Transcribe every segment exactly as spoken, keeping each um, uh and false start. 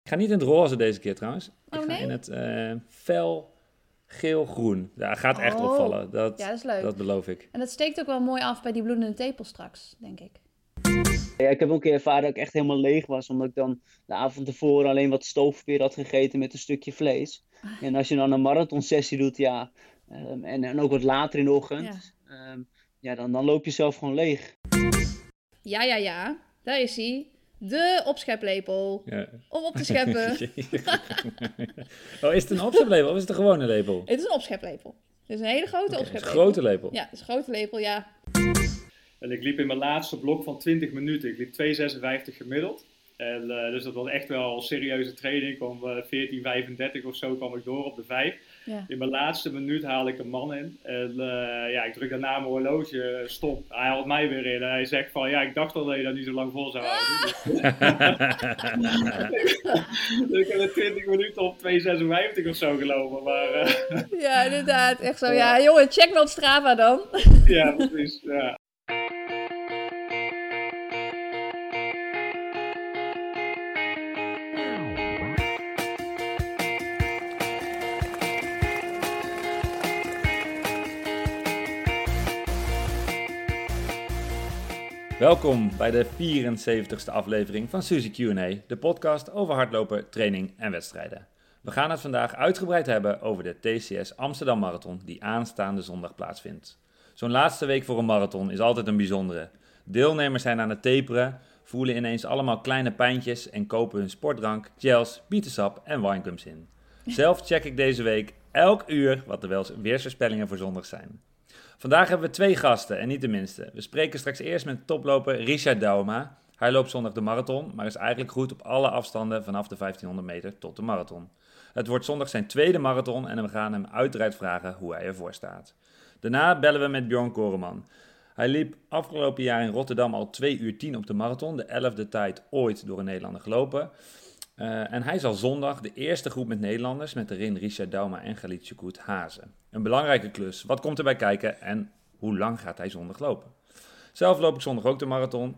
Ik ga niet in het roze deze keer trouwens. Oh, ik ga nee? in het uh, fel geel-groen. Ja, gaat echt oh. opvallen. Dat, ja, dat is leuk. Dat beloof ik. En dat steekt ook wel mooi af bij die bloedende tepel straks, denk ik. Ja, ik heb ook een keer ervaren dat ik echt helemaal leeg was. Omdat ik dan de avond tevoren alleen wat stoofpeer had gegeten met een stukje vlees. En als je dan een marathonsessie doet, ja. Um, en, en ook wat later in de ochtend. Ja, um, ja dan, dan loop je zelf gewoon leeg. Ja, ja, ja. Daar is hij. De opscheplepel. Ja. Om op te scheppen. Oh, is het een opscheplepel of is het een gewone lepel? Het is een opscheplepel. Het is een hele grote okay, opscheplepel. Een grote lepel? Ja, het is een grote lepel, ja. En ik liep in mijn laatste blok van twintig minuten. Ik liep twee zesenvijftig gemiddeld. En, uh, dus dat was echt wel een serieuze training. Ik kwam uh, veertien vijfendertig of zo kwam ik door op de vijf. Ja. In mijn laatste minuut haal ik een man in. En uh, ja, ik druk daarna mijn horloge stop. Hij haalt mij weer in. En hij zegt van, ja, ik dacht al dat je dat niet zo lang vol zou houden. Dus ik heb in twintig minuten op twee zesenvijftig of zo gelopen. Maar, uh, ja, inderdaad. Echt zo. Ja, jongen, check wel Strava dan. Ja, precies. Ja. Welkom bij de vierenzeventigste aflevering van Suzy Q en A, de podcast over hardlopen, training en wedstrijden. We gaan het vandaag uitgebreid hebben over de T C S Amsterdam Marathon die aanstaande zondag plaatsvindt. Zo'n laatste week voor een marathon is altijd een bijzondere. Deelnemers zijn aan het taperen, voelen ineens allemaal kleine pijntjes en kopen hun sportdrank, gels, bietensap en winegums in. Zelf check ik deze week elk uur wat de weersvoorspellingen voor zondag zijn. Vandaag hebben we twee gasten en niet de minste. We spreken straks eerst met toploper Richard Dauma. Hij loopt zondag de marathon, maar is eigenlijk goed op alle afstanden vanaf de vijftienhonderd meter tot de marathon. Het wordt zondag zijn tweede marathon en we gaan hem uiteraard vragen hoe hij ervoor staat. Daarna bellen we met Bjorn Koreman. Hij liep afgelopen jaar in Rotterdam al twee uur tien op de marathon, de elfde tijd ooit door een Nederlander gelopen. Uh, en hij zal zondag de eerste groep met Nederlanders, met erin Richard Dauma en Galit Choukout, hazen. Een belangrijke klus. Wat komt erbij kijken en hoe lang gaat hij zondag lopen? Zelf loop ik zondag ook de marathon.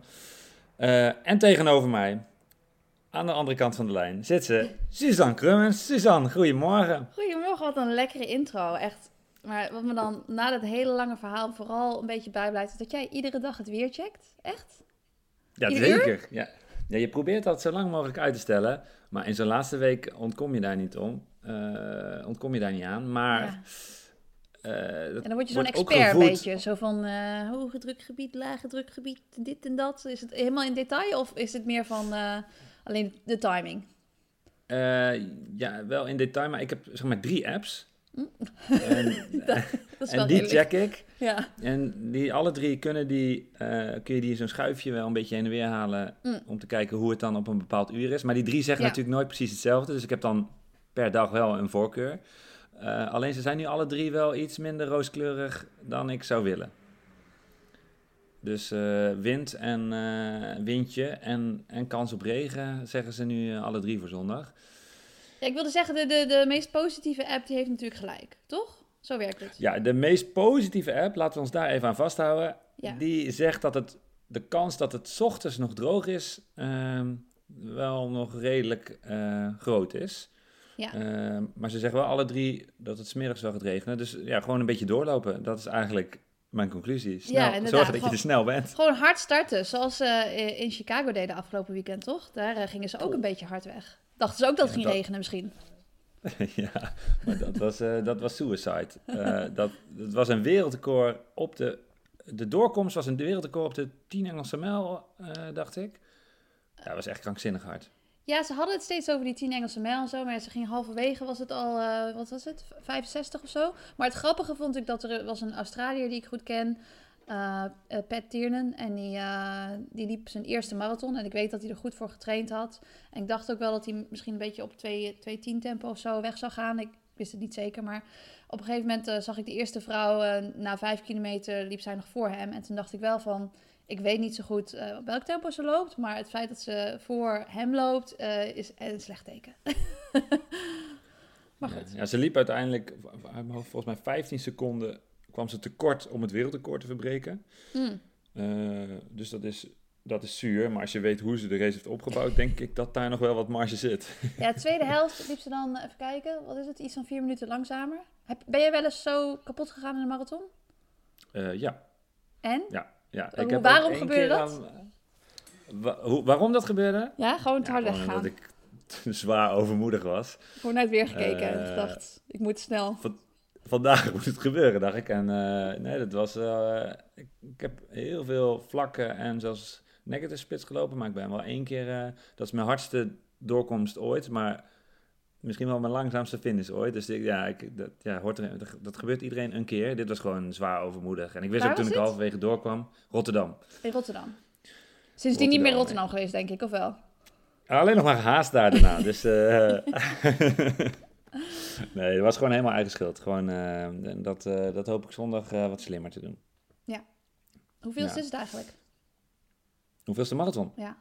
Uh, en tegenover mij, aan de andere kant van de lijn, zit ze Suzanne Krummens. Suzanne, goedemorgen. Goedemorgen, wat een lekkere intro, echt. Maar wat me dan na dat hele lange verhaal vooral een beetje bijblijft, is dat jij iedere dag het weer checkt. Echt? Ja, Ieder zeker. uur? Ja. Ja, je probeert dat zo lang mogelijk uit te stellen, maar in zo'n laatste week ontkom je daar niet om. Uh, ontkom je daar niet aan, maar... Ja. Uh, en dan word je zo'n expert een beetje, zo van uh, hoge drukgebied, lage drukgebied, dit en dat. Is het helemaal in detail of is het meer van uh, alleen de timing? Uh, ja, wel in detail, maar ik heb zeg maar drie apps. Mm. En, dat, dat is en wel die redelijk. check ik. Ja. En die alle drie kunnen die, uh, kun je die zo'n schuifje wel een beetje heen en weer halen mm. om te kijken hoe het dan op een bepaald uur is. Maar die drie zeggen ja. natuurlijk nooit precies hetzelfde, dus ik heb dan per dag wel een voorkeur. Uh, alleen ze zijn nu alle drie wel iets minder rooskleurig dan ik zou willen. Dus uh, wind en uh, windje en, en kans op regen zeggen ze nu uh, alle drie voor zondag. Ja, ik wilde zeggen, de, de, de meest positieve app die heeft natuurlijk gelijk, toch? Zo werkt het. Ja, de meest positieve app, laten we ons daar even aan vasthouden, ja. Die zegt dat het, de kans dat het 's ochtends nog droog is, uh, wel nog redelijk uh, groot is. Ja. Uh, maar ze zeggen wel alle drie dat het 's middags wel gaat regenen. Dus ja, gewoon een beetje doorlopen. Dat is eigenlijk mijn conclusie. Snel, ja, zorgen dat gewoon, je er snel bent. Gewoon hard starten, zoals ze uh, in Chicago deden afgelopen weekend, toch? Daar uh, gingen ze ook een beetje hard weg. Dachten ze ook dat het ja, ging dat... regenen misschien. Ja, maar dat was, uh, dat was suicide. Uh, dat, dat was een wereldrecord op de... De doorkomst was een wereldrecord op de tien Engelse mijl, uh, dacht ik. Ja, dat was echt krankzinnig hard. Ja, ze hadden het steeds over die tien Engelse mijl en zo, maar ze gingen halverwege, was het al, uh, wat was het, vijfenzestig of zo. Maar het grappige vond ik dat er was een Australiër die ik goed ken, uh, uh, Pat Tiernan, en die, uh, die liep zijn eerste marathon. En ik weet dat hij er goed voor getraind had. En ik dacht ook wel dat hij misschien een beetje op twee tien tempo of zo weg zou gaan. Ik wist het niet zeker, maar op een gegeven moment uh, zag ik de eerste vrouw, uh, na vijf kilometer liep zij nog voor hem. En toen dacht ik wel van... Ik weet niet zo goed uh, op welk tempo ze loopt, maar het feit dat ze voor hem loopt uh, is een slecht teken. Maar goed. Ja, ja, ze liep uiteindelijk, volgens mij vijftien seconden, kwam ze tekort om het wereldrecord te verbreken. Mm. Uh, dus dat is dat is zuur. Maar als je weet hoe ze de race heeft opgebouwd, denk ik dat daar nog wel wat marge zit. Ja, de tweede helft liep ze dan, even kijken, wat is het, iets van vier minuten langzamer. Heb, ben jij wel eens zo kapot gegaan in de marathon? Uh, ja. En? Ja. ja. Ik hoe, waarom gebeurde dat? Aan, wa, hoe, waarom dat gebeurde? Ja, gewoon te ja, hard weggaan. Omdat ik zwaar overmoedig was. Gewoon naar het weer gekeken uh, en gedacht, ik moet snel. Van, vandaag moet het gebeuren, dacht ik. En uh, nee, dat was... Uh, ik, ik heb heel veel vlakken en zelfs negative splits gelopen, maar ik ben wel één keer... Uh, dat is mijn hardste doorkomst ooit, maar misschien wel mijn langzaamste finish ooit. Dus ik, ja, ik, dat, ja hoort er, dat, dat gebeurt iedereen een keer. Dit was gewoon zwaar overmoedig. En ik wist Waar ook toen ik het? halverwege doorkwam, Rotterdam. In Rotterdam. Sindsdien niet meer Rotterdam nee. geweest, denk ik, of wel? Alleen nog maar gehaast daar daarna. dus... Uh, nee, het was gewoon helemaal eigen schuld. Gewoon, uh, dat, uh, dat hoop ik zondag uh, wat slimmer te doen. Ja. Hoeveel ja. is het eigenlijk? Hoeveelste marathon? Ja.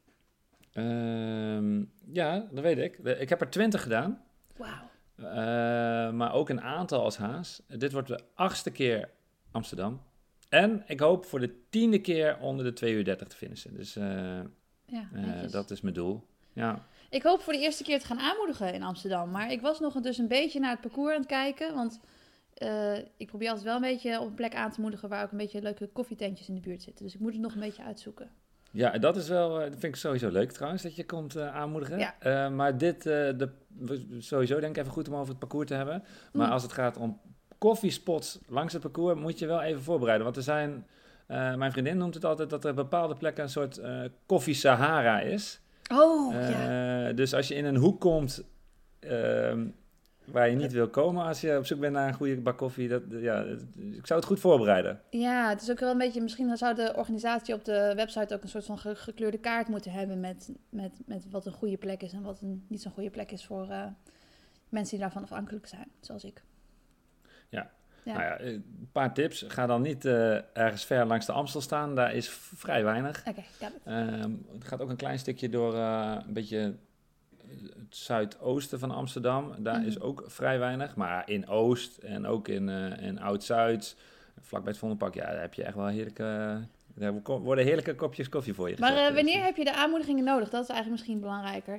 Uh, ja, dat weet ik. Ik heb er twintig gedaan. Wauw. Uh, maar ook een aantal als haas. Dit wordt de achtste keer Amsterdam. En ik hoop voor de tiende keer onder de twee uur dertig te finishen. Dus uh, ja, uh, dat is mijn doel. Ja. Ik hoop voor de eerste keer te gaan aanmoedigen in Amsterdam. Maar ik was nog dus een beetje naar het parcours aan het kijken. Want uh, ik probeer altijd wel een beetje op een plek aan te moedigen waar ook een beetje leuke koffietentjes in de buurt zitten. Dus ik moet het nog een beetje uitzoeken. Ja, dat is wel, dat vind ik sowieso leuk trouwens, dat je komt uh, aanmoedigen. Ja. Uh, maar dit, uh, de, sowieso denk ik even goed om over het parcours te hebben. Maar mm. als het gaat om koffiespots langs het parcours, moet je wel even voorbereiden. Want er zijn, uh, mijn vriendin noemt het altijd, dat er bepaalde plekken een soort uh, koffie-Sahara is. Oh, uh, ja. Dus als je in een hoek komt uh, waar je niet wil komen als je op zoek bent naar een goede bak koffie, dat, ja, ik zou het goed voorbereiden. Ja, het is ook wel een beetje, misschien zou de organisatie op de website ook een soort van ge- gekleurde kaart moeten hebben met, met, met wat een goede plek is en wat een niet zo'n goede plek is voor uh, mensen die daarvan afhankelijk zijn, zoals ik. Ja. Ja. Nou ja, een paar tips. Ga dan niet uh, ergens ver langs de Amstel staan. Daar is vrij weinig. Oké, got it. Um, het gaat ook een klein stukje door uh, een beetje het zuidoosten van Amsterdam. Daar mm. is ook vrij weinig. Maar in Oost en ook in, uh, in Oud-Zuid, vlakbij het Vondelpark, ja, daar heb je echt wel heerlijke... Daar worden heerlijke kopjes koffie voor je gezet. Maar uh, wanneer heb je de aanmoedigingen nodig? Dat is eigenlijk misschien belangrijker.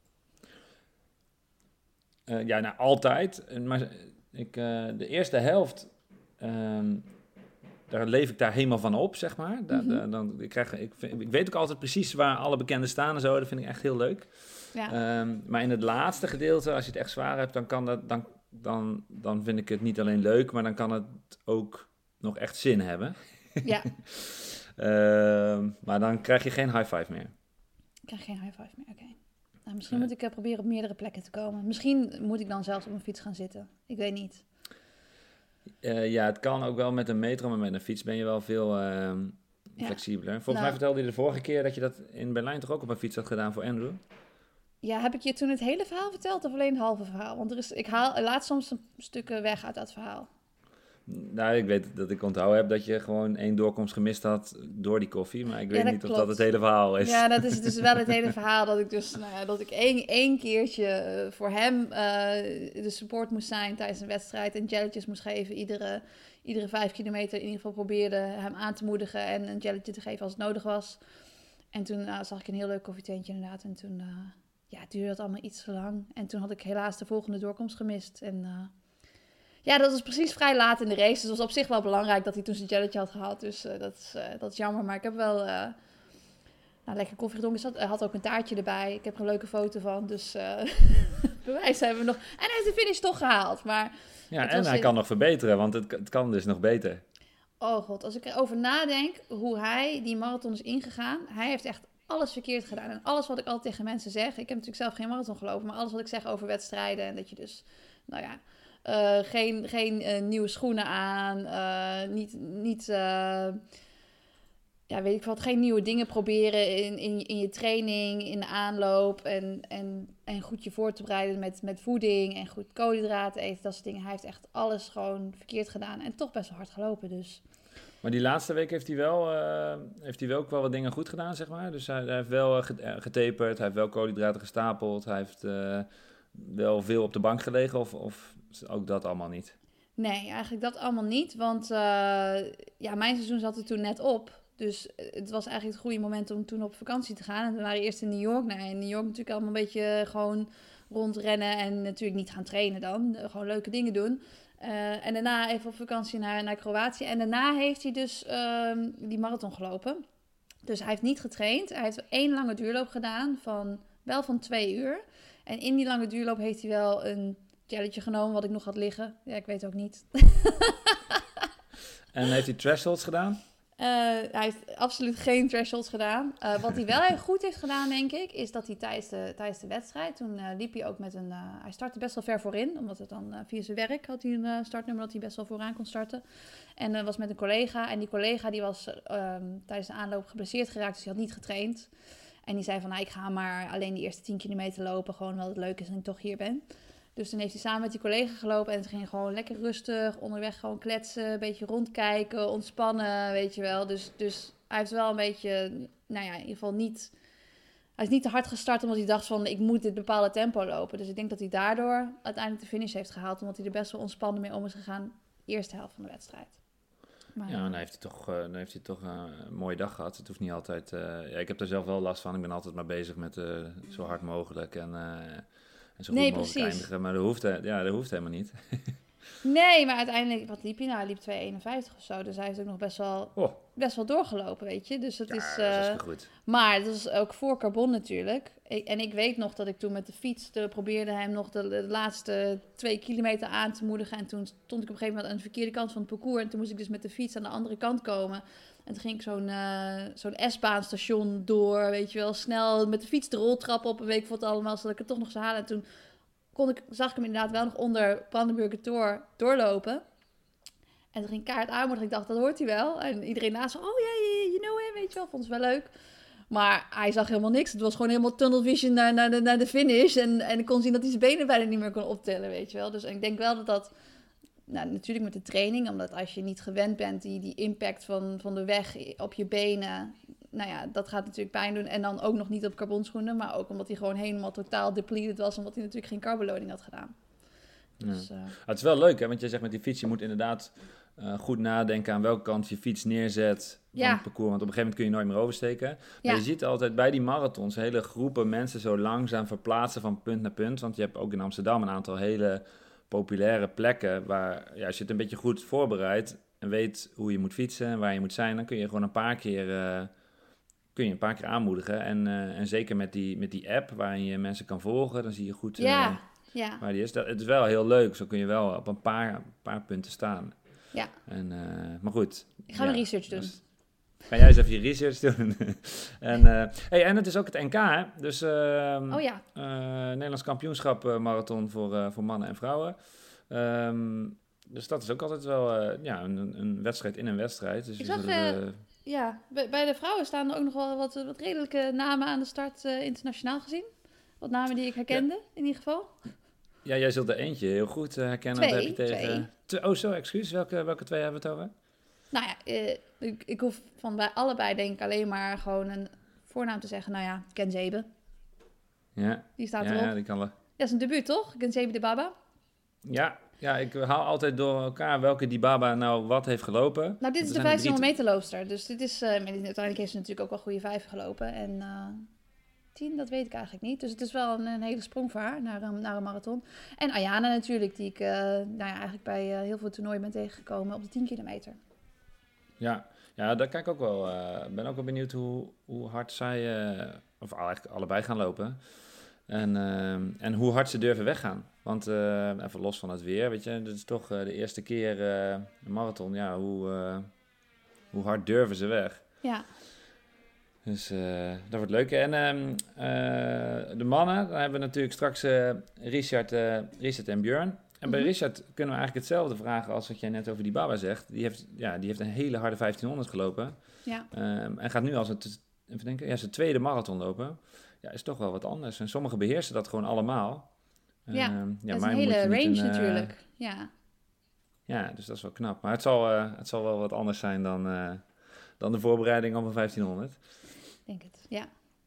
Uh, ja, nou, altijd. Maar... Ik, uh, de eerste helft, um, daar leef ik daar helemaal van op, zeg maar. Da, mm-hmm. da, dan, ik, krijg, ik, vind, ik weet ook altijd precies waar alle bekenden staan en zo. Dat vind ik echt heel leuk. Ja. Um, maar in het laatste gedeelte, als je het echt zwaar hebt, dan, kan dat, dan, dan, dan vind ik het niet alleen leuk, maar dan kan het ook nog echt zin hebben. Ja. um, maar dan krijg je geen high five meer. Ik krijg geen high five meer, oké. Okay. Nou, misschien moet ik uh, proberen op meerdere plekken te komen. Misschien moet ik dan zelfs op een fiets gaan zitten. Ik weet niet. Uh, ja, het kan ook wel met een metro, maar met een fiets ben je wel veel uh, flexibeler. Volgens nou, mij vertelde je de vorige keer dat je dat in Berlijn toch ook op een fiets had gedaan voor Andrew? Ja, heb ik je toen het hele verhaal verteld of alleen het halve verhaal? Want er is, ik haal, laat soms een stukken weg uit dat verhaal. Nou, ik weet dat ik onthouden heb dat je gewoon één doorkomst gemist had door die koffie. Maar ik weet ja, niet klopt. of dat het hele verhaal is. Ja, dat is dus wel het hele verhaal. Dat ik dus nou ja, dat ik één, één keertje voor hem uh, de support moest zijn tijdens een wedstrijd. En jelletjes moest geven. Iedere, iedere vijf kilometer in ieder geval probeerde hem aan te moedigen. En een jelletje te geven als het nodig was. En toen uh, zag ik een heel leuk koffietentje inderdaad. En toen uh, ja, duurde dat allemaal iets te lang. En toen had ik helaas de volgende doorkomst gemist. En... Uh, Ja, dat was precies vrij laat in de race. Dus het was op zich wel belangrijk dat hij toen zijn jelletje had gehad. Dus uh, dat, is, uh, dat is jammer. Maar ik heb wel uh, nou, lekker koffie gedronken. Hij had ook een taartje erbij. Ik heb er een leuke foto van. Dus uh, bewijs hebben we nog. En hij heeft de finish toch gehaald. Maar ja, en hij in... kan nog verbeteren. Want het, het kan dus nog beter. Oh god, als ik erover nadenk hoe hij die marathon is ingegaan. Hij heeft echt alles verkeerd gedaan. En alles wat ik altijd tegen mensen zeg. Ik heb natuurlijk zelf geen marathon gelopen. Maar alles wat ik zeg over wedstrijden. En dat je dus, nou ja... Uh, geen geen uh, nieuwe schoenen aan, uh, niet, niet uh, ja, weet ik wat, geen nieuwe dingen proberen in, in, in je training, in de aanloop en, en, en goed je voor te bereiden met, met voeding en goed koolhydraten eten, dat soort dingen. Hij heeft echt alles gewoon verkeerd gedaan en toch best wel hard gelopen, dus. Maar die laatste week heeft hij wel, uh, heeft hij wel ook wel wat dingen goed gedaan, zeg maar. Dus hij, hij heeft wel getaperd, hij heeft wel koolhydraten gestapeld, hij heeft uh, wel veel op de bank gelegen of... of ook dat allemaal niet? Nee, eigenlijk dat allemaal niet. Want uh, ja, mijn seizoen zat er toen net op. Dus het was eigenlijk het goede moment om toen op vakantie te gaan. En we waren eerst in New York. Nou, in New York natuurlijk allemaal een beetje gewoon rondrennen en natuurlijk niet gaan trainen dan. Gewoon leuke dingen doen. Uh, en daarna even op vakantie naar, naar Kroatië. En daarna heeft hij dus um, die marathon gelopen. Dus hij heeft niet getraind. Hij heeft één lange duurloop gedaan, van, wel van twee uur. En in die lange duurloop heeft hij wel een jelletje genomen wat ik nog had liggen. Ja, ik weet ook niet. En heeft hij thresholds gedaan? Uh, hij heeft absoluut geen thresholds gedaan. Uh, wat hij wel heel goed heeft gedaan, denk ik, is dat hij tijdens de, tijdens de wedstrijd, toen uh, liep hij ook met een, uh, hij startte best wel ver voorin, omdat het dan uh, via zijn werk had hij een uh, startnummer dat hij best wel vooraan kon starten. En uh, was met een collega, en die collega die was uh, tijdens de aanloop geblesseerd geraakt, dus hij had niet getraind. En die zei van, nou, ik ga maar alleen de eerste tien kilometer lopen, gewoon wel het leuk is dat ik toch hier ben. Dus toen heeft hij samen met die collega gelopen en ze ging gewoon lekker rustig, onderweg gewoon kletsen, een beetje rondkijken, ontspannen, weet je wel. Dus, dus hij heeft wel een beetje, nou ja, in ieder geval niet, hij is niet te hard gestart omdat hij dacht van, ik moet dit bepaalde tempo lopen. Dus ik denk dat hij daardoor uiteindelijk de finish heeft gehaald, omdat hij er best wel ontspannen mee om is gegaan, de eerste helft van de wedstrijd. Maar, ja, dan heeft hij toch, uh, dan heeft hij toch uh, een mooie dag gehad. Het hoeft niet altijd, uh, ja, ik heb er zelf wel last van, ik ben altijd maar bezig met uh, zo hard mogelijk en... Uh, En zo goed nee, mogelijk precies. eindigen, maar dat hoeft, ja, dat hoeft helemaal niet. Nee, maar uiteindelijk, wat liep hij nou? Hij liep twee eenenvijftig of zo, dus hij heeft ook nog best wel, oh. best wel doorgelopen, weet je. Dus dat ja, is... Uh, dat is goed. Maar dat is ook voor Carbon natuurlijk. Ik, en ik weet nog dat ik toen met de fiets de, probeerde hem nog de, de laatste twee kilometer aan te moedigen. En toen stond ik op een gegeven moment aan de verkeerde kant van het parcours. En toen moest ik dus met de fiets aan de andere kant komen. En toen ging ik zo'n, uh, zo'n S-baanstation door, weet je wel, snel met de fiets de roltrap op. Een week voor het allemaal, zodat ik het toch nog zou halen. En toen... Kon ik, zag ik hem inderdaad wel nog onder Brandenburger Tor doorlopen. En toen ging kaart aanmoedigen. Ik dacht, dat hoort hij wel. En iedereen naast zo, oh ja, yeah, you know him, weet je wel. Vond ze wel leuk. Maar hij zag helemaal niks. Het was gewoon helemaal tunnel vision naar, naar, de, naar de finish. En, en ik kon zien dat hij zijn benen bijna niet meer kon optellen, weet je wel. Dus ik denk wel dat dat... Nou, natuurlijk met de training. Omdat als je niet gewend bent, die, die impact van, van de weg op je benen... Nou ja, dat gaat natuurlijk pijn doen. En dan ook nog niet op carbonschoenen. Maar ook omdat hij gewoon helemaal totaal depleted was. Omdat hij natuurlijk geen carboloading had gedaan. Dus, ja. uh... Het is wel leuk, hè? Want je zegt met die fiets... je moet inderdaad uh, goed nadenken aan welke kant je fiets neerzet... van ja. het parcours. Want op een gegeven moment kun je nooit meer oversteken. Maar ja. je ziet altijd bij die marathons... hele groepen mensen zo langzaam verplaatsen van punt naar punt. Want je hebt ook in Amsterdam een aantal hele populaire plekken... waar ja, als je het een beetje goed voorbereidt... en weet hoe je moet fietsen en waar je moet zijn... dan kun je gewoon een paar keer... Uh, kun je een paar keer aanmoedigen. En, uh, en zeker met die, met die app waarin je mensen kan volgen, dan zie je goed uh, ja, ja. waar die is. Dat, het is wel heel leuk. Zo kun je wel op een paar, paar punten staan. Ja. En, uh, maar goed. Ik ga ja, mijn research doen. Dus, ga jij eens even je research doen. en, uh, hey, en het is ook het N K, hè? Dus uh, oh, ja. uh, Nederlands kampioenschap uh, marathon voor, uh, voor mannen en vrouwen. Um, dus dat is ook altijd wel uh, ja, een, een wedstrijd in een wedstrijd. Dus ik zag... Uh... Uh, Ja, bij de vrouwen staan er ook nog wel wat, wat redelijke namen aan de start uh, internationaal gezien. Wat namen die ik herkende, ja. in ieder geval. Ja, jij zult er eentje heel goed uh, herkennen. Twee, heb je tegen... twee. Oh, zo, excuus. Welke, welke twee hebben we het over? Nou ja, uh, ik, ik hoef van bij allebei denk ik alleen maar gewoon een voornaam te zeggen. Nou ja, Genzebe. Ja. Die staat ja, erop. Ja, die kan wel. Ja, dat is een debuut, toch? Genzebe de Baba. Ja, ja, ik haal altijd door elkaar welke Dibaba nou wat heeft gelopen. Nou, dit is de vijftienhonderd meter loopster. Dus dit is, uh, uiteindelijk heeft ze natuurlijk ook wel goede vijf gelopen. En uh, tien, dat weet ik eigenlijk niet. Dus het is wel een, een hele sprong voor haar naar, naar een marathon. En Ayana natuurlijk, die ik uh, nou ja, eigenlijk bij uh, heel veel toernooien ben tegengekomen op de tien kilometer. Ja, ja, daar kijk ik ook wel. Ik uh, ben ook wel benieuwd hoe, hoe hard zij, uh, of eigenlijk allebei gaan lopen. En, uh, en hoe hard ze durven weggaan. Want uh, even los van het weer, weet je, dit is toch uh, de eerste keer uh, een marathon. Ja, hoe, uh, hoe hard durven ze weg? Ja. Dus uh, dat wordt leuk. En um, uh, de mannen, dan hebben we natuurlijk straks uh, Richard, uh, Richard en Björn. En mm-hmm. bij Richard kunnen we eigenlijk hetzelfde vragen als wat jij net over die Baba zegt. Die heeft, ja, die heeft een hele harde vijftienhonderd gelopen. Ja. Um, en gaat nu als het, even denken, ja, zijn tweede marathon lopen. Ja, is toch wel wat anders. En sommigen beheersen dat gewoon allemaal. Ja, uh, ja dat is een hele range een, uh, natuurlijk. Ja. Ja, dus dat is wel knap. Maar het zal, uh, het zal wel wat anders zijn dan, uh, dan de voorbereiding op een vijftienhonderd. Ik denk het, ja.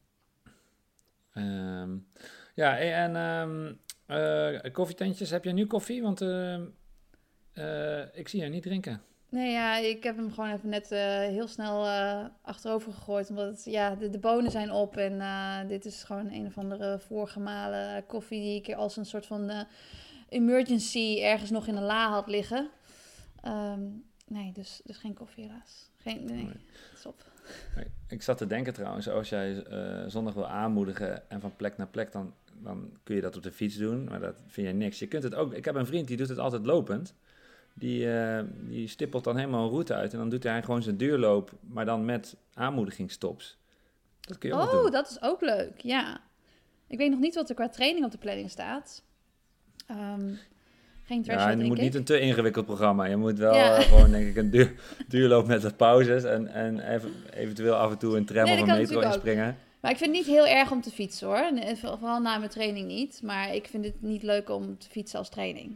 Um, ja, en um, uh, koffietentjes, heb jij nu koffie? Want uh, uh, ik zie je niet drinken. Nee, ja, ik heb hem gewoon even net uh, heel snel uh, achterover gegooid. Omdat het, ja, de, de bonen zijn op. En uh, dit is gewoon een of andere voorgemalen koffie die ik als een soort van uh, emergency ergens nog in een la had liggen. Um, nee, dus, dus geen koffie helaas. Geen, nee, nee. Het is op. Nee, ik zat te denken trouwens, als jij uh, zondag wil aanmoedigen en van plek naar plek, dan, dan kun je dat op de fiets doen. Maar dat vind je niks. Je kunt het ook. Ik heb een vriend die doet het altijd lopend. Die, uh, die stippelt dan helemaal een route uit en dan doet hij gewoon zijn duurloop, maar dan met aanmoedigingsstops. Dat kun je ook oh, doen. Dat is ook leuk, ja. Ik weet nog niet wat er qua training op de planning staat. Um, geen threshold, ja, je moet ik. niet een te ingewikkeld programma. Je moet wel ja. uh, gewoon, denk ik, een duur, duurloop met wat pauzes en, en even, eventueel af en toe een tram nee, of een metro inspringen. Ook. Maar ik vind het niet heel erg om te fietsen, hoor. Vooral na mijn training niet. Maar ik vind het niet leuk om te fietsen als training.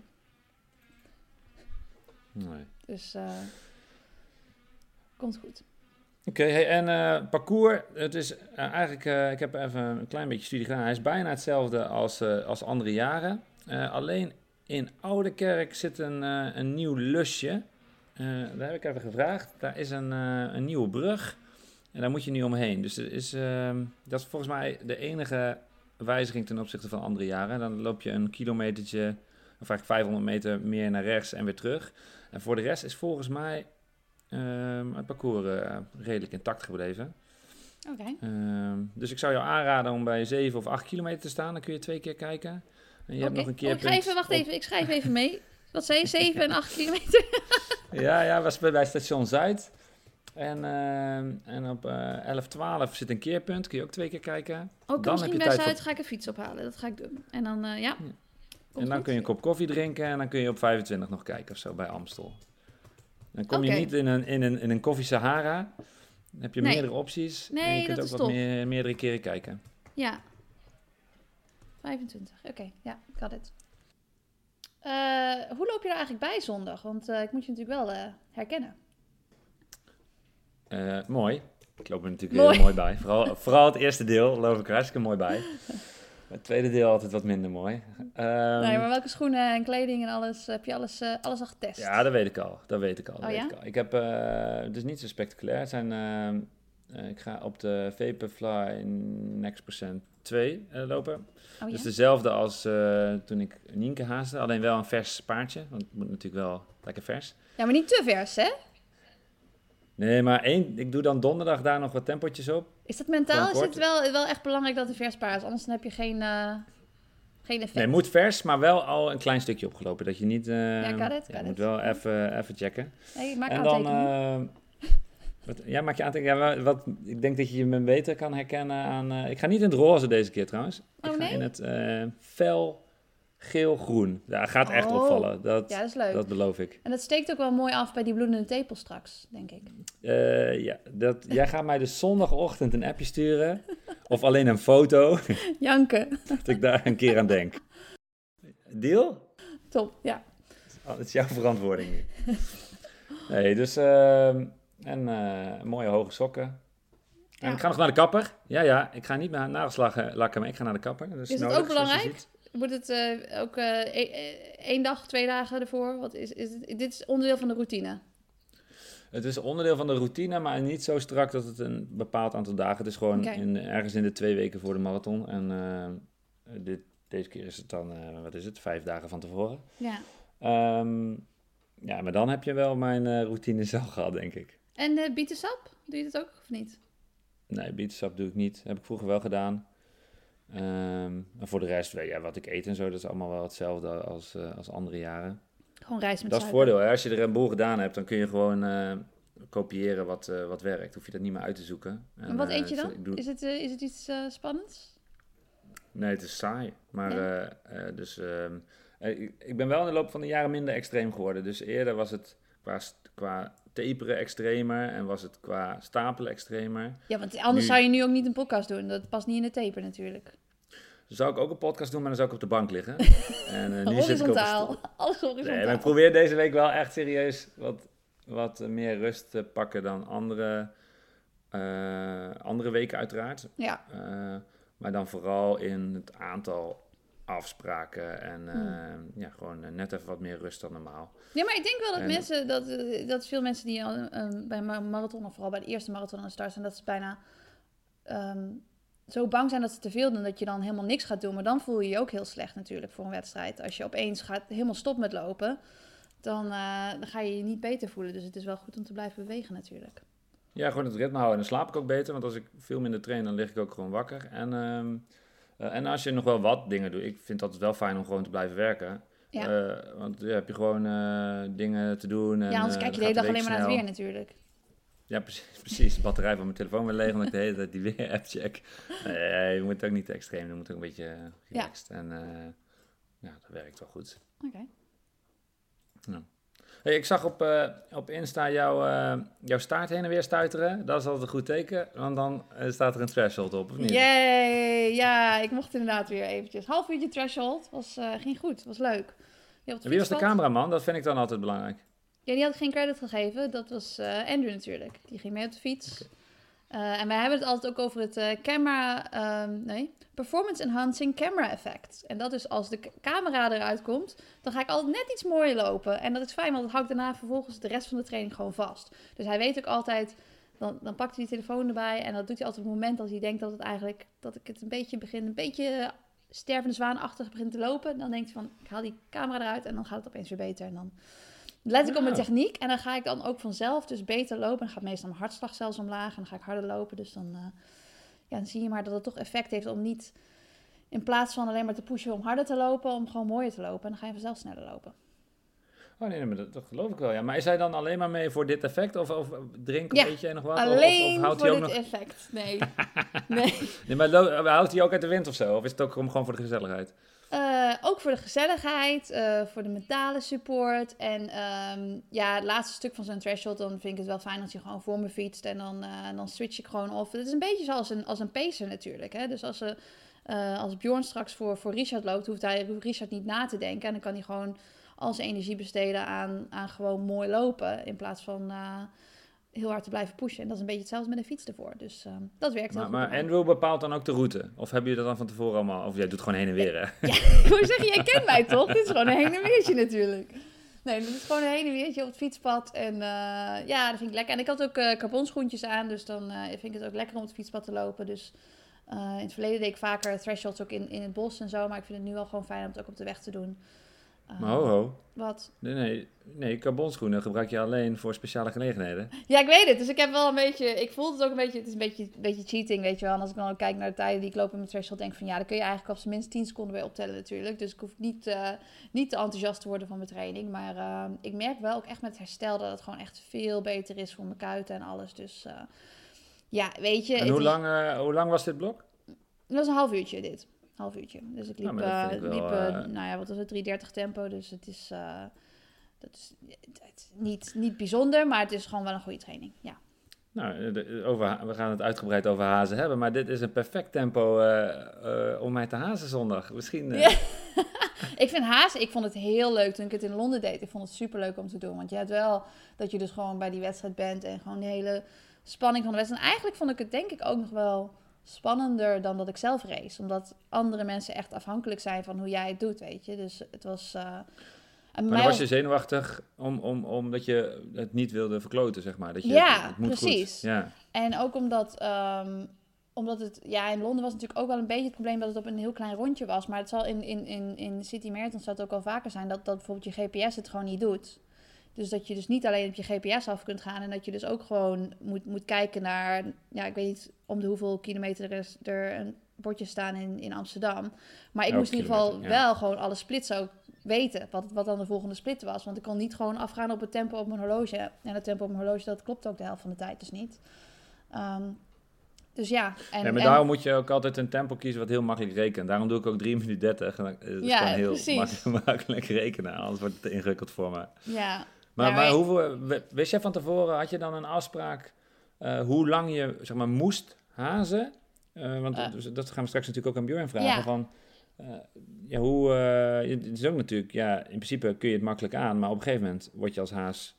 Nee. Dus uh, komt goed. Oké, okay, hey, en uh, parcours, het is uh, eigenlijk, uh, ik heb even een klein beetje studie gedaan. Hij is bijna hetzelfde als, uh, als andere jaren. Uh, alleen in Oudekerk zit een, uh, een nieuw lusje. Uh, daar heb ik even gevraagd. Daar is een, uh, een nieuwe brug en daar moet je nu omheen. Dus er is, uh, dat is volgens mij de enige wijziging ten opzichte van andere jaren. Dan loop je een kilometertje, of eigenlijk vijfhonderd meter meer naar rechts en weer terug. En voor de rest is volgens mij um, het parcours uh, redelijk intact gebleven. Oké. Okay. Um, dus ik zou jou aanraden om bij zeven of acht kilometer te staan. Dan kun je twee keer kijken. En je okay. hebt nog een keer... Oh, ik ga even, wacht op... even, ik schrijf even mee. Wat zei je, zeven en acht kilometer? ja, ja, was bij station Zuid. En, uh, en op uh, elf twaalf zit een keerpunt. Kun je ook twee keer kijken. Ook dan misschien bij Zuid voor... ga ik een fiets ophalen. Dat ga ik doen. En dan, uh, ja... ja. En dan goed. kun je een kop koffie drinken en dan kun je op vijfentwintig nog kijken of zo bij Amstel. Dan kom okay. je niet in een, in een, in een koffie Sahara. Dan heb je nee. meerdere opties. Nee, en je kunt dat ook is wat meer, meerdere keren kijken. Ja. vijfentwintig, oké. Okay. Ja, got it. Uh, hoe loop je er eigenlijk bij zondag? Want uh, ik moet je natuurlijk wel uh, herkennen. Uh, mooi. Ik loop er natuurlijk mooi. heel mooi bij. Vooral, vooral het eerste deel loop ik er hartstikke mooi bij. Het tweede deel altijd wat minder mooi. Um, nee, maar welke schoenen en kleding en alles, heb je alles, uh, alles al getest? Ja, dat weet ik al. Dat weet ik al. Dat oh, weet ja? ik al. Ik heb, uh, het is niet zo spectaculair. Het zijn, uh, uh, ik ga op de Vaporfly Next Percent twee uh, lopen. Oh, dus ja? dezelfde als uh, toen ik Nienke haasde. Alleen wel een vers paardje. Want het moet natuurlijk wel lekker vers. Ja, maar niet te vers, hè? Nee, maar één, ik doe dan donderdag daar nog wat tempotjes op. Is dat mentaal? Is het wel, wel echt belangrijk dat het vers paard is? Anders dan heb je geen, uh, geen effect. Nee, het moet vers, maar wel al een klein stukje opgelopen. Dat je niet... Uh, ja, got it, got ja, je it. moet wel even, even checken. Nee, maak en aantekeningen. dan... Uh, wat, ja, maak je aantekeningen. Ja, wat, ik denk dat je me beter kan herkennen aan... Uh, ik ga niet in het roze deze keer trouwens. Oh, ik ga nee? in het uh, fel geel-groen. Ja, gaat echt oh. opvallen. Dat, ja, dat is leuk. Dat beloof ik. En dat steekt ook wel mooi af bij die bloedende tepel straks, denk ik. Uh, ja, dat, jij gaat mij dus zondagochtend een appje sturen. Of alleen een foto. Janken. Dat ik daar een keer aan denk. Deal? Top, ja. Dat is jouw verantwoording. Nee, dus... Uh, en uh, mooie hoge sokken. En ja. Ik ga nog naar de kapper. Ja, ja. Ik ga niet meer nagels lakken, maar ik ga naar de kapper. Dat is is het nodig, ook belangrijk? Moet het uh, ook uh, één dag, twee dagen ervoor? Wat is, is het, dit is onderdeel van de routine? Het is onderdeel van de routine, maar niet zo strak dat het een bepaald aantal dagen... Het is gewoon okay. in, ergens in de twee weken voor de marathon. En uh, dit, deze keer is het dan, uh, wat is het, vijf dagen van tevoren. Ja. Um, ja, maar dan heb je wel mijn uh, routine zelf gehad, denk ik. En uh, bietensap? Doe je dat ook of niet? Nee, bietensap doe ik niet. Heb ik vroeger wel gedaan. Um, en voor de rest, ja, wat ik eet en zo, dat is allemaal wel hetzelfde als, uh, als andere jaren. Gewoon rijst met Dat is het suiker. voordeel. Hè? Als je er een boel gedaan hebt, dan kun je gewoon uh, kopiëren wat, uh, wat werkt. Hoef je dat niet meer uit te zoeken. En, en wat uh, eet je dan? Doe... Is, het, uh, is het iets uh, spannends? Nee, het is saai. Maar ja. uh, uh, dus, uh, uh, ik, ik ben wel in de loop van de jaren minder extreem geworden. Dus eerder was het qua, qua taperen extremer en was het qua stapelen extremer. Ja, want anders nu... zou je nu ook niet een podcast doen. Dat past niet in de taper natuurlijk. Dan zou ik ook een podcast doen, maar dan zou ik op de bank liggen. En, uh, nu horizontaal. Zit ik op Alles horizontaal. Nee, maar ik probeer deze week wel echt serieus wat, wat meer rust te pakken dan andere, uh, andere weken uiteraard. Ja. Uh, maar dan vooral in het aantal afspraken en uh, hmm. ja, gewoon uh, net even wat meer rust dan normaal. Ja, maar ik denk wel dat en, mensen, dat, uh, dat veel mensen die uh, bij een marathon, of vooral bij de eerste marathon aan de start zijn, dat ze bijna um, zo bang zijn dat ze te veel doen, dat je dan helemaal niks gaat doen. Maar dan voel je je ook heel slecht natuurlijk voor een wedstrijd. Als je opeens gaat helemaal stopt met lopen, dan, uh, dan ga je je niet beter voelen. Dus het is wel goed om te blijven bewegen natuurlijk. Ja, gewoon het ritme houden. En dan slaap ik ook beter, want als ik veel minder train, dan lig ik ook gewoon wakker. En, um, uh, en als je nog wel wat dingen doet, ik vind het wel fijn om gewoon te blijven werken. Ja. Uh, want dan ja, heb je gewoon uh, dingen te doen. En, ja, anders kijk je de hele dag alleen maar naar het weer natuurlijk. Ja, precies. precies. De batterij van mijn telefoon weer leeg, omdat ik de hele tijd die weer-app check. Nee, je moet ook niet te extreem, je moet ook een beetje relaxed. Ja. En uh, ja, dat werkt wel goed. Oké. Okay. Ja. Hey, ik zag op, uh, op Insta jou, uh, jouw staart heen en weer stuiteren. Dat is altijd een goed teken, want dan uh, staat er een threshold op, of niet? Yay! Ja, ik mocht inderdaad weer eventjes. Half uurtje threshold, was, uh, ging goed, was leuk. En wie was de cameraman? Dat vind ik dan altijd belangrijk. Ja, die had ik geen credit gegeven. Dat was uh, Andrew natuurlijk. Die ging mee op de fiets. Okay. Uh, en wij hebben het altijd ook over het uh, camera... Um, nee, performance enhancing camera effect. En dat is als de k- camera eruit komt, dan ga ik altijd net iets mooier lopen. En dat is fijn, want dat hou ik daarna vervolgens de rest van de training gewoon vast. Dus hij weet ook altijd... Dan, dan pakt hij die telefoon erbij en dat doet hij altijd op het moment dat hij denkt dat het eigenlijk... Dat ik het een beetje begin, een beetje stervende zwaanachtig begint te lopen. Dan denkt hij van, ik haal die camera eruit en dan gaat het opeens weer beter. En dan... let ik op mijn techniek en dan ga ik dan ook vanzelf dus beter lopen. Dan gaat meestal mijn hartslag zelfs omlaag en dan ga ik harder lopen. Dus dan, uh, ja, dan zie je maar dat het toch effect heeft om niet in plaats van alleen maar te pushen om harder te lopen, om gewoon mooier te lopen. En dan ga je vanzelf sneller lopen. Oh nee, maar dat, dat geloof ik wel, ja. Maar is hij dan alleen maar mee voor dit effect? Of, of drink of ja, eet je nog wat? alleen of, of houdt voor hij ook dit nog... effect, nee. nee. nee maar lo- houdt hij ook uit de wind of zo? Of is het ook gewoon voor de gezelligheid? Uh, ook voor de gezelligheid, uh, voor de mentale support. En um, ja, het laatste stuk van zo'n threshold, dan vind ik het wel fijn als je gewoon voor me fietst. En dan, uh, dan switch ik gewoon off. Het is een beetje zoals een, als een pacer natuurlijk. Hè? Dus als, uh, uh, als Bjorn straks voor, voor Richard loopt, hoeft hij hoeft Richard niet na te denken. En dan kan hij gewoon al zijn energie besteden aan, aan gewoon mooi lopen. In plaats van... Uh, heel hard te blijven pushen. En dat is een beetje hetzelfde met een fiets ervoor. Dus uh, dat werkt heel maar, goed. Maar Andrew bepaalt dan ook de route? Of hebben jullie dat dan van tevoren allemaal? Of jij doet gewoon heen en weer, hè? Ja, ik wil zeggen, jij kent mij toch? Dit is gewoon een heen en weertje natuurlijk. Nee, dit is gewoon een heen en weertje op het fietspad. En uh, ja, dat vind ik lekker. En ik had ook uh, carbonschoentjes aan. Dus dan uh, vind ik het ook lekker om op het fietspad te lopen. Dus uh, in het verleden deed ik vaker thresholds ook in, in het bos en zo. Maar ik vind het nu wel gewoon fijn om het ook op de weg te doen. Uh, maar ho, ho. Wat? Nee, nee, nee, carbonschoenen gebruik je alleen voor speciale gelegenheden. Ja, ik weet het. Dus ik heb wel een beetje... Ik voel het ook een beetje... Het is een beetje, een beetje cheating, weet je wel. En als ik dan ook kijk naar de tijden die ik loop in mijn threshold, denk ik van ja, dan kun je eigenlijk op zijn minst tien seconden weer optellen natuurlijk. Dus ik hoef niet, uh, niet te enthousiast te worden van mijn training. Maar uh, ik merk wel ook echt met herstel dat het gewoon echt veel beter is voor mijn kuiten en alles. Dus uh, ja, weet je... En hoe, is... lang, uh, hoe lang was dit blok? Dat was een half uurtje dit. Half uurtje. Dus ik liep, nou, ik uh, liep uh, uh, nou ja, wat was het, drie dertig tempo. Dus het is, uh, dat is het is niet, niet bijzonder, maar het is gewoon wel een goede training, ja. Nou, de, over, we gaan het uitgebreid over hazen hebben, maar dit is een perfect tempo uh, uh, om mij te hazen zondag. Misschien... Uh... Ja. Ik vind hazen, ik vond het heel leuk toen ik het in Londen deed. Ik vond het superleuk om te doen, want je hebt wel dat je dus gewoon bij die wedstrijd bent en gewoon de hele spanning van de wedstrijd. En eigenlijk vond ik het denk ik ook nog wel... spannender dan dat ik zelf race. Omdat andere mensen echt afhankelijk zijn van hoe jij het doet, weet je. Dus het was... Uh, maar dan was je zenuwachtig om, om, omdat je het niet wilde verkloten, zeg maar. Dat je, ja, het moet precies. Goed. Ja. En ook omdat... Um, omdat het... Ja, in Londen was natuurlijk ook wel een beetje het probleem dat het op een heel klein rondje was. Maar het zal in, in, in, in City Marathon zal het ook wel vaker zijn dat, dat bijvoorbeeld je G P S het gewoon niet doet. Dus dat je dus niet alleen op je G P S af kunt gaan en dat je dus ook gewoon moet, moet kijken naar, ja, ik weet niet om de hoeveel kilometer er, is, er een bordje staan in, in Amsterdam. Maar ik Elk moest in ieder geval ja. wel gewoon alle splits ook weten, wat, wat dan de volgende split was. Want ik kon niet gewoon afgaan op het tempo op mijn horloge. En het tempo op mijn horloge, dat klopt ook de helft van de tijd dus niet. Um, dus ja. En, ja, maar en, daarom moet je ook altijd een tempo kiezen wat heel makkelijk rekent. Daarom doe ik ook drie minuten dertig. Dat is ja, gewoon heel precies. makkelijk rekenen, anders wordt het te ingewikkeld voor me. Ja. Maar, maar hoeveel, wist jij van tevoren, had je dan een afspraak uh, hoe lang je zeg maar, moest hazen? Uh, want uh. dat gaan we straks natuurlijk ook aan Bjorn vragen. Ja. Van, uh, ja, hoe, uh, het is ook natuurlijk, ja, in principe kun je het makkelijk aan, maar op een gegeven moment word je als haas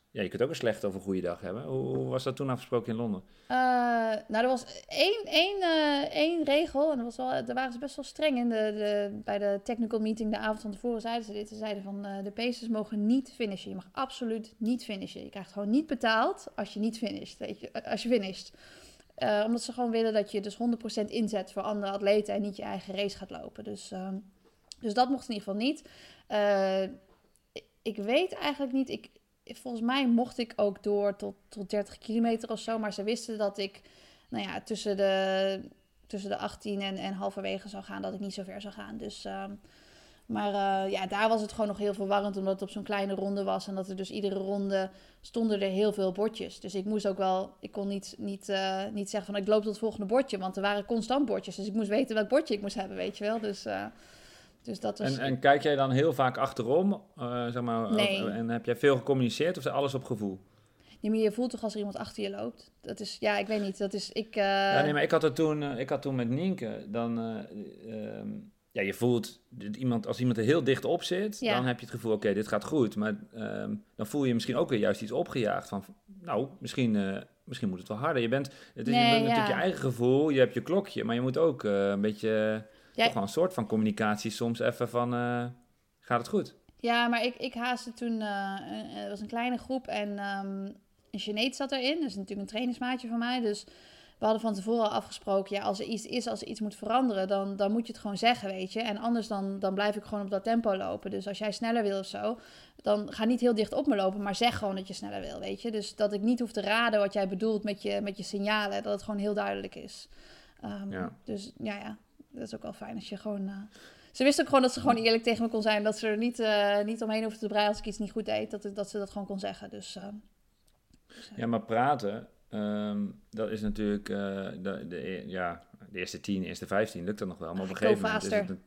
ja, je kunt ook een slechte of een goede dag hebben. Hoe, hoe was dat toen afgesproken in Londen? Uh, nou, er was één, één, uh, één regel. En dat was wel, daar waren ze best wel streng in. De, de, bij de technical meeting de avond van tevoren zeiden ze dit. Ze zeiden van uh, de pacers mogen niet finishen. Je mag absoluut niet finishen. Je krijgt gewoon niet betaald als je niet finisht. Weet je, als je finisht. Uh, omdat ze gewoon willen dat je dus honderd procent inzet voor andere atleten en niet je eigen race gaat lopen. Dus, uh, dus dat mocht in ieder geval niet. Uh, ik, ik weet eigenlijk niet... Ik, Volgens mij mocht ik ook door tot, tot dertig kilometer of zo. Maar ze wisten dat ik nou ja, tussen, de, tussen de achttien en, en halverwege zou gaan. Dat ik niet zo ver zou gaan. Dus, uh, maar uh, ja, daar was het gewoon nog heel verwarrend. Omdat het op zo'n kleine ronde was. En dat er dus iedere ronde stonden er heel veel bordjes. Dus ik moest ook wel... Ik kon niet, niet, uh, niet zeggen van ik loop tot het volgende bordje. Want er waren constant bordjes. Dus ik moest weten welk bordje ik moest hebben, weet je wel. Dus... Uh, Dus dat was... en, en kijk jij dan heel vaak achterom? Uh, zeg maar, nee. Of, en heb jij veel gecommuniceerd of is alles op gevoel? Nee, maar je voelt toch als er iemand achter je loopt? Dat is, ja, ik weet niet. Dat is, ik... Uh... Ja, nee, maar ik had het toen, uh, ik had toen met Nienke, dan... Uh, um, ja, je voelt, iemand, als iemand er heel dicht op zit, ja. dan heb je het gevoel, oké, okay, dit gaat goed. Maar um, dan voel je misschien ook weer juist iets opgejaagd van, nou, misschien... Uh, Misschien moet het wel harder. Je bent, het is nee, je bent ja. natuurlijk je eigen gevoel, je hebt je klokje, maar je moet ook uh, een beetje... Ja. Toch wel een soort van communicatie soms even van, uh, gaat het goed? Ja, maar ik, ik haastte toen, uh, het was een kleine groep en um, Jeanette zat erin. Dat is natuurlijk een trainingsmaatje van mij. Dus we hadden van tevoren al afgesproken, ja, als er iets is, als er iets moet veranderen, dan, dan moet je het gewoon zeggen, weet je. En anders dan, dan blijf ik gewoon op dat tempo lopen. Dus als jij sneller wil of zo, dan ga niet heel dicht op me lopen, maar zeg gewoon dat je sneller wil, weet je. Dus dat ik niet hoef te raden wat jij bedoelt met je, met je signalen, dat het gewoon heel duidelijk is. Um, ja. Dus ja, ja. Dat is ook wel fijn als je gewoon... Uh... Ze wist ook gewoon dat ze gewoon eerlijk tegen me kon zijn. Dat ze er niet, uh, niet omheen hoefde te breien als ik iets niet goed deed. Dat, dat ze dat gewoon kon zeggen. Dus, uh... dus, uh... Ja, maar praten, um, dat is natuurlijk... Uh, de, de, ja, de eerste tien, de eerste vijftien lukt dat nog wel. Maar op een gegeven moment is het... Een...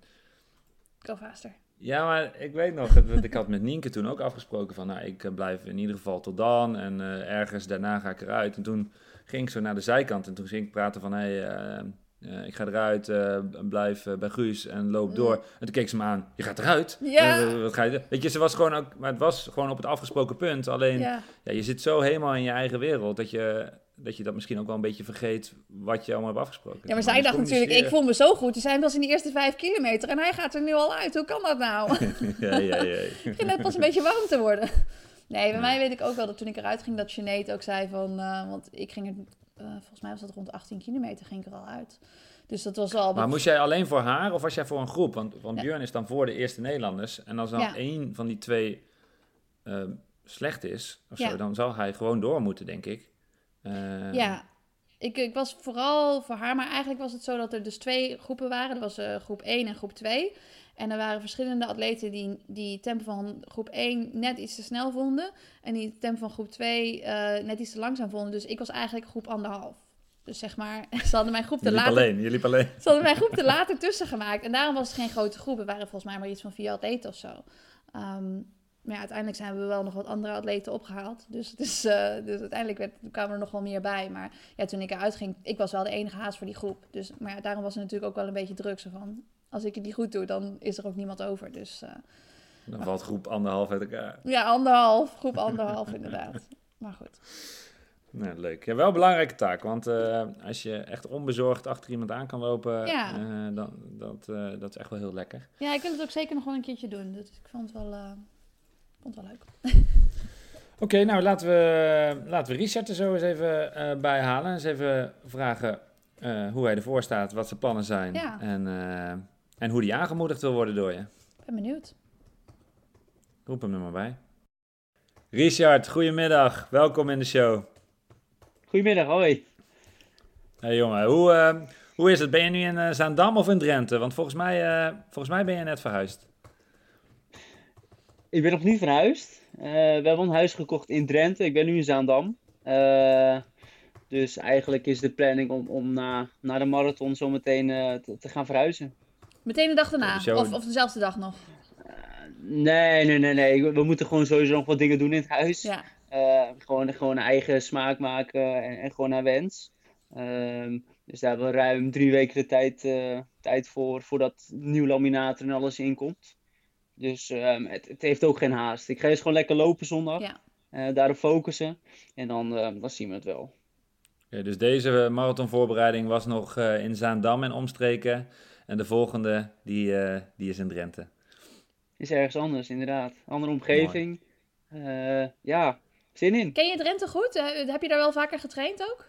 Go faster. Ja, maar ik weet nog, dat, ik had met Nienke toen ook afgesproken van... Nou, ik blijf in ieder geval tot dan en uh, ergens daarna ga ik eruit. En toen ging ik zo naar de zijkant en toen ging ik praten van... Hey, uh, Uh, ik ga eruit, uh, blijf uh, bij Guus en loop door. Mm. En toen keek ze me aan, je gaat eruit? Ja. Uh, wat ga je Weet je, ze was gewoon ook, maar het was gewoon op het afgesproken punt. Alleen, ja. Ja, je zit zo helemaal in je eigen wereld dat je, dat je dat misschien ook wel een beetje vergeet wat je allemaal hebt afgesproken. Ja, maar zij dacht natuurlijk, ik voel me zo goed. Die zijn pas in de eerste vijf kilometer en hij gaat er nu al uit. Hoe kan dat nou? ja, ja, ja. Ik begin net pas een beetje warm te worden. Nee, bij ja. mij weet ik ook wel dat toen ik eruit ging, dat Jeanette ook zei van, uh, want ik ging er, uh, volgens mij was dat rond achttien kilometer, ging ik er al uit. Dus dat was al... Maar moest jij alleen voor haar of was jij voor een groep? Want, want ja. Björn is dan voor de eerste Nederlanders. En als dan ja. één van die twee uh, slecht is, of ja. zo, dan zal hij gewoon door moeten, denk ik. Uh, ja, ik, ik was vooral voor haar, maar eigenlijk was het zo dat er dus twee groepen waren. Er was uh, groep één en groep twee. En er waren verschillende atleten die, die tempo van groep één net iets te snel vonden. En die tempo van groep twee uh, net iets te langzaam vonden. Dus ik was eigenlijk groep anderhalf. Dus zeg maar, ze hadden mijn groep te later... alleen, je liep alleen. Ze hadden mijn groep te later tussen gemaakt. En daarom was het geen grote groep. Er waren volgens mij maar iets van vier atleten of zo. Um, maar ja, uiteindelijk zijn we wel nog wat andere atleten opgehaald. Dus, het is, uh, dus uiteindelijk werd, kwamen er nog wel meer bij. Maar ja, toen ik eruit ging, ik was wel de enige haas voor die groep. Dus, maar ja, daarom was het natuurlijk ook wel een beetje druk. Zo van, als ik het niet goed doe, dan is er ook niemand over. Dus, uh, dan maar, valt groep anderhalf uit elkaar. Ja, anderhalf. Groep anderhalf inderdaad. Maar goed. Nou, leuk. Ja, wel een belangrijke taak, want uh, als je echt onbezorgd achter iemand aan kan lopen, ja. uh, dan, dat, uh, dat is echt wel heel lekker. Ja, ik wil het ook zeker nog wel een keertje doen. Dus ik vond het wel, uh, vond het wel leuk. Oké, okay, nou laten we, laten we Richard er zo eens even uh, bij halen. Eens even vragen uh, hoe hij ervoor staat, wat zijn plannen zijn ja. en, uh, en hoe die aangemoedigd wil worden door je. Ik ben benieuwd. Roep hem er maar bij. Richard, goedemiddag. Welkom in de show. Goedemiddag, hoi. Hey jongen, hoe, uh, hoe is het? Ben je nu in uh, Zaandam of in Drenthe? Want volgens mij, uh, volgens mij ben je net verhuisd. Ik ben nog niet verhuisd. Uh, we hebben een huis gekocht in Drenthe. Ik ben nu in Zaandam. Uh, dus eigenlijk is de planning om, om na, na de marathon zo meteen uh, te, te gaan verhuizen. Meteen de dag daarna? Zo... Of, of dezelfde dag nog? Uh, nee, nee, nee, nee. We moeten gewoon sowieso nog wat dingen doen in het huis. Ja. Uh, gewoon, gewoon een eigen smaak maken en, en gewoon naar wens. Uh, dus daar hebben we ruim drie weken de tijd, uh, tijd voor, voordat nieuw laminaat en alles inkomt. Dus um, het, het heeft ook geen haast. Ik ga eens gewoon lekker lopen zondag. Ja. Uh, daarop focussen. En dan, uh, dan zien we het wel. Ja, dus deze marathonvoorbereiding was nog uh, in Zaandam en omstreken. En de volgende, die, uh, die is in Drenthe. Is ergens anders, inderdaad. Andere omgeving. Uh, ja, zin in. Ken je Drenthe goed? Heb je daar wel vaker getraind ook?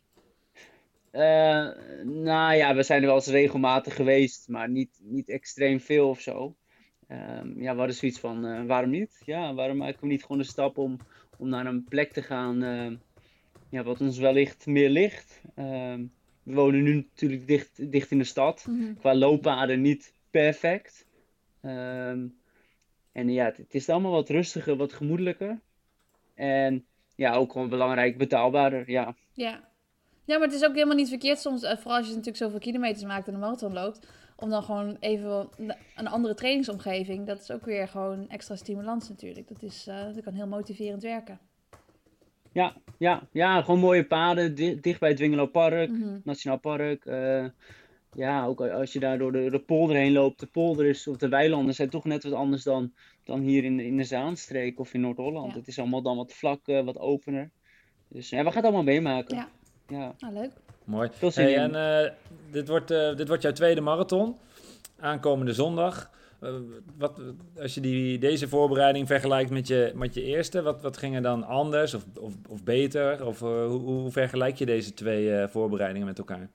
Uh, nou ja, we zijn er wel eens regelmatig geweest, maar niet, niet extreem veel of zo. Um, ja, we hadden zoiets van, uh, waarom niet? Ja, waarom maken we niet gewoon de stap om, om naar een plek te gaan uh, ja, wat ons wellicht meer ligt. Um, we wonen nu natuurlijk dicht, dicht in de stad. Mm-hmm. Qua looppaden niet perfect. Um, en ja, het, het is allemaal wat rustiger, wat gemoedelijker. En ja, ook gewoon belangrijk, betaalbaarder, ja. Ja. Ja, maar het is ook helemaal niet verkeerd soms, vooral als je natuurlijk zoveel kilometers maakt en een marathon loopt, om dan gewoon even een andere trainingsomgeving. Dat is ook weer gewoon extra stimulans natuurlijk. Dat, is, uh, dat kan heel motiverend werken. Ja, ja, ja, gewoon mooie paden, di- dicht bij het Dwingelopark, Mm-hmm. Nationaal Park. Uh, ja, ook als je daar door de, de polder heen loopt. De polder is, of de weilanden zijn toch net wat anders dan, dan hier in, in de Zaanstreek of in Noord-Holland. Ja. Het is allemaal dan wat vlakker, wat opener. Dus ja, we gaan het allemaal meemaken. Ja. Ja. Ah, leuk. Mooi. Hey, en uh, dit, wordt, uh, dit wordt jouw tweede marathon, aankomende zondag. Uh, wat, als je die, deze voorbereiding vergelijkt met je, met je eerste, wat, wat ging er dan anders of, of, of beter? Of uh, hoe, hoe vergelijk je deze twee uh, voorbereidingen met elkaar?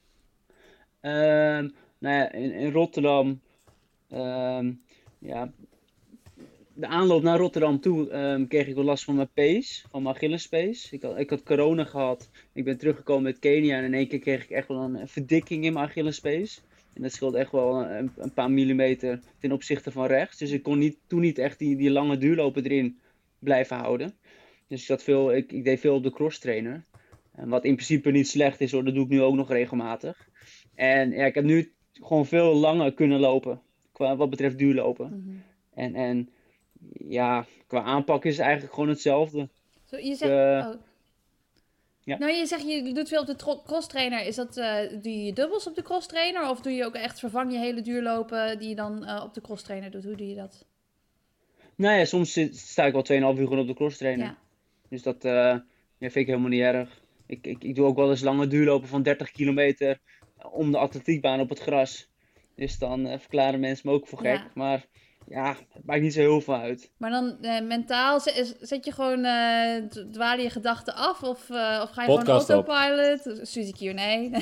Uh, nou ja, in, in Rotterdam, uh, ja, de aanloop naar Rotterdam toe um, kreeg ik wel last van mijn pees, van mijn Achillespees. Ik had, ik had corona gehad, ik ben teruggekomen uit Kenia en in één keer kreeg ik echt wel een, een verdikking in mijn Achillespees. En dat scheelde echt wel een, een paar millimeter ten opzichte van rechts. Dus ik kon niet, toen niet echt die, die lange duurlopen erin blijven houden. Dus ik, zat veel, ik, ik deed veel op de cross trainer. En wat in principe niet slecht is hoor, dat doe ik nu ook nog regelmatig. En ja, ik heb nu gewoon veel langer kunnen lopen, qua, wat betreft duurlopen. Mm-hmm. En, en ja, qua aanpak is het eigenlijk gewoon hetzelfde. Zo, je zegt, uh, oh. ja. Nou, je zegt je doet veel op de tro- cross trainer. Is dat, uh, doe je dubbels op de cross trainer? Of doe je ook echt vervang je hele duurlopen die je dan uh, op de cross trainer doet? Hoe doe je dat? Nou ja, soms zit, sta ik wel twee komma vijf uur gewoon op de cross trainer. Ja. Dus dat uh, ja, vind ik helemaal niet erg. Ik, ik, ik doe ook wel eens lange duurlopen van dertig kilometer om de atletiekbaan op het gras. Dus dan uh, verklaren mensen me ook voor gek. Ja. Maar ja, het maakt niet zo heel veel uit. Maar dan uh, mentaal, zet, zet je gewoon, uh, dwalen je gedachten af? Of, uh, of ga je Podcast gewoon autopilot? Suzy Q en A?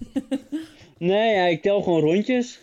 Nee, ja, ik tel gewoon rondjes.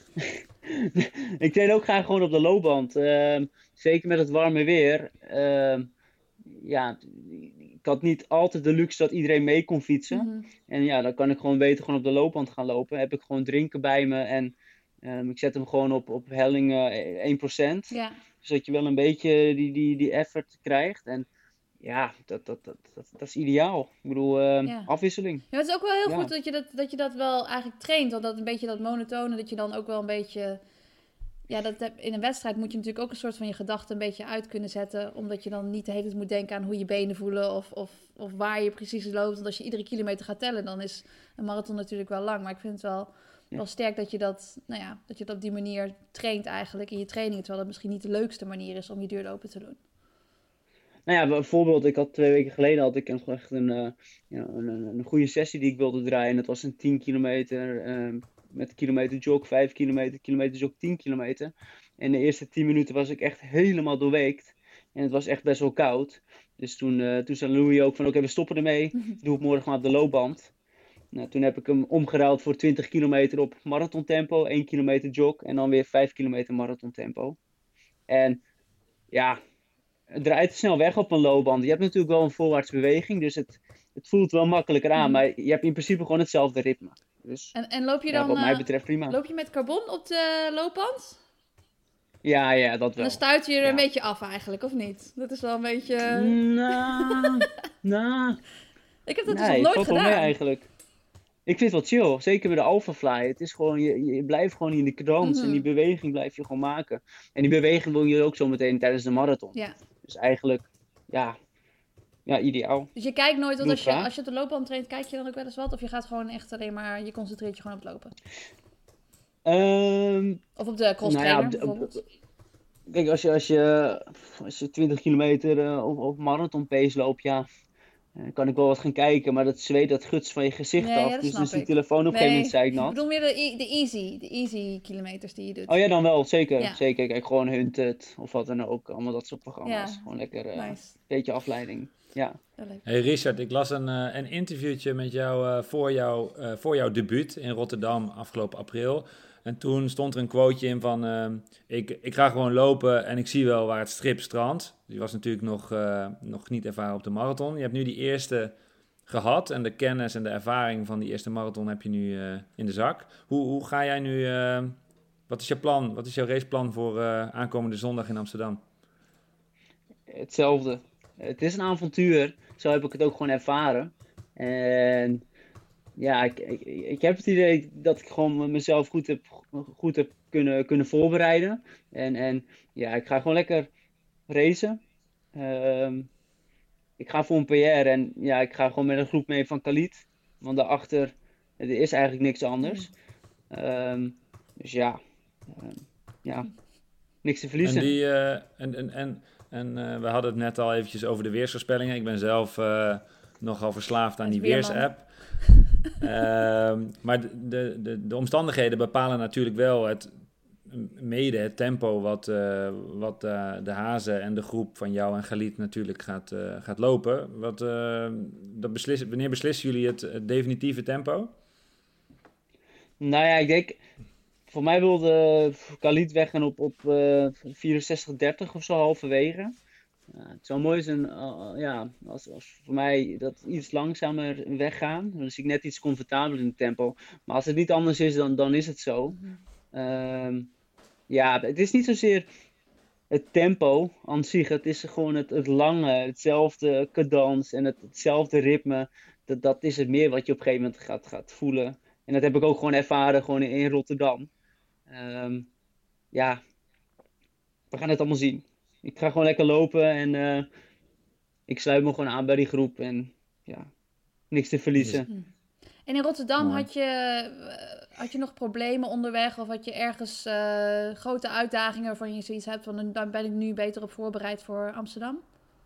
Ik train ook graag gewoon op de loopband. Uh, zeker met het warme weer. Uh, ja, ik had niet altijd de luxe dat iedereen mee kon fietsen. Mm-hmm. En ja, dan kan ik gewoon beter gewoon op de loopband gaan lopen. Heb ik gewoon drinken bij me en um, ik zet hem gewoon op, op helling uh, één procent. Ja. Zodat je wel een beetje die, die, die effort krijgt. En ja, dat, dat, dat, dat, dat is ideaal. Ik bedoel, uh, ja. afwisseling. Ja, het is ook wel heel ja. goed dat je dat, dat je dat wel eigenlijk traint. Want dat een beetje dat monotone, dat je dan ook wel een beetje... Ja, dat, in een wedstrijd moet je natuurlijk ook een soort van je gedachten een beetje uit kunnen zetten. Omdat je dan niet de hele tijd moet denken aan hoe je benen voelen of, of, of waar je precies loopt. Want als je iedere kilometer gaat tellen, dan is een marathon natuurlijk wel lang. Maar ik vind het wel, ja. wel sterk dat je dat, nou ja, dat je dat op die manier traint eigenlijk in je training. Terwijl dat misschien niet de leukste manier is om je duurlopen te doen. Nou ja, bijvoorbeeld, ik had twee weken geleden had ik echt een, uh, ja, een, een goede sessie die ik wilde draaien. Dat was een tien kilometer... Uh, met kilometer jog, vijf kilometer, kilometer jog, tien kilometer. En de eerste tien minuten was ik echt helemaal doorweekt. En het was echt best wel koud. Dus toen, uh, toen zei Louis ook van oké, okay, we stoppen ermee. Doe het morgen maar op de loopband. Nou, toen heb ik hem omgeruild voor twintig kilometer op marathontempo. één kilometer jog en dan weer vijf kilometer marathontempo. En ja, het draait snel weg op een loopband. Je hebt natuurlijk wel een voorwaarts beweging, dus het, het voelt wel makkelijker aan. Mm. Maar je hebt in principe gewoon hetzelfde ritme. Dus, en, en loop je dan, ja, wat mij betreft prima. Loop je met carbon op de loopband? Ja, ja, dat wel. En dan stuit je er ja. een beetje af eigenlijk, of niet? Dat is wel een beetje... Nou, nou... Ik heb dat nee, dus nog nooit valt gedaan. Wel mee eigenlijk. Ik vind het wel chill, zeker met de Alphafly. Het is gewoon, je, je blijft gewoon in de cadans mm-hmm. en die beweging blijf je gewoon maken. En die beweging wil je ook zo meteen tijdens de marathon. Ja. Dus eigenlijk, ja... Ja, ideaal. Dus je kijkt nooit, want als je, als je op de loopband traint, kijk je dan ook wel eens wat? Of je gaat gewoon echt alleen maar, je concentreert je gewoon op het lopen? Um, of op de cross trainer, nou ja, op de, bijvoorbeeld? Op, kijk, als je, als je, als je twintig kilometer uh, op, op marathon pace loopt, ja, dan kan ik wel wat gaan kijken, maar dat zweet, dat guts van je gezicht nee, af. Ja, dus dus die ik. telefoon op een nee, gegeven moment zei ik nat. Ik bedoel meer de, de easy, de easy kilometers die je doet. Oh ja, dan wel, zeker. Ja. Zeker, kijk, gewoon Hunted of wat dan ook. Allemaal dat soort programma's. Ja. Gewoon lekker, een uh, nice. beetje afleiding. Ja. Hey Richard, ik las een, uh, een interviewtje met jou uh, voor, jou, uh, voor jouw debuut in Rotterdam afgelopen april. En toen stond er een quoteje in van, uh, ik, ik ga gewoon lopen en ik zie wel waar het strip strandt. Je was natuurlijk nog, uh, nog niet ervaren op de marathon. Je hebt nu die eerste gehad en de kennis en de ervaring van die eerste marathon heb je nu uh, in de zak. Hoe, hoe ga jij nu, uh, wat is je plan, wat is jouw raceplan voor uh, aankomende zondag in Amsterdam? Hetzelfde. Het is een avontuur, zo heb ik het ook gewoon ervaren. En ja, ik, ik, ik heb het idee dat ik gewoon mezelf goed heb, goed heb kunnen, kunnen voorbereiden. En, en ja, ik ga gewoon lekker racen. Um, ik ga voor een P R en ja, ik ga gewoon met een groep mee van Khalid. Want daarachter, er is eigenlijk niks anders. Um, dus ja, um, ja, niks te verliezen. En, die, uh, en, en, en, en uh, we hadden het net al eventjes over de weersvoorspellingen. Ik ben zelf uh, nogal verslaafd aan die weersapp. uh, maar de, de, de omstandigheden bepalen natuurlijk wel het, mede het tempo wat, uh, wat uh, de Hazen en de groep van jou en Khalid natuurlijk gaat, uh, gaat lopen. Wat, uh, dat beslis, wanneer beslissen jullie het, het definitieve tempo? Nou ja, ik denk, voor mij wilde Khalid weggaan op, op uh, vierenzestig dertig of zo halverwege. Ja, het zou mooi zijn uh, ja, als, als voor mij dat iets langzamer weggaan. Dan zie ik net iets comfortabeler in het tempo. Maar als het niet anders is, dan, dan is het zo. Um, ja, het is niet zozeer het tempo aan zich. Het is gewoon het, het lange, hetzelfde cadans en het, hetzelfde ritme. Dat, dat is het meer wat je op een gegeven moment gaat, gaat voelen. En dat heb ik ook gewoon ervaren gewoon in, in Rotterdam. Um, ja, we gaan het allemaal zien. Ik ga gewoon lekker lopen en uh, ik sluit me gewoon aan bij die groep en ja, niks te verliezen. En in Rotterdam had je, had je nog problemen onderweg of had je ergens uh, grote uitdagingen waarvan je zoiets hebt van daar ben ik nu beter op voorbereid voor Amsterdam?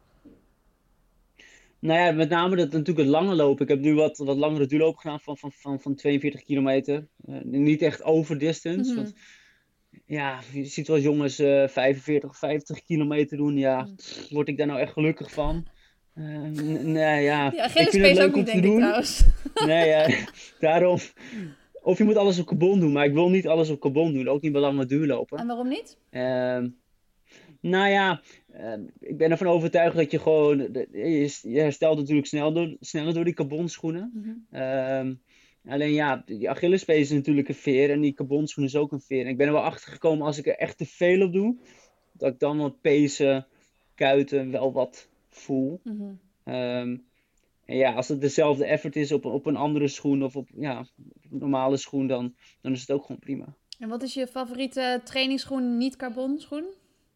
Nou ja, met name dat natuurlijk het lange lopen. Ik heb nu wat, wat langere duurlopen gedaan van, van, van, van tweeënveertig kilometer. Uh, niet echt over distance, mm-hmm. want ja, je ziet wel jongens uh, vijfenveertig of vijftig kilometer doen. Ja, pff, word ik daar nou echt gelukkig van? Uh, n- nee, ja. Ja, ik vind het leuk om te doen. Trouwens. Nee, ja, daarom. Of je moet alles op carbon doen, maar ik wil niet alles op carbon doen. Ook niet bij lange duurlopen. En waarom niet? Uh, nou ja, uh, ik ben ervan overtuigd dat je gewoon... Je, je herstelt natuurlijk snel door, sneller door die carbonschoenen. Mm-hmm. Uh, Alleen ja, die Achillespees is natuurlijk een veer en die carbonschoen is ook een veer. En ik ben er wel achter gekomen als ik er echt te veel op doe, dat ik dan wat pezen, kuiten wel wat voel. Mm-hmm. Um, en ja, als het dezelfde effort is op, op een andere schoen of op, ja, op een normale schoen, dan, dan is het ook gewoon prima. En wat is je favoriete trainingsschoen, niet carbonschoen?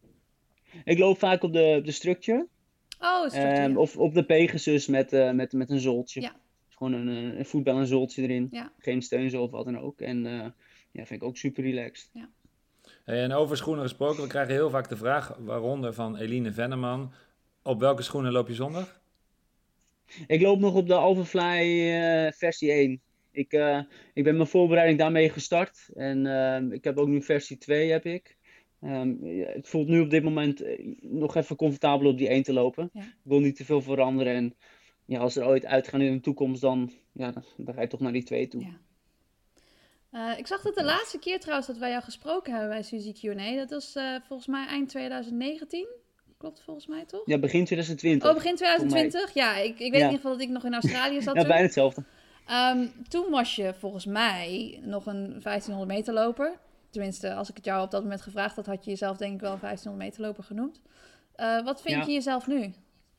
Ik loop vaak op de, de Structure. Oh, Structure. Um, of op de Pegasus met, uh, met, met een zooltje. Ja. Gewoon een, een voetbal en een zooltje erin. Ja. Geen steunzool of wat dan ook. En uh, ja, vind ik ook super relaxed. Ja. Hey, en over schoenen gesproken, we krijgen heel vaak de vraag, waaronder van Eline Venneman, op welke schoenen loop je zondag? Ik loop nog op de Alphafly uh, versie één. Ik, uh, ik ben mijn voorbereiding daarmee gestart. En uh, ik heb ook nu versie twee, heb ik. Um, het voelt nu op dit moment uh, nog even comfortabel op die één te lopen. Ja. Ik wil niet te veel veranderen en... Ja, als er ooit uitgaan in de toekomst, dan, ja, dan, dan ga je toch naar die twee toe. Ja. Uh, ik zag dat de laatste keer trouwens dat wij jou gesproken hebben bij Suzy Q en A. Dat was uh, volgens mij eind twintig negentien. Klopt volgens mij, toch? Ja, begin twintig twintig. Oh, begin twintig twintig? Ja, ik, ik weet ja. in ieder geval dat ik nog in Australië zat. Ja, bijna hetzelfde. Um, toen was je volgens mij nog een vijftienhonderd meter loper. Tenminste, als ik het jou op dat moment gevraagd had, had je jezelf denk ik wel een vijftienhonderd meter loper genoemd. Uh, wat vind ja. je jezelf nu?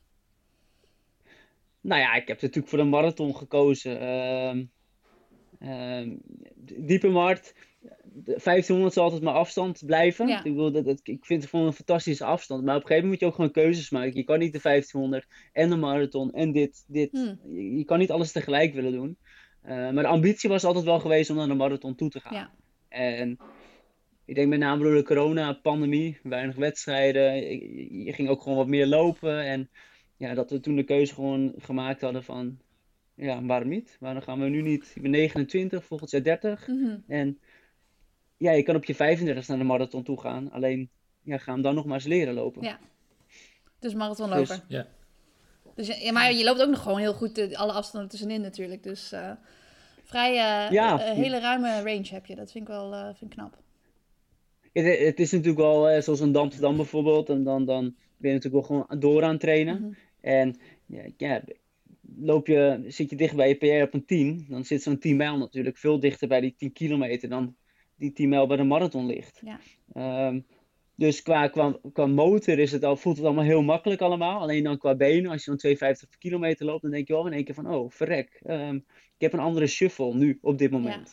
Nou ja, ik heb natuurlijk voor de marathon gekozen. Uh, uh, diepe markt. vijftienhonderd zal altijd mijn afstand blijven. Ja. Ik, wil dat, dat, ik vind het gewoon een fantastische afstand. Maar op een gegeven moment moet je ook gewoon keuzes maken. Je kan niet de vijftienhonderd en de marathon en dit. dit. Hmm. Je, je kan niet alles tegelijk willen doen. Uh, maar de ambitie was altijd wel geweest om naar de marathon toe te gaan. Ja. En ik denk met name door de corona-pandemie, weinig wedstrijden. Je ging ook gewoon wat meer lopen. En ja, dat we toen de keuze gewoon gemaakt hadden van, ja, waarom niet? Waarom gaan we nu niet? Ik ben negenentwintig, volgend jaar dertig. Mm-hmm. En ja, je kan op je vijfendertigste naar de marathon toe gaan. Alleen, ja, ga hem dan nog maar eens leren lopen. Ja, dus marathonloper. Dus, ja. Dus, ja, maar je loopt ook nog gewoon heel goed de, alle afstanden tussenin natuurlijk. Dus uh, vrij uh, ja. uh, hele ruime range heb je. Dat vind ik wel uh, vind ik knap. Het, het is natuurlijk wel, uh, zoals een Amsterdam bijvoorbeeld. En dan, dan ben je natuurlijk wel gewoon door aan het trainen. Mm-hmm. En ja, ja, loop je, zit je dicht bij je P R op een tien. Dan zit zo'n tien mijl natuurlijk veel dichter bij die tien kilometer dan die tien mijl bij de marathon ligt. Ja. Um, dus qua, qua, qua motor is het al, voelt het allemaal heel makkelijk allemaal. Alleen dan qua benen, als je dan tweeënvijftig kilometer loopt, dan denk je wel in één keer van, oh, verrek. Um, ik heb een andere shuffle nu, op dit moment.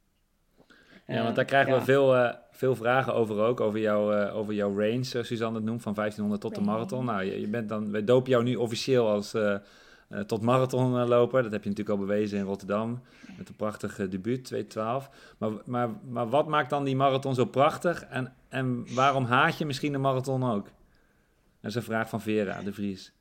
Ja, ja want daar krijgen uh, we ja. veel, uh, veel vragen over ook, over, jou, uh, over jouw range, zoals Suzanne het noemt, van vijftienhonderd tot de marathon. Nou, je, je bent dan, wij dopen jou nu officieel als uh, uh, tot marathonloper. Dat heb je natuurlijk al bewezen in Rotterdam, met een prachtig uh, debuut, twee twaalf. Maar, maar, maar wat maakt dan die marathon zo prachtig en, en waarom haat je misschien de marathon ook? Dat is een vraag van Vera de Vries.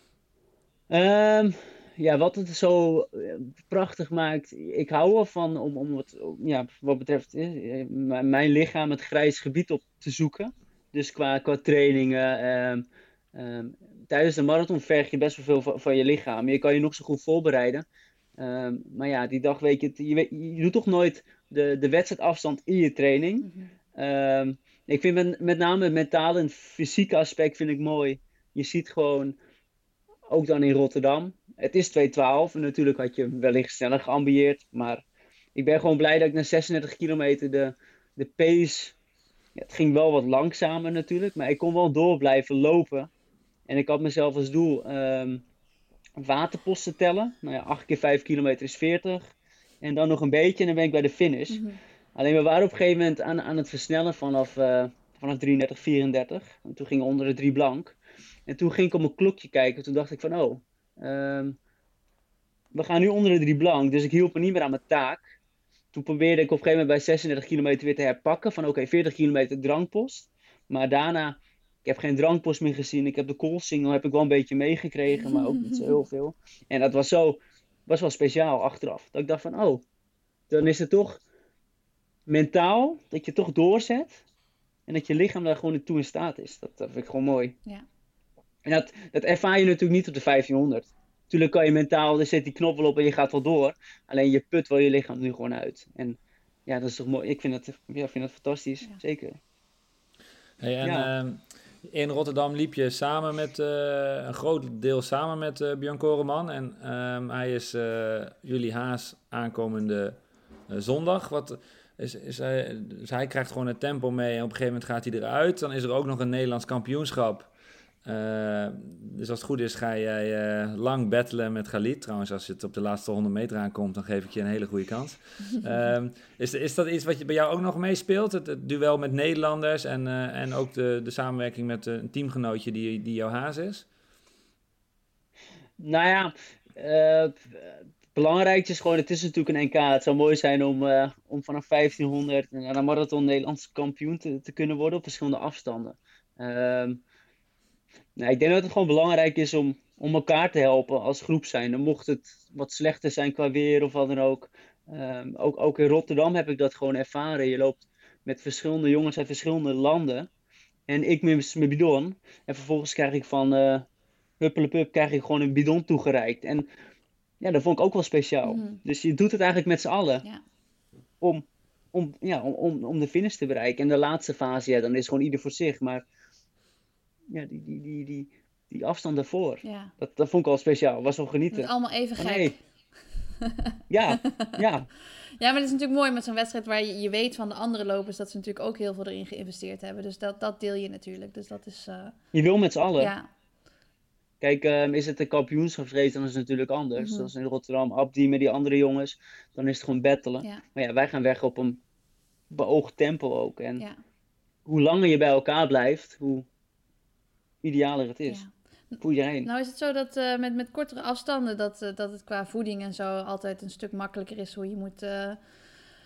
Um... Ja, wat het zo prachtig maakt, ik hou ervan om, om wat, ja, wat betreft eh, mijn lichaam het grijs gebied op te zoeken. Dus qua, qua trainingen. Um, um, tijdens de marathon verg je best wel veel van, van je lichaam. Je kan je nog zo goed voorbereiden. Um, maar ja, die dag weet je, je, weet, je doet toch nooit de, de wedstrijdafstand in je training. Mm-hmm. Um, ik vind met, met name het mentale en fysieke aspect vind ik mooi. Je ziet gewoon, ook dan in Rotterdam. Het is twee twaalf en natuurlijk had je wellicht sneller geambieerd. Maar ik ben gewoon blij dat ik na zesendertig kilometer de, de pace... Ja, het ging wel wat langzamer natuurlijk, maar ik kon wel door blijven lopen. En ik had mezelf als doel um, waterposten tellen. Nou ja, acht keer vijf kilometer is veertig. En dan nog een beetje en dan ben ik bij de finish. Mm-hmm. Alleen we waren op een gegeven moment aan, aan het versnellen vanaf, uh, vanaf drieëndertig, vierendertig. En toen ging onder de drie blank. En toen ging ik op mijn klokje kijken. Toen dacht ik van, oh... Um, we gaan nu onder de drie blank, dus ik hielp me niet meer aan mijn taak. Toen probeerde ik op een gegeven moment bij zesendertig kilometer weer te herpakken. Van oké, okay, veertig kilometer drankpost. Maar daarna, ik heb geen drankpost meer gezien. Ik heb de koolsingel heb ik wel een beetje meegekregen, maar ook niet zo heel veel. En dat was zo, was wel speciaal achteraf. Dat ik dacht van, oh, dan is het toch mentaal dat je toch doorzet. En dat je lichaam daar gewoon toe in staat is. Dat, dat vind ik gewoon mooi. Ja. En dat, dat ervaar je natuurlijk niet op de vijftienhonderd. Tuurlijk kan je mentaal, er zet die knop wel op en je gaat wel door. Alleen je put wel je lichaam nu gewoon uit. En ja, dat is toch mooi. Ik vind het, ja, vind het fantastisch, ja. Zeker. Hey, en ja. uh, in Rotterdam liep je samen met, uh, een groot deel samen met uh, Björn Koreman. En uh, hij is uh, jullie haas aankomende uh, zondag. Wat... Is, is hij, dus hij krijgt gewoon het tempo mee en op een gegeven moment gaat hij eruit. Dan is er ook nog een Nederlands kampioenschap. Uh, dus als het goed is ga jij uh, lang battlen met Galit. Trouwens, als je het op de laatste honderd meter aankomt, dan geef ik je een hele goede kans. uh, is, is dat iets wat je, bij jou ook nog meespeelt? Het, het duel met Nederlanders en, uh, en ook de, de samenwerking met uh, een teamgenootje die, die jouw haas is? Nou ja... Uh... Belangrijk is gewoon, het is natuurlijk een N K. Het zou mooi zijn om, uh, om vanaf vijftienhonderd naar een marathon Nederlands kampioen te, te kunnen worden op verschillende afstanden. Um, nou, ik denk dat het gewoon belangrijk is om, om elkaar te helpen als groep zijn. Dan mocht het wat slechter zijn qua weer of wat dan ook. Um, ook. Ook in Rotterdam heb ik dat gewoon ervaren. Je loopt met verschillende jongens uit verschillende landen. En ik met mijn bidon. En vervolgens krijg ik van uh, huppelepup krijg ik gewoon een bidon toegereikt. En ja, dat vond ik ook wel speciaal. Mm-hmm. Dus je doet het eigenlijk met z'n allen. Ja. Om, om, ja, om, om de finish te bereiken. En de laatste fase, ja, dan is gewoon ieder voor zich. Maar ja, die, die, die, die, die afstand daarvoor. Ja. Dat, dat vond ik wel speciaal. Was wel genieten. Het is allemaal even gek. Nee. ja, ja. Ja, maar het is natuurlijk mooi met zo'n wedstrijd waar je, je weet van de andere lopers dat ze natuurlijk ook heel veel erin geïnvesteerd hebben. Dus dat, dat deel je natuurlijk. Dus dat is... Uh... Je wil met z'n allen. Ja. Kijk, um, is het een kampioenschapsrace, dan is het natuurlijk anders. Mm-hmm. Zoals in Rotterdam, Abdi met die andere jongens. Dan is het gewoon battelen. Ja. Maar ja, wij gaan weg op een beoogd tempo ook. En ja. hoe langer je bij elkaar blijft, hoe idealer het is. Ja. Voor iedereen. Nou is het zo dat uh, met, met kortere afstanden, dat, uh, dat het qua voeding en zo altijd een stuk makkelijker is hoe je moet uh,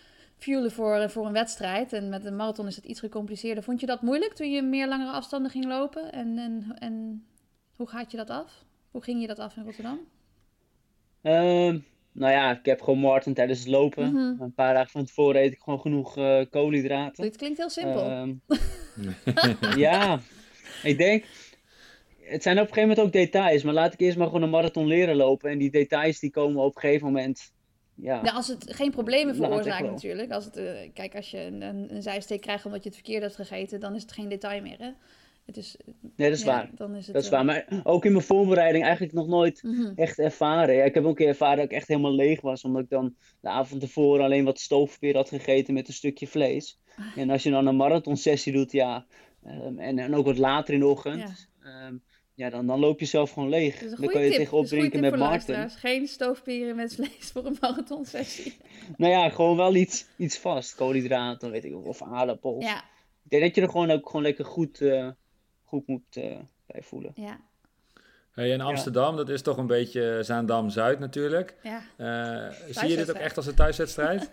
fuelen voor, voor een wedstrijd. En met een marathon is het iets gecompliceerder. Vond je dat moeilijk toen je meer langere afstanden ging lopen? En, en, en hoe gaat je dat af? Hoe ging je dat af in Rotterdam? Um, nou ja, ik heb gewoon marathon tijdens het lopen. Mm-hmm. Een paar dagen van tevoren eet ik gewoon genoeg uh, koolhydraten. Dit klinkt heel simpel. Um, ja, ik denk... Het zijn op een gegeven moment ook details. Maar laat ik eerst maar gewoon een marathon leren lopen. En die details die komen op een gegeven moment... Ja, nou, als het geen problemen veroorzaakt wel. natuurlijk. Als het, uh, kijk, als je een, een, een zijsteek krijgt omdat je het verkeerd hebt gegeten... dan is het geen detail meer, hè? Het is, nee, dat is ja, waar. Dan is het, dat is uh... waar. Maar ook in mijn voorbereiding eigenlijk nog nooit mm-hmm. echt ervaren. Ja, ik heb ook een keer ervaren dat ik echt helemaal leeg was. Omdat ik dan de avond tevoren alleen wat stoofpeer had gegeten met een stukje vlees. En als je dan een marathonsessie doet, ja... Um, en, en ook wat later in de ochtend... Ja. Um, Ja, dan, dan loop je zelf gewoon leeg. Dan kan je tip. tegenop drinken met Maarten. Geen stoofperen met vlees voor een marathonsessie. Nou ja, gewoon wel iets, iets vast. Koolhydraten, weet ik, of aardappels. Ja. Ik denk dat je er gewoon ook gewoon lekker goed, uh, goed moet uh, bij voelen. Ja. Hey, in Amsterdam, ja. Dat is toch een beetje Zaandam-Zuid natuurlijk. Ja. Uh, zie je dit ook echt als een thuiswedstrijd?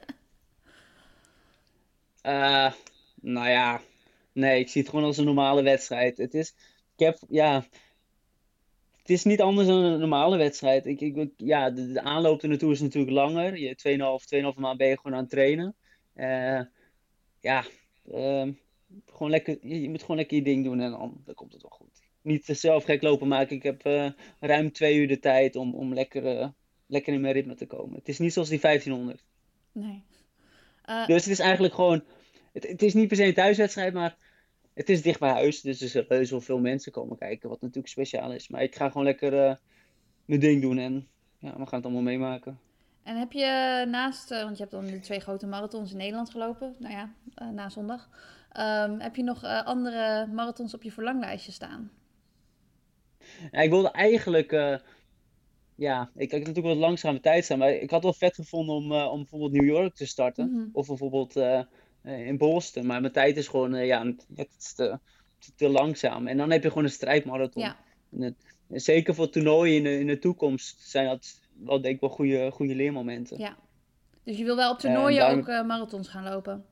uh, nou ja, nee, ik zie het gewoon als een normale wedstrijd. Het is, ik heb, ja... Het is niet anders dan een normale wedstrijd. Ik, ik, ja, de, de aanloop er naartoe is natuurlijk langer. Je tweeënhalf, tweeënhalf maand ben je gewoon aan het trainen. Uh, ja, uh, gewoon lekker, je moet gewoon lekker je ding doen en dan, dan komt het wel goed. Niet zelf gek lopen maken. Ik heb uh, ruim twee uur de tijd om, om lekker, uh, lekker in mijn ritme te komen. Het is niet zoals die vijftienhonderd. Nee. Uh... Dus het is eigenlijk gewoon... Het, het is niet per se een thuiswedstrijd, maar... Het is dicht bij huis, dus er zullen heus wel veel mensen komen kijken, wat natuurlijk speciaal is. Maar ik ga gewoon lekker uh, mijn ding doen en ja, we gaan het allemaal meemaken. En heb je naast, uh, want je hebt dan de twee grote marathons in Nederland gelopen, nou ja, uh, na zondag. Um, heb je nog uh, andere marathons op je verlanglijstje staan? Ja, ik wilde eigenlijk, uh, ja, ik had natuurlijk wat langzame tijd staan, maar ik had wel vet gevonden om, uh, om bijvoorbeeld New York te starten. Mm-hmm. Of bijvoorbeeld... Uh, in Boston, maar mijn tijd is gewoon uh, ja, het te, te, te langzaam. En dan heb je gewoon een strijdmarathon. Ja. En het, en zeker voor toernooien in de, in de toekomst zijn dat wel, denk ik wel goede, goede leermomenten. Ja. Dus je wil wel op toernooien daarom... ook uh, marathons gaan lopen?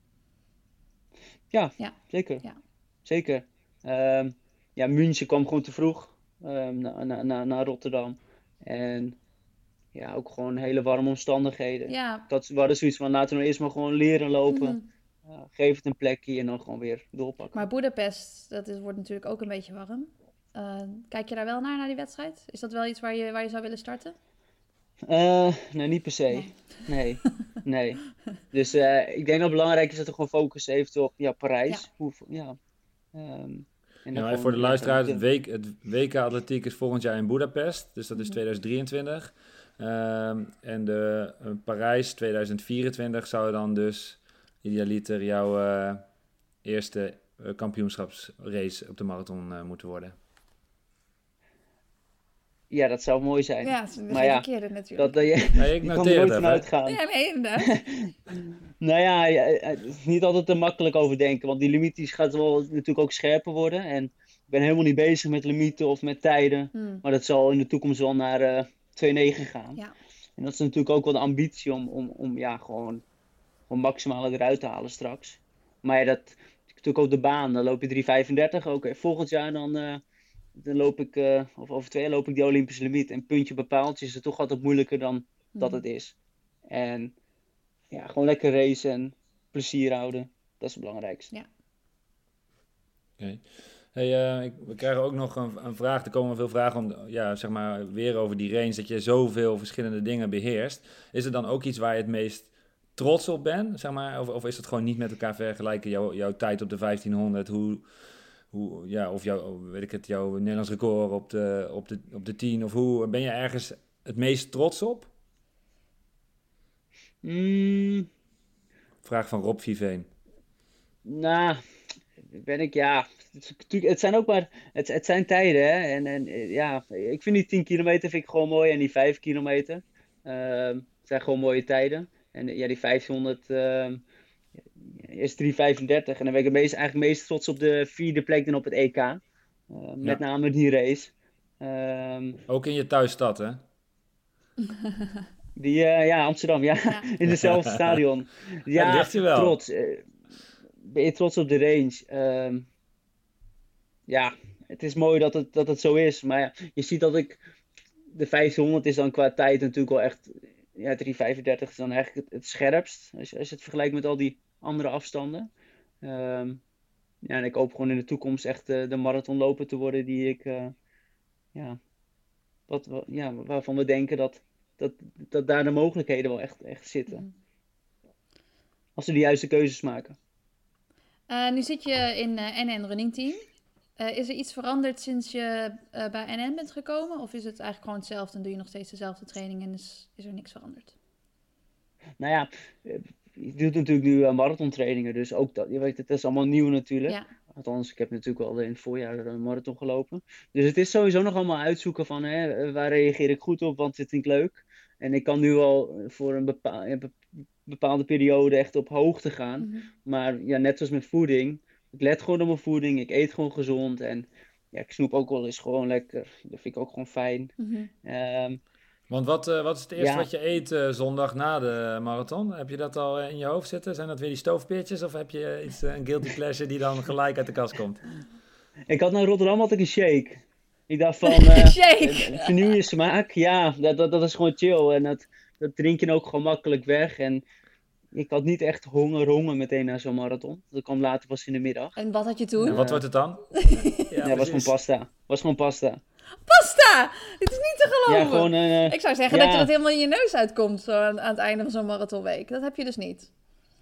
Ja, ja. zeker. Ja. Zeker. Um, ja, München kwam gewoon te vroeg um, naar na, na, na Rotterdam. En ja, ook gewoon hele warme omstandigheden. Ja. Dat we hadden zoiets van, laten we eerst maar gewoon leren lopen. Mm-hmm. Uh, geef het een plekje en dan gewoon weer doorpakken. Maar Boedapest, dat is, wordt natuurlijk ook een beetje warm. Uh, kijk je daar wel naar, naar die wedstrijd? Is dat wel iets waar je, waar je zou willen starten? Uh, nee, niet per se. Nee. Nee. nee. Dus uh, ik denk dat het belangrijk is dat er gewoon focus heeft op ja, Parijs. Ja. Hoe, ja. Um, en ja, voor de luisteraar, het, week, het W K Atletiek is volgend jaar in Boedapest. Dus dat is mm-hmm. tweeduizend drieëntwintig. Um, en de uh, Parijs tweeduizend vierentwintig zou dan dus idealiter jouw uh, eerste uh, kampioenschapsrace op de marathon uh, moeten worden. Ja, dat zou mooi zijn. Ja, dat is maar ja, verkeerde natuurlijk. Dat, dat je, nee, ik je kan er nooit van uitgaan. Ja, nee, inderdaad. nou ja, ja, niet altijd te makkelijk over denken, want die limiet gaat wel natuurlijk ook scherper worden. En ik ben helemaal niet bezig met limieten of met tijden, hmm. maar dat zal in de toekomst wel naar uh, twee negen gaan. Ja. En dat is natuurlijk ook wel de ambitie om, om, om ja, gewoon, gewoon maximale eruit te halen straks. Maar ja, dat natuurlijk ook de baan, dan loop je drie vijfendertig. Oké, okay, volgend jaar dan... Uh, Dan loop ik, uh, of over twee jaar loop ik die Olympische limiet. En puntje bepaald is het toch altijd moeilijker dan mm. dat het is. En ja, gewoon lekker racen en plezier houden. Dat is het belangrijkste. Ja. Oké. Okay. Hey, uh, ik, we krijgen ook nog een, een vraag. Er komen veel vragen om, ja, zeg maar, weer over die range. Dat je zoveel verschillende dingen beheerst. Is er dan ook iets waar je het meest trots op bent? Zeg maar? Of, of is het gewoon niet met elkaar vergelijken? Jouw, jouw tijd op de vijftienhonderd, hoe... Hoe, ja, of jouw, weet ik het, jouw Nederlands record op de, op, de, op de tien, of hoe ben je ergens het meest trots op? Mm. Vraag van Rob Viveen. Nou, ben ik, ja, het, het zijn ook maar, het, het zijn tijden, hè, en, en ja, ik vind die tien kilometer vind ik gewoon mooi en die vijf kilometer, uh, het zijn gewoon mooie tijden. En ja, die vijftienhonderd... Uh, Eerst drie vijfendertig en dan ben ik meest, eigenlijk meest trots op de vierde plek dan op het E K. Uh, met ja. name die race. Um, Ook in je thuisstad, hè? Die, uh, ja, Amsterdam, ja. ja. In hetzelfde stadion. Ja, ja je wel. trots. Uh, ben je trots op de range? Uh, ja, het is mooi dat het, dat het zo is. Maar ja, je ziet dat ik... De vijftienhonderd is dan qua tijd natuurlijk wel echt... Ja, drie vijfendertig is dan eigenlijk het, het scherpst. Als je, als je het vergelijkt met al die andere afstanden. Um, ja, en ik hoop gewoon in de toekomst echt uh, de marathonloper te worden die ik... Uh, ja, wat, wat, ja, waarvan we denken dat, dat, dat daar de mogelijkheden wel echt, echt zitten. Mm. Als we de juiste keuzes maken. Uh, nu zit je in uh, N N Running Team. Uh, is er iets veranderd sinds je uh, bij N N bent gekomen? Of is het eigenlijk gewoon hetzelfde en doe je nog steeds dezelfde training en is, is er niks veranderd? Nou ja, je doet natuurlijk nu uh, marathontrainingen, dus ook dat, je weet, het is allemaal nieuw natuurlijk. Ja. Althans, ik heb natuurlijk wel in het voorjaar een marathon gelopen. Dus het is sowieso nog allemaal uitzoeken van hè, waar reageer ik goed op, wat vind ik leuk. En ik kan nu al voor een bepaalde, bepaalde periode echt op hoogte gaan. Mm-hmm. Maar ja, net zoals met voeding, ik let gewoon op mijn voeding, ik eet gewoon gezond. En ja, ik snoep ook wel eens gewoon lekker, dat vind ik ook gewoon fijn. Mm-hmm. Um, Want wat, uh, wat is het eerste ja. wat je eet uh, zondag na de marathon? Heb je dat al uh, in je hoofd zitten? Zijn dat weer die stoofpeertjes of heb je iets, uh, een guilty pleasure die dan gelijk uit de kast komt? Ik had naar Rotterdam had ik een shake. Ik dacht van, uh, shake. vernieuw je smaak. Ja, dat, dat, dat is gewoon chill. En dat, dat drink je ook gewoon makkelijk weg. En ik had niet echt honger, honger meteen na zo'n marathon. Dat kwam later pas in de middag. En wat had je toen? En wat wordt het dan? Ja, ja was gewoon pasta. Was gewoon pasta. Pasta! Dit is niet te geloven. Ja, gewoon, uh, ik zou zeggen ja. dat je dat helemaal in je neus uitkomt zo aan, aan het einde van zo'n marathonweek. Dat heb je dus niet.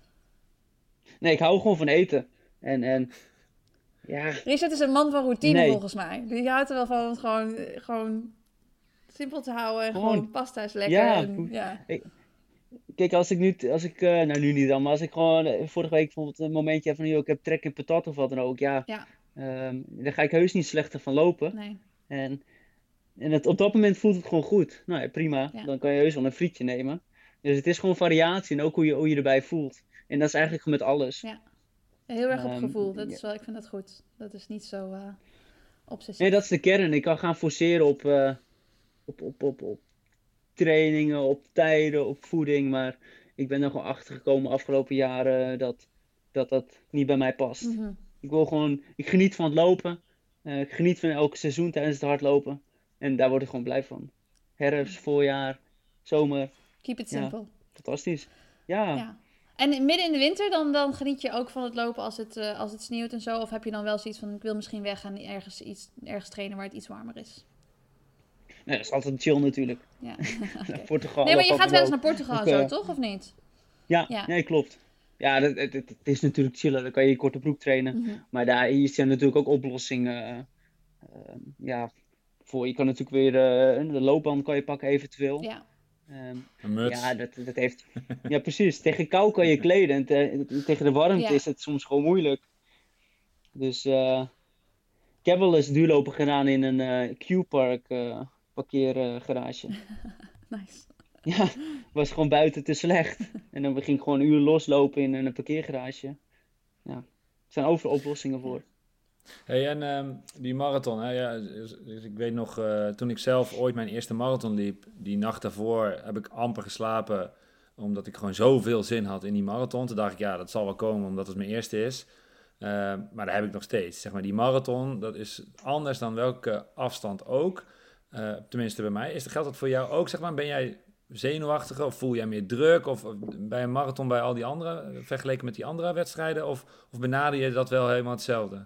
Nee, ik hou gewoon van eten. En, en ja... Richard is een man van routine nee. volgens mij. Die houdt er wel van om het gewoon, gewoon simpel te houden. En gewoon, gewoon pasta is lekker. Ja. En, ja. Ik, kijk, als ik nu... Als ik, uh, nou, nu niet dan. Maar als ik gewoon uh, vorige week bijvoorbeeld een momentje heb van... Joh, ik heb trek in patat of wat dan ook. Ja, ja. Um, daar ga ik heus niet slechter van lopen. Nee. En... En het, op dat moment voelt het gewoon goed. Nou ja, prima. Ja. Dan kan je heus wel een frietje nemen. Dus het is gewoon variatie en ook hoe je, hoe je erbij voelt. En dat is eigenlijk met alles. Ja, heel erg op um, gevoel. Dat is wel, ik vind dat goed. Dat is niet zo uh, obsessief. Nee, dat is de kern. Ik kan gaan forceren op, uh, op, op, op, op trainingen, op tijden, op voeding. Maar ik ben er gewoon achter gekomen afgelopen jaren dat dat, dat niet bij mij past. Mm-hmm. Ik wil gewoon, ik geniet van het lopen. Uh, ik geniet van elk seizoen tijdens het hardlopen. En daar word ik gewoon blij van. Herfst, voorjaar, zomer. Keep it simple. Ja, fantastisch. Ja. ja. En midden in de winter, dan, dan geniet je ook van het lopen als het, uh, als het sneeuwt en zo? Of heb je dan wel zoiets van, ik wil misschien weggaan en ergens, iets, ergens trainen waar het iets warmer is? Nee, dat is altijd chill natuurlijk. Ja. Okay. Portugal. Nee, maar je gaat wel eens naar Portugal en zo, uh, toch? Of niet? Ja, ja. Nee, klopt. Ja, het, het, het is natuurlijk chillen. Dan kan je je korte broek trainen. Mm-hmm. Maar daar hier zijn natuurlijk ook oplossingen. Uh, uh, ja... Voor, je kan natuurlijk weer uh, de loopband kan je pakken eventueel. Ja. Um, een muts. Ja, dat, dat heeft... ja, precies. Tegen kou kan je kleden. En te, tegen de warmte ja. is het soms gewoon moeilijk. Dus uh, ik heb wel eens duurlopen gedaan in een uh, Q-park uh, parkeergarage. Nice. Ja, was gewoon buiten te slecht. En dan ging ik gewoon een uur loslopen in een parkeergarage. Ja, er zijn overal oplossingen voor. Hey, en um, die marathon, hè, ja, dus, dus ik weet nog, uh, toen ik zelf ooit mijn eerste marathon liep, die nacht daarvoor heb ik amper geslapen, omdat ik gewoon zoveel zin had in die marathon. Toen dacht ik, ja, dat zal wel komen, omdat het mijn eerste is. Uh, maar dat heb ik nog steeds. Zeg maar, die marathon, dat is anders dan welke afstand ook. Uh, tenminste bij mij. Is, geldt dat voor jou ook? Zeg maar, ben jij zenuwachtiger of voel jij meer druk? Of, of bij een marathon bij al die andere, vergeleken met die andere wedstrijden? Of, of benader je dat wel helemaal hetzelfde?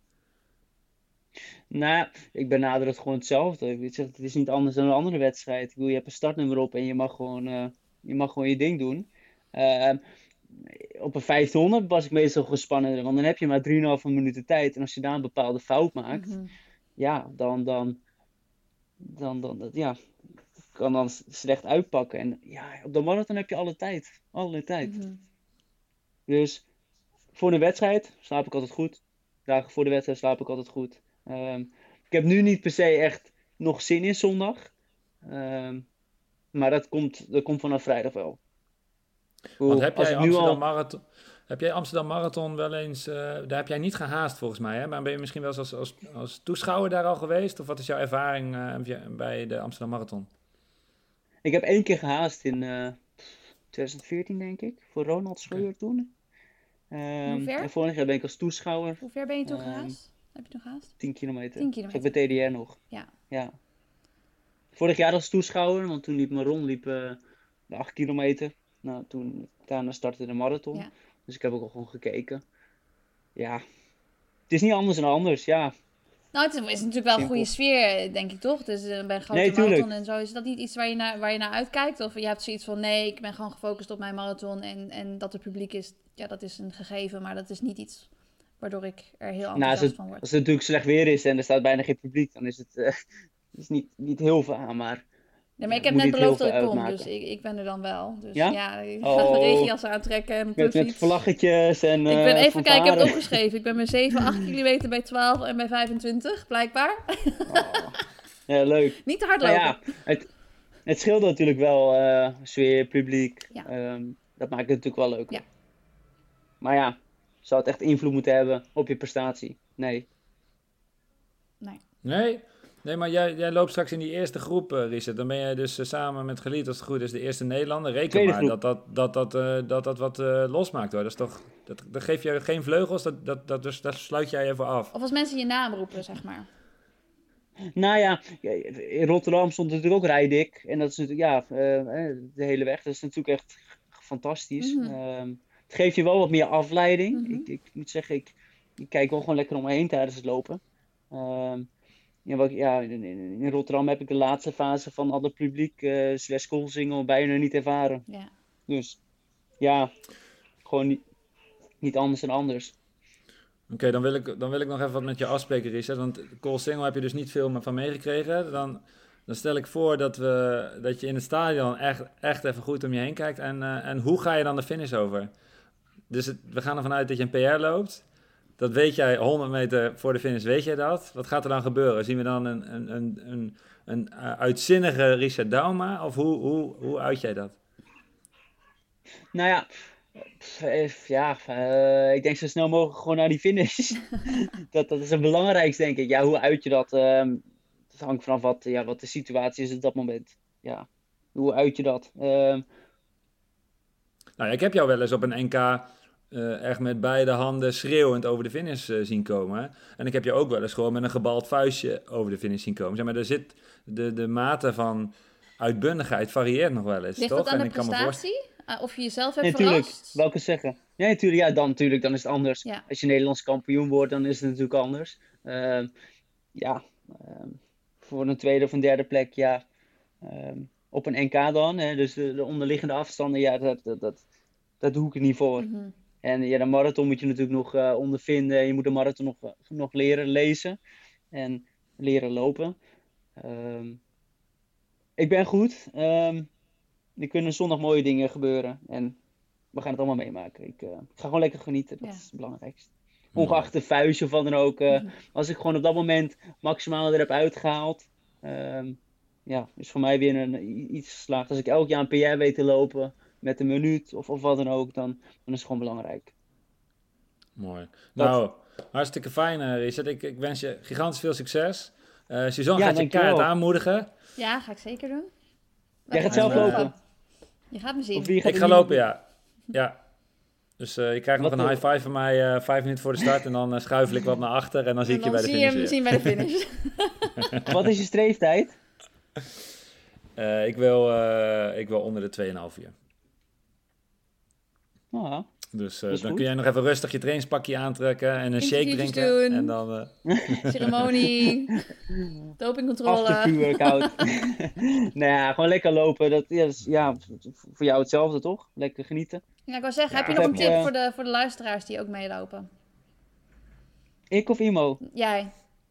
Nou, ik benader het gewoon hetzelfde. Ik zeg, het is niet anders dan een andere wedstrijd. Ik bedoel, je hebt een startnummer op en je mag gewoon, uh, je, mag gewoon je ding doen. Uh, op een vijftienhonderd was ik meestal gespannen, want dan heb je maar drieënhalve minuten tijd. En als je daar een bepaalde fout maakt, mm-hmm. ja, dan, dan, dan, dan, dan ja, kan dan slecht uitpakken. En ja, op de marathon heb je alle tijd. Alle tijd. Mm-hmm. Dus voor een wedstrijd slaap ik altijd goed. Dagen voor de wedstrijd slaap ik altijd goed. Um, ik heb nu niet per se echt nog zin in zondag. Um, maar dat komt, dat komt vanaf vrijdag wel. Hoe, Want heb jij, Amsterdam al... Marathon, heb jij Amsterdam Marathon wel eens... Uh, daar heb jij niet gehaast volgens mij, hè? Maar ben je misschien wel eens als, als, als toeschouwer daar al geweest? Of wat is jouw ervaring uh, bij de Amsterdam Marathon? Ik heb één keer gehaast in uh, twintig veertien, denk ik. Voor Ronald Scheuer okay. toen. Um, Hoe ver? En vorig jaar ben ik als toeschouwer. Hoe ver ben je toen um, gehaast? Heb je toen gehaast? tien kilometer. tien kilometer. Zat bij T D R nog. Ja. ja. Vorig jaar als toeschouwer, want toen liep Maron liep, uh, de acht kilometer. Nou, toen daarna startte de marathon. Ja. Dus ik heb ook al gewoon gekeken. Ja, het is niet anders dan anders, ja. Nou, het is, is natuurlijk wel een goede sfeer, denk ik, toch? Dus uh, bij een grote nee, marathon en zo, is dat niet iets waar je, naar, waar je naar uitkijkt? Of je hebt zoiets van, nee, ik ben gewoon gefocust op mijn marathon en, en dat er publiek is, ja, dat is een gegeven, maar dat is niet iets waardoor ik er heel enthousiast nou, het, van word. Als het natuurlijk slecht weer is en er staat bijna geen publiek, dan is het uh, is niet, niet heel veel aan, maar... Nee, maar ik heb net beloofd dat ik kom, uitmaken. dus ik, ik ben er dan wel. Dus ja, ja ik ga oh, een regenjas aantrekken en met, met vlaggetjes en uh, ik ben even kijken, ik heb het opgeschreven. Ik ben bij zeven, acht kilometer bij twaalf en bij vijfentwintig, blijkbaar. Oh. Ja, leuk. Niet te hard lopen. Nou ja, het, het scheelt natuurlijk wel, uh, sfeer, publiek. Ja. Um, dat maakt het natuurlijk wel leuk. Ja. Maar ja, zou het echt invloed moeten hebben op je prestatie? Nee. Nee. Nee? Nee, maar jij, jij loopt straks in die eerste groep, uh, Richard. Dan ben jij dus uh, samen met Geliet, als het goed is, de eerste Nederlander. Reken Tweede maar dat dat, dat, dat, uh, dat dat wat uh, losmaakt, hoor. Dat is toch, dat, dat geef je geen vleugels, dat, dat, dat, dus, dat sluit jij even af. Of als mensen je naam roepen, zeg maar. Nou ja, in Rotterdam stond natuurlijk ook rijdik. En dat is natuurlijk, ja, uh, de hele weg. Dat is natuurlijk echt fantastisch. Mm-hmm. Um, het geeft je wel wat meer afleiding. Mm-hmm. Ik, ik moet zeggen, ik, ik kijk wel gewoon lekker om me heen tijdens het lopen. Um, Ja, wat, ja, in, in Rotterdam heb ik de laatste fase van al het publiek uh, slash koolsingel bijna niet ervaren. Ja. Dus ja, gewoon niet, niet anders dan anders. Oké, okay, dan, wil ik, dan wil ik nog even wat met je afspreken, Richard. Want koolsingel heb je dus niet veel van meegekregen. Dan, dan stel ik voor dat, we, dat je in het stadion echt, echt even goed om je heen kijkt. En, uh, en hoe ga je dan de finish over? Dus het, we gaan ervan uit dat je een P R loopt. Dat weet jij, honderd meter voor de finish weet jij dat. Wat gaat er dan gebeuren? Zien we dan een, een, een, een, een uitzinnige Richard Douma? Of hoe, hoe, hoe uit jij dat? Nou ja, ja uh, ik denk zo snel mogelijk gewoon naar die finish. dat, dat is het belangrijkste, denk ik. Ja, hoe uit je dat? Uh, het hangt vanaf wat, ja, wat de situatie is op dat moment. Ja, hoe uit je dat? Uh, nou, ik heb jou wel eens op een N K... Uh, echt met beide handen schreeuwend over de finish uh, zien komen. En ik heb je ook wel eens gewoon met een gebald vuistje over de finish zien komen. Zeg maar, er zit de, de mate van uitbundigheid varieert nog wel eens, Ligt toch? Ligt dat aan en de prestatie? Uh, of je jezelf hebt nee, verrast? Tuurlijk, wou ik eens zeggen. Nee, natuurlijk, ja, dan, natuurlijk, dan is het anders. Ja. Als je Nederlands kampioen wordt, dan is het natuurlijk anders. Uh, ja, uh, voor een tweede of een derde plek, ja. Uh, op een N K dan, hè, dus de, de onderliggende afstanden, ja, dat, dat, dat, dat doe ik er niet voor. Mm-hmm. En ja, de marathon moet je natuurlijk nog uh, ondervinden. Je moet de marathon nog, uh, nog leren lezen en leren lopen. Um, ik ben goed. Um, er kunnen zondag mooie dingen gebeuren. En we gaan het allemaal meemaken. Ik, uh, ik ga gewoon lekker genieten. Dat ja. is het belangrijkste. Ongeacht de vuistje of wat dan ook. Uh, als ik gewoon op dat moment maximaal er heb uitgehaald. Um, ja, is voor mij weer een, iets geslaagd. Als ik elk jaar een P R weet te lopen... met een minuut of, of wat dan ook, dan, dan is het gewoon belangrijk. Mooi. Dat... Nou, hartstikke fijn, uh, Richard. Ik, ik wens je gigantisch veel succes. Uh, Suzanne ja, gaat je kaart aanmoedigen. Ja, ga ik zeker doen. Jij gaat zelf en, uh, lopen? Je gaat me zien. Ik ga lopen, ja. Ja. Dus uh, je krijgt wat nog een high five van mij uh, vijf minuten voor de start en dan uh, schuifel ik wat naar achter en dan zie en ik je bij de finish. Dan zie je hem zien bij de finish. Wat is je streeftijd? Uh, ik, wil, uh, ik wil onder de twee komma vijf uur. Ah, dus uh, dan goed. Kun jij nog even rustig je trainingspakje aantrekken en een shake drinken. Doen. En dan, uh... ceremonie, dopingcontrole. After pre-workout. Nou ja, gewoon lekker lopen. Dat is ja, voor jou hetzelfde, toch? Lekker genieten. Ja, ik wou zeggen, ja, heb je nog een tip uh... voor, de, voor de luisteraars die ook meelopen? Ik of Imo? Jij.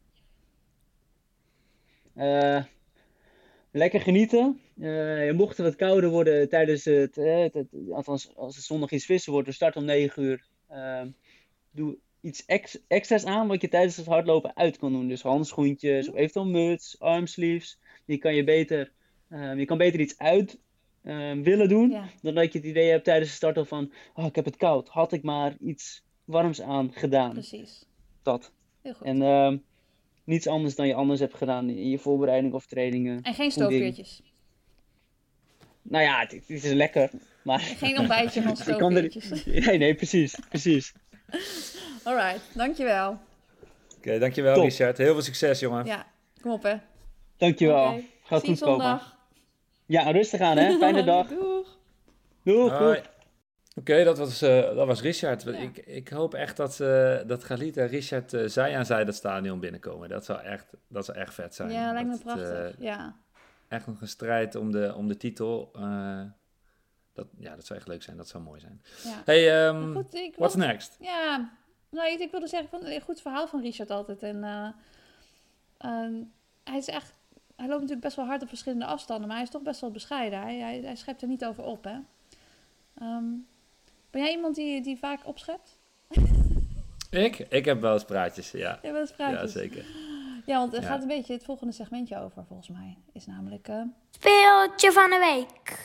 Uh, lekker genieten. Uh, mocht het wat kouder worden tijdens het, uh, het, het, althans als het zondag iets vissen wordt, we starten om negen uur. Uh, doe iets ex, extra's aan wat je tijdens het hardlopen uit kan doen. Dus handschoentjes of eventueel muts, armsleeves. Die kan je beter, uh, je kan beter iets uit uh, willen doen, ja. dan dat je het idee hebt tijdens de start al van, oh, ik heb het koud. Had ik maar iets warms aan gedaan. Precies. Dat. Heel goed. En uh, niets anders dan je anders hebt gedaan in je voorbereiding of trainingen. En geen stoofveertjes. nou ja, het, het is lekker. Maar... Geen ontbijtje van stoofveertjes. Er... Nee, nee, precies, precies. Alright, dankjewel. Oké, okay, dankjewel Top. Richard. Heel veel succes, jongen. Ja, kom op hè. Dankjewel. Okay. Gaat Zie goed komen. Ja, rustig aan hè. Fijne dag. Doeg. Doeg. Oké, okay, dat, was, uh, dat was Richard. Ja. Ik, ik hoop echt dat, uh, dat Galit en Richard uh, zij aan zij dat stadion binnenkomen. Dat zou echt, dat zou echt vet zijn. Ja, lijkt me dat prachtig. Het, uh, ja. Echt nog een strijd om de, om de titel. Uh, dat, ja, dat zou echt leuk zijn. Dat zou mooi zijn. Ja. Hey, um, goed, ik what's wil... next? Ja, nou, ik, ik wilde zeggen, ik vond het een goed verhaal van Richard altijd. En uh, uh, hij is echt... Hij loopt natuurlijk best wel hard op verschillende afstanden, maar hij is toch best wel bescheiden. Hij, hij, hij schept er niet over op, hè. Um, ben jij iemand die, die vaak opschept? Ik? Ik heb wel eens praatjes, ja. Je hebt wel eens praatjes? Ja, zeker. Ja, want er ja. gaat een beetje het volgende segmentje over, volgens mij. Is namelijk... Uh... Speeltje van de week.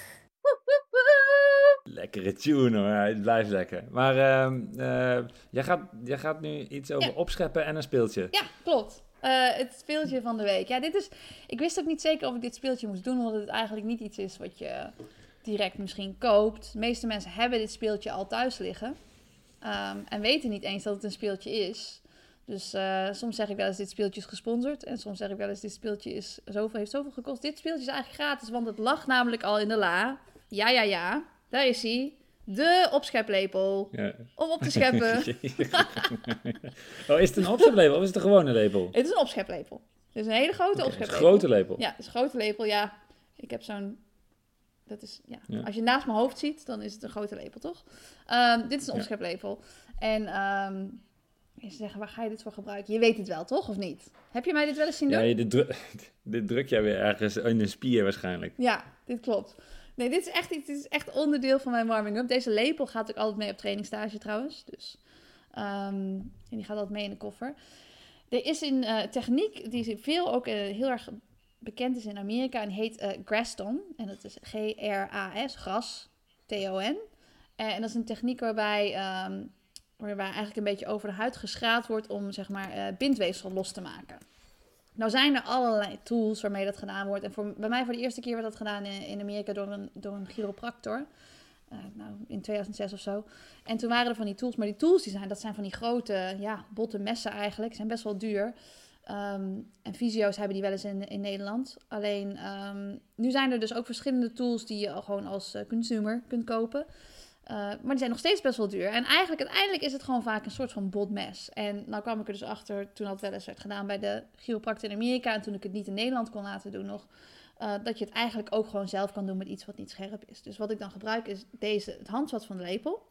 Lekkere tune hoor, het blijft lekker. Maar uh, uh, jij, gaat, jij gaat nu iets over ja. opscheppen en een speeltje. Ja, klopt. Uh, het speeltje van de week. Ja, dit is... Ik wist ook niet zeker of ik dit speeltje moest doen, omdat het eigenlijk niet iets is wat je direct misschien koopt. De meeste mensen hebben dit speeltje al thuis liggen. Um, en weten niet eens dat het een speeltje is. Dus uh, soms zeg ik wel eens, dit speeltje is gesponsord. En soms zeg ik wel eens, dit speeltje is zoveel, heeft zoveel gekost. Dit speeltje is eigenlijk gratis, want het lag namelijk al in de la. Ja, ja, ja. Daar is hij. De opscheplepel. Ja. Om op te scheppen. Oh, is het een opscheplepel of is het een gewone lepel? Het is een opscheplepel. Het is een hele grote okay, opscheplepel. Een grote lepel? Ja, het is een grote lepel, ja. Ik heb zo'n... Dat is, ja. ja. Als je naast mijn hoofd ziet, dan is het een grote lepel, toch? Um, dit is een opscheplepel. Ja. En... Um, Ze zeggen, waar ga je dit voor gebruiken? Je weet het wel, toch? Of niet? Heb je mij dit wel eens zien doen? Ja, dit, dru- dit druk jij weer ergens in een spier waarschijnlijk. Ja, dit klopt. Nee, dit is echt, dit is echt onderdeel van mijn warming-up. Deze lepel gaat ook altijd mee op trainingstage trouwens. Dus, um, en die gaat altijd mee in de koffer. Er is een uh, techniek die veel ook uh, heel erg bekend is in Amerika. En die heet uh, Graston. En dat is G R A S, gras, T O N. Uh, en dat is een techniek waarbij... Um, waarbij eigenlijk een beetje over de huid geschraald wordt om zeg maar uh, bindweefsel los te maken. Nou zijn er allerlei tools waarmee dat gedaan wordt. En voor, bij mij voor de eerste keer werd dat gedaan in, in Amerika door een, door een chiropractor. Uh, nou, in tweeduizend zes of zo. En toen waren er van die tools. Maar die tools die zijn, dat zijn van die grote, ja, botte messen eigenlijk. Zijn best wel duur. Um, en fysio's hebben die wel eens in, in Nederland. Alleen, um, nu zijn er dus ook verschillende tools die je gewoon als uh, consumer kunt kopen. Uh, maar die zijn nog steeds best wel duur. En eigenlijk, uiteindelijk is het gewoon vaak een soort van botmes. En nou kwam ik er dus achter, toen dat wel eens werd gedaan bij de chiropractor in Amerika... en toen ik het niet in Nederland kon laten doen nog... Uh, dat je het eigenlijk ook gewoon zelf kan doen met iets wat niet scherp is. Dus wat ik dan gebruik is deze, het handvat van de lepel.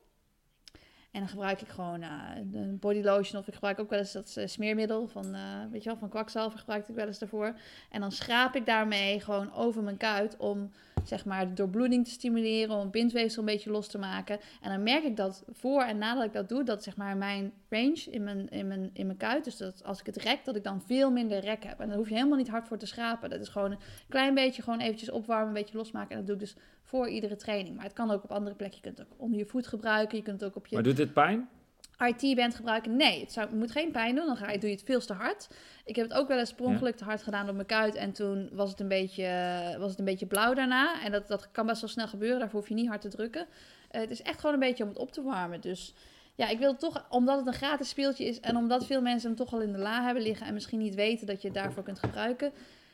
En dan gebruik ik gewoon uh, een body lotion of ik gebruik ook wel eens dat uh, smeermiddel van, uh, weet je wel, van kwakzalver gebruik ik wel eens daarvoor. En dan schraap ik daarmee gewoon over mijn kuit om, zeg maar, de doorbloeding te stimuleren, om bindweefsel een beetje los te maken. En dan merk ik dat voor en nadat ik dat doe, dat zeg maar mijn range in mijn, in mijn, in mijn kuit, dus dat als ik het rek, dat ik dan veel minder rek heb. En daar hoef je helemaal niet hard voor te schrapen. Dat is gewoon een klein beetje, gewoon eventjes opwarmen, een beetje losmaken. En dat doe ik dus voor iedere training. Maar het kan ook op andere plekken. Je kunt het ook onder je voet gebruiken. Je kunt het ook op je... Maar doet dit pijn? I T-band gebruiken. Nee, het, zou, het moet geen pijn doen. Dan ga je, doe je het veel te hard. Ik heb het ook wel eens per ongeluk ja. te hard gedaan op mijn kuit. En toen was het een beetje, was het een beetje blauw daarna. En dat, dat kan best wel snel gebeuren. Daarvoor hoef je niet hard te drukken. Uh, het is echt gewoon een beetje om het op te warmen. Dus ja, ik wil toch, omdat het een gratis speeltje is... en omdat veel mensen hem toch al in de la hebben liggen... en misschien niet weten dat je het daarvoor kunt gebruiken...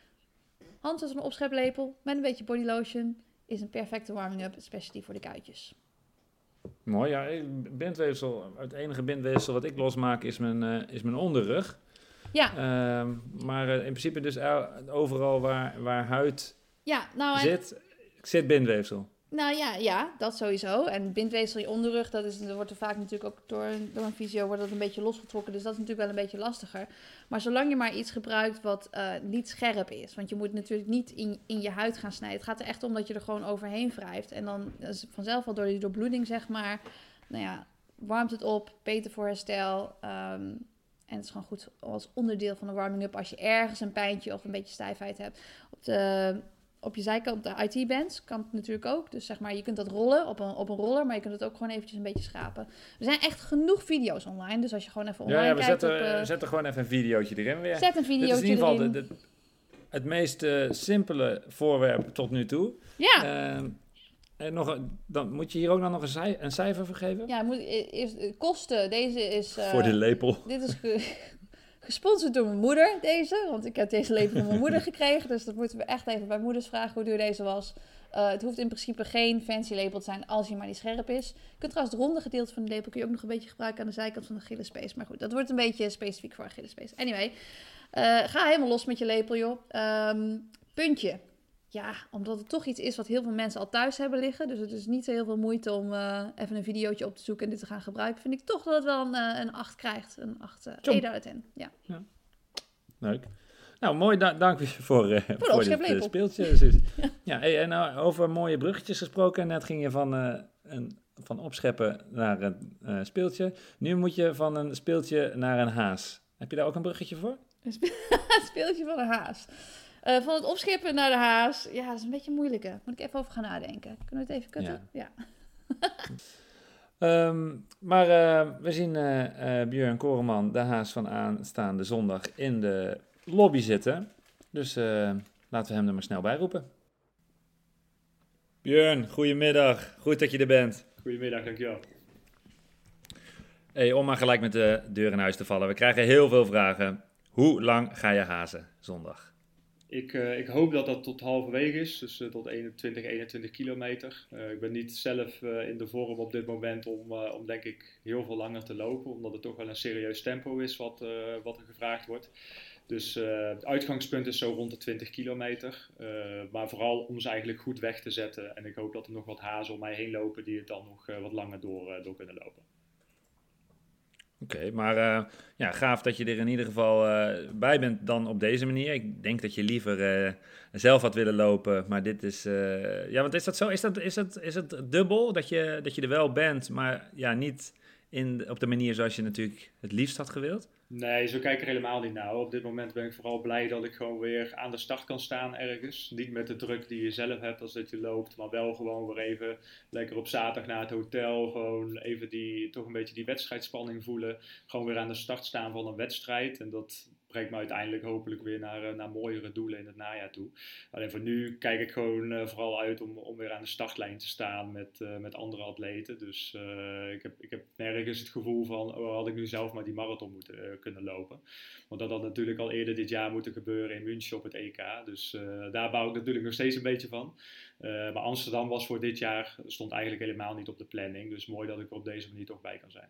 hand als een opscheplepel met een beetje body lotion... is een perfecte warming-up, especially voor de kuitjes. Mooi, ja. Bindweefsel, het enige bindweefsel wat ik losmaak is mijn, uh, is mijn onderrug. Ja. Uh, maar uh, in principe dus overal waar, waar huid ja, nou, zit, en... zit bindweefsel. Nou ja, ja, dat sowieso. En bindweefsel in je onderrug, dat, is, dat wordt er vaak natuurlijk ook door, door een fysio wordt dat een beetje losgetrokken. Dus dat is natuurlijk wel een beetje lastiger. Maar zolang je maar iets gebruikt wat uh, niet scherp is. Want je moet natuurlijk niet in, in je huid gaan snijden. Het gaat er echt om dat je er gewoon overheen wrijft. En dan is vanzelf al door die doorbloeding, zeg maar. Nou ja, warmt het op, beter voor herstel. Um, en het is gewoon goed als onderdeel van de warming-up als je ergens een pijntje of een beetje stijfheid hebt. Op de... Op je zijkant, op de I T-bands, kan het natuurlijk ook. Dus zeg maar, je kunt dat rollen op een, op een roller, maar je kunt het ook gewoon eventjes een beetje schrapen. Er zijn echt genoeg video's online, dus als je gewoon even online ja, ja, we kijkt... Zetten, op, uh, we zetten gewoon even een videootje erin weer. Zet een videootje erin. Dit is in ieder geval de, de, het meest uh, simpele voorwerp tot nu toe. Ja. Uh, En nog een, dan moet je hier ook dan nog een, cij- een cijfer voor geven? Ja, moet, eerst, kosten. Deze is... Uh, voor de lepel. Dit is ge, gesponsord door mijn moeder, deze. Want ik heb deze lepel van mijn moeder gekregen. Dus dat moeten we echt even bij moeders vragen hoe duur deze was. Uh, het hoeft in principe geen fancy lepel te zijn als hij maar niet scherp is. Je kunt trouwens het ronde gedeelte van de lepel kun je ook nog een beetje gebruiken aan de zijkant van de Achillespees. Maar goed, dat wordt een beetje specifiek voor Achillespees. Anyway, uh, ga helemaal los met je lepel, joh. Um, puntje. Ja, omdat het toch iets is wat heel veel mensen al thuis hebben liggen. Dus het is niet zo heel veel moeite om uh, even een videootje op te zoeken en dit te gaan gebruiken. Vind ik toch dat het wel een, uh, een acht krijgt. Een acht, uh, één uit tien. Ja. Ja. Leuk. Nou, mooi. Da- dank voor, uh, voor, voor dit uh, speeltje. ja, ja hey, en uh, over mooie bruggetjes gesproken. Net ging je van, uh, een, van opscheppen naar een uh, speeltje. Nu moet je van een speeltje naar een haas. Heb je daar ook een bruggetje voor? Een spe- speeltje van een haas. Uh, van het opschippen naar de haas. Ja, dat is een beetje moeilijker. Moet ik even over gaan nadenken. Kunnen we het even kutten? Ja. ja. um, maar uh, we zien uh, uh, Björn Koreman, de haas van aanstaande zondag, in de lobby zitten. Dus uh, laten we hem er maar snel bij roepen. Björn, goedemiddag. Goed dat je er bent. Goedemiddag, dankjewel. Hey, om maar gelijk met de deur in huis te vallen. We krijgen heel veel vragen. Hoe lang ga je hazen zondag? Ik, uh, ik hoop dat dat tot halverwege is, dus uh, tot eenentwintig, eenentwintig kilometer. Uh, ik ben niet zelf uh, in de vorm op dit moment om, uh, om denk ik heel veel langer te lopen, omdat het toch wel een serieus tempo is wat, uh, wat er gevraagd wordt. Dus uh, het uitgangspunt is zo rond de twintig kilometer, uh, maar vooral om ze eigenlijk goed weg te zetten. En ik hoop dat er nog wat hazen om mij heen lopen die het dan nog uh, wat langer door, uh, door kunnen lopen. Oké, okay, maar uh, ja, gaaf dat je er in ieder geval uh, bij bent dan op deze manier. Ik denk dat je liever uh, zelf had willen lopen, maar dit is... Uh, ja, want is dat zo? Is, dat, is, dat, is het dubbel dat je, dat je er wel bent, maar ja, niet in, op de manier zoals je natuurlijk het liefst had gewild? Nee, zo kijk ik er helemaal niet naar. Op dit moment ben ik vooral blij dat ik gewoon weer aan de start kan staan ergens. Niet met de druk die je zelf hebt als dat je loopt, maar wel gewoon weer even lekker op zaterdag naar het hotel. Gewoon even die, toch een beetje die wedstrijdspanning voelen. Gewoon weer aan de start staan van een wedstrijd. En dat brengt me uiteindelijk hopelijk weer naar, naar mooiere doelen in het najaar toe. Alleen voor nu kijk ik gewoon uh, vooral uit om, om weer aan de startlijn te staan met, uh, met andere atleten. Dus uh, ik, heb, ik heb nergens het gevoel van, oh, had ik nu zelf maar die marathon moeten uh, kunnen lopen. Want dat had natuurlijk al eerder dit jaar moeten gebeuren in München op het E K. Dus uh, daar bouw ik natuurlijk nog steeds een beetje van. Uh, maar Amsterdam was voor dit jaar, stond eigenlijk helemaal niet op de planning. Dus mooi dat ik er op deze manier toch bij kan zijn.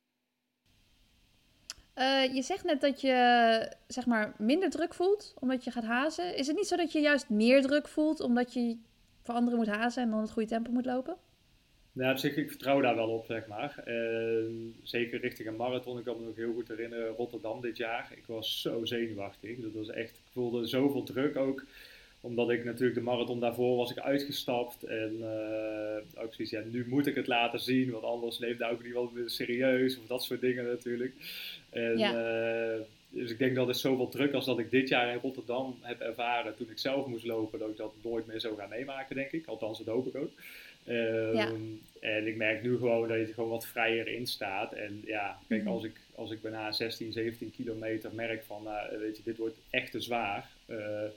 Uh, je zegt net dat je zeg maar minder druk voelt omdat je gaat hazen. Is het niet zo dat je juist meer druk voelt omdat je voor anderen moet hazen en dan het goede tempo moet lopen? Nou, op zich, ik vertrouw daar wel op, zeg maar. Uh, zeker richting een marathon. Ik kan me nog heel goed herinneren, Rotterdam dit jaar. Ik was zo zenuwachtig. Dat was echt, ik voelde zoveel druk ook. Omdat ik natuurlijk de marathon daarvoor was ik uitgestapt. En uh, ook zoiets, ja, nu moet ik het laten zien. Want anders leeft daar ook niet wel serieus. Of dat soort dingen natuurlijk. En, ja. uh, dus ik denk dat het zoveel druk als dat ik dit jaar in Rotterdam heb ervaren. Toen ik zelf moest lopen. Dat ik dat nooit meer zou gaan meemaken, denk ik. Althans, dat hoop ik ook. Um, ja. En ik merk nu gewoon dat je er gewoon wat vrijer in staat. En ja, kijk, als ik, als ik bijna zestien, zeventien kilometer merk van, uh, weet je, dit wordt echt te zwaar. Uh,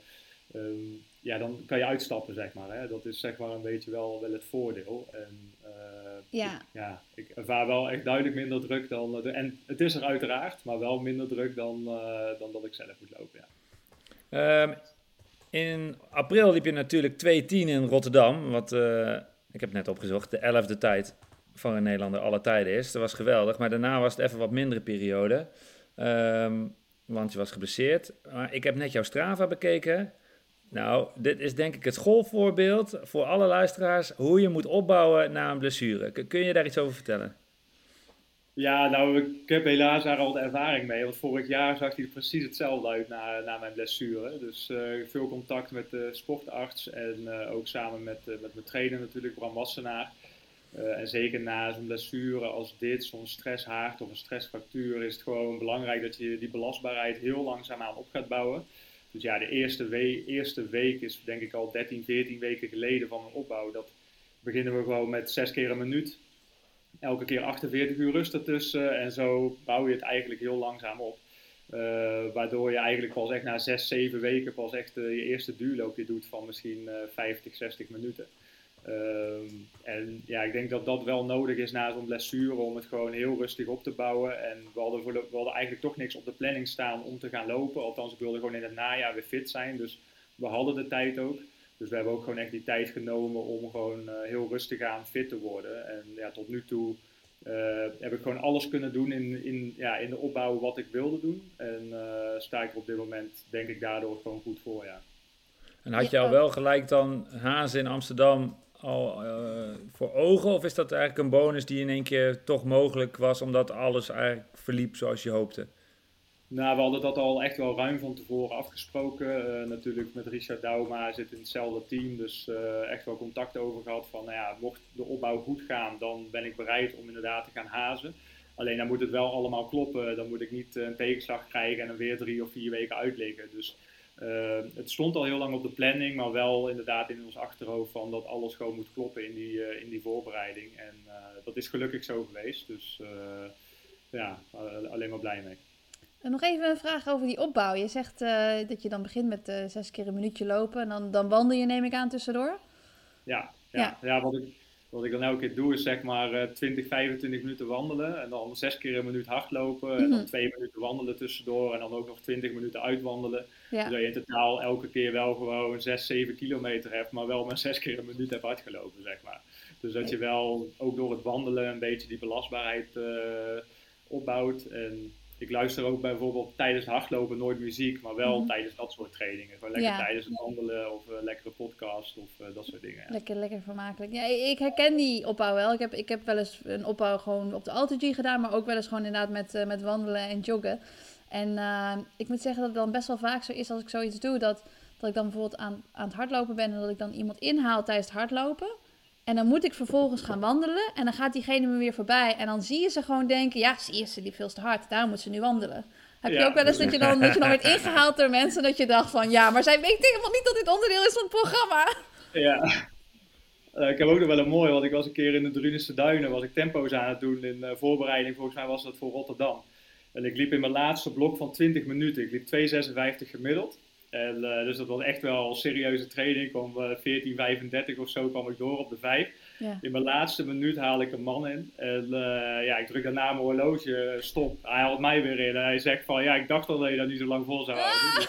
um, ja, dan kan je uitstappen, zeg maar. Hè. Dat is zeg maar een beetje wel, wel het voordeel. En uh, ja. Ik, ja, ik ervaar wel echt duidelijk minder druk dan... De, en het is er uiteraard, maar wel minder druk dan, uh, dan dat ik zelf moet lopen, ja. Um, in april liep je natuurlijk twee tien in Rotterdam, wat... Uh... Ik heb het net opgezocht, de elfde tijd van een Nederlander alle tijden is. Dat was geweldig, maar daarna was het even wat mindere periode. Um, want je was geblesseerd. Maar ik heb net jouw Strava bekeken. Nou, dit is denk ik het schoolvoorbeeld voor alle luisteraars hoe je moet opbouwen na een blessure. Kun je daar iets over vertellen? Ja, nou, ik heb helaas daar al de ervaring mee. Want vorig jaar zag hij er precies hetzelfde uit na, na mijn blessure. Dus uh, veel contact met de sportarts en uh, ook samen met, uh, met mijn trainer natuurlijk, Bram Wassenaar. Uh, en zeker na zo'n blessure als dit, zo'n stresshaard of een stressfractuur, is het gewoon belangrijk dat je die belastbaarheid heel langzaamaan op gaat bouwen. Dus ja, de eerste, we- eerste week is denk ik al dertien, veertien weken geleden van mijn opbouw. Dat beginnen we gewoon met zes keer een minuut. Elke keer achtenveertig uur rust ertussen en zo bouw je het eigenlijk heel langzaam op. Uh, waardoor je eigenlijk pas echt na zes, zeven weken pas echt uh, je eerste duurloopje doet van misschien uh, vijftig, zestig minuten. Um, en ja, ik denk dat dat wel nodig is na zo'n blessure om het gewoon heel rustig op te bouwen. En we hadden, voor de, we hadden eigenlijk toch niks op de planning staan om te gaan lopen. Althans, ik wilde gewoon in het najaar weer fit zijn. Dus we hadden de tijd ook. Dus we hebben ook gewoon echt die tijd genomen om gewoon uh, heel rustig aan fit te worden. En ja, tot nu toe uh, heb ik gewoon alles kunnen doen in, in, ja, in de opbouw wat ik wilde doen. En uh, sta ik er op dit moment, denk ik, daardoor gewoon goed voor, ja. En had je al wel gelijk dan Hazen in Amsterdam al uh, voor ogen? Of is dat eigenlijk een bonus die in één keer toch mogelijk was, omdat alles eigenlijk verliep zoals je hoopte? Nou, we hadden dat al echt wel ruim van tevoren afgesproken. Uh, natuurlijk met Richard Dauma zit in hetzelfde team, dus uh, echt wel contact over gehad van, nou ja, mocht de opbouw goed gaan, dan ben ik bereid om inderdaad te gaan hazen. Alleen dan moet het wel allemaal kloppen, dan moet ik niet een tegenslag krijgen en dan weer drie of vier weken uitliggen. Dus uh, het stond al heel lang op de planning, maar wel inderdaad in ons achterhoofd van dat alles gewoon moet kloppen in die, uh, in die voorbereiding. En uh, dat is gelukkig zo geweest, dus uh, ja, uh, alleen maar blij mee. En nog even een vraag over die opbouw. Je zegt uh, dat je dan begint met uh, zes keer een minuutje lopen en dan, dan wandel je, neem ik aan, tussendoor? Ja, ja, ja. ja wat, ik, wat ik dan elke keer doe is zeg maar uh, twintig, vijfentwintig minuten wandelen en dan zes keer een minuut hardlopen en mm-hmm. dan twee minuten wandelen tussendoor en dan ook nog twintig minuten uitwandelen. Ja. Zodat je in totaal elke keer wel gewoon zes, zeven kilometer hebt, maar wel maar zes keer een minuut hebt hardgelopen, zeg maar. Dus dat je wel ook door het wandelen een beetje die belastbaarheid uh, opbouwt. En ik luister ook bijvoorbeeld tijdens hardlopen nooit muziek, maar wel mm-hmm. tijdens dat soort trainingen. Gewoon lekker ja. tijdens het wandelen of uh, lekkere podcast of uh, dat soort dingen. Ja. Lekker, lekker vermakelijk. Ja, ik herken die opbouw wel. Ik heb, ik heb wel eens een opbouw gewoon op de AlterG gedaan, maar ook wel eens gewoon inderdaad met, uh, met wandelen en joggen. En uh, ik moet zeggen dat het dan best wel vaak zo is als ik zoiets doe, dat, dat ik dan bijvoorbeeld aan, aan het hardlopen ben en dat ik dan iemand inhaal tijdens het hardlopen. En dan moet ik vervolgens gaan wandelen en dan gaat diegene me weer voorbij. En dan zie je ze gewoon denken, ja, zie je, ze liep veel te hard, daarom moet ze nu wandelen. Heb je ja. ook wel eens dat je, dan, dat je dan werd ingehaald door mensen dat je dacht van, ja, maar zij weet helemaal niet dat dit onderdeel is van het programma. Ja, uh, ik heb ook nog wel een mooi, want ik was een keer in de Drunense Duinen, was ik tempo's aan het doen in uh, voorbereiding, volgens mij was dat voor Rotterdam. En ik liep in mijn laatste blok van twintig minuten, ik liep twee zesenvijftig gemiddeld. En, uh, dus dat was echt wel een serieuze training. Ik kwam uh, veertien vijfendertig of zo kwam ik door op de vijf. Ja. In mijn laatste minuut haal ik een man in. En uh, ja, ik druk daarna mijn horloge stop. Hij haalt mij weer in. En hij zegt van, ja, ik dacht al dat je dat niet zo lang vol zou houden.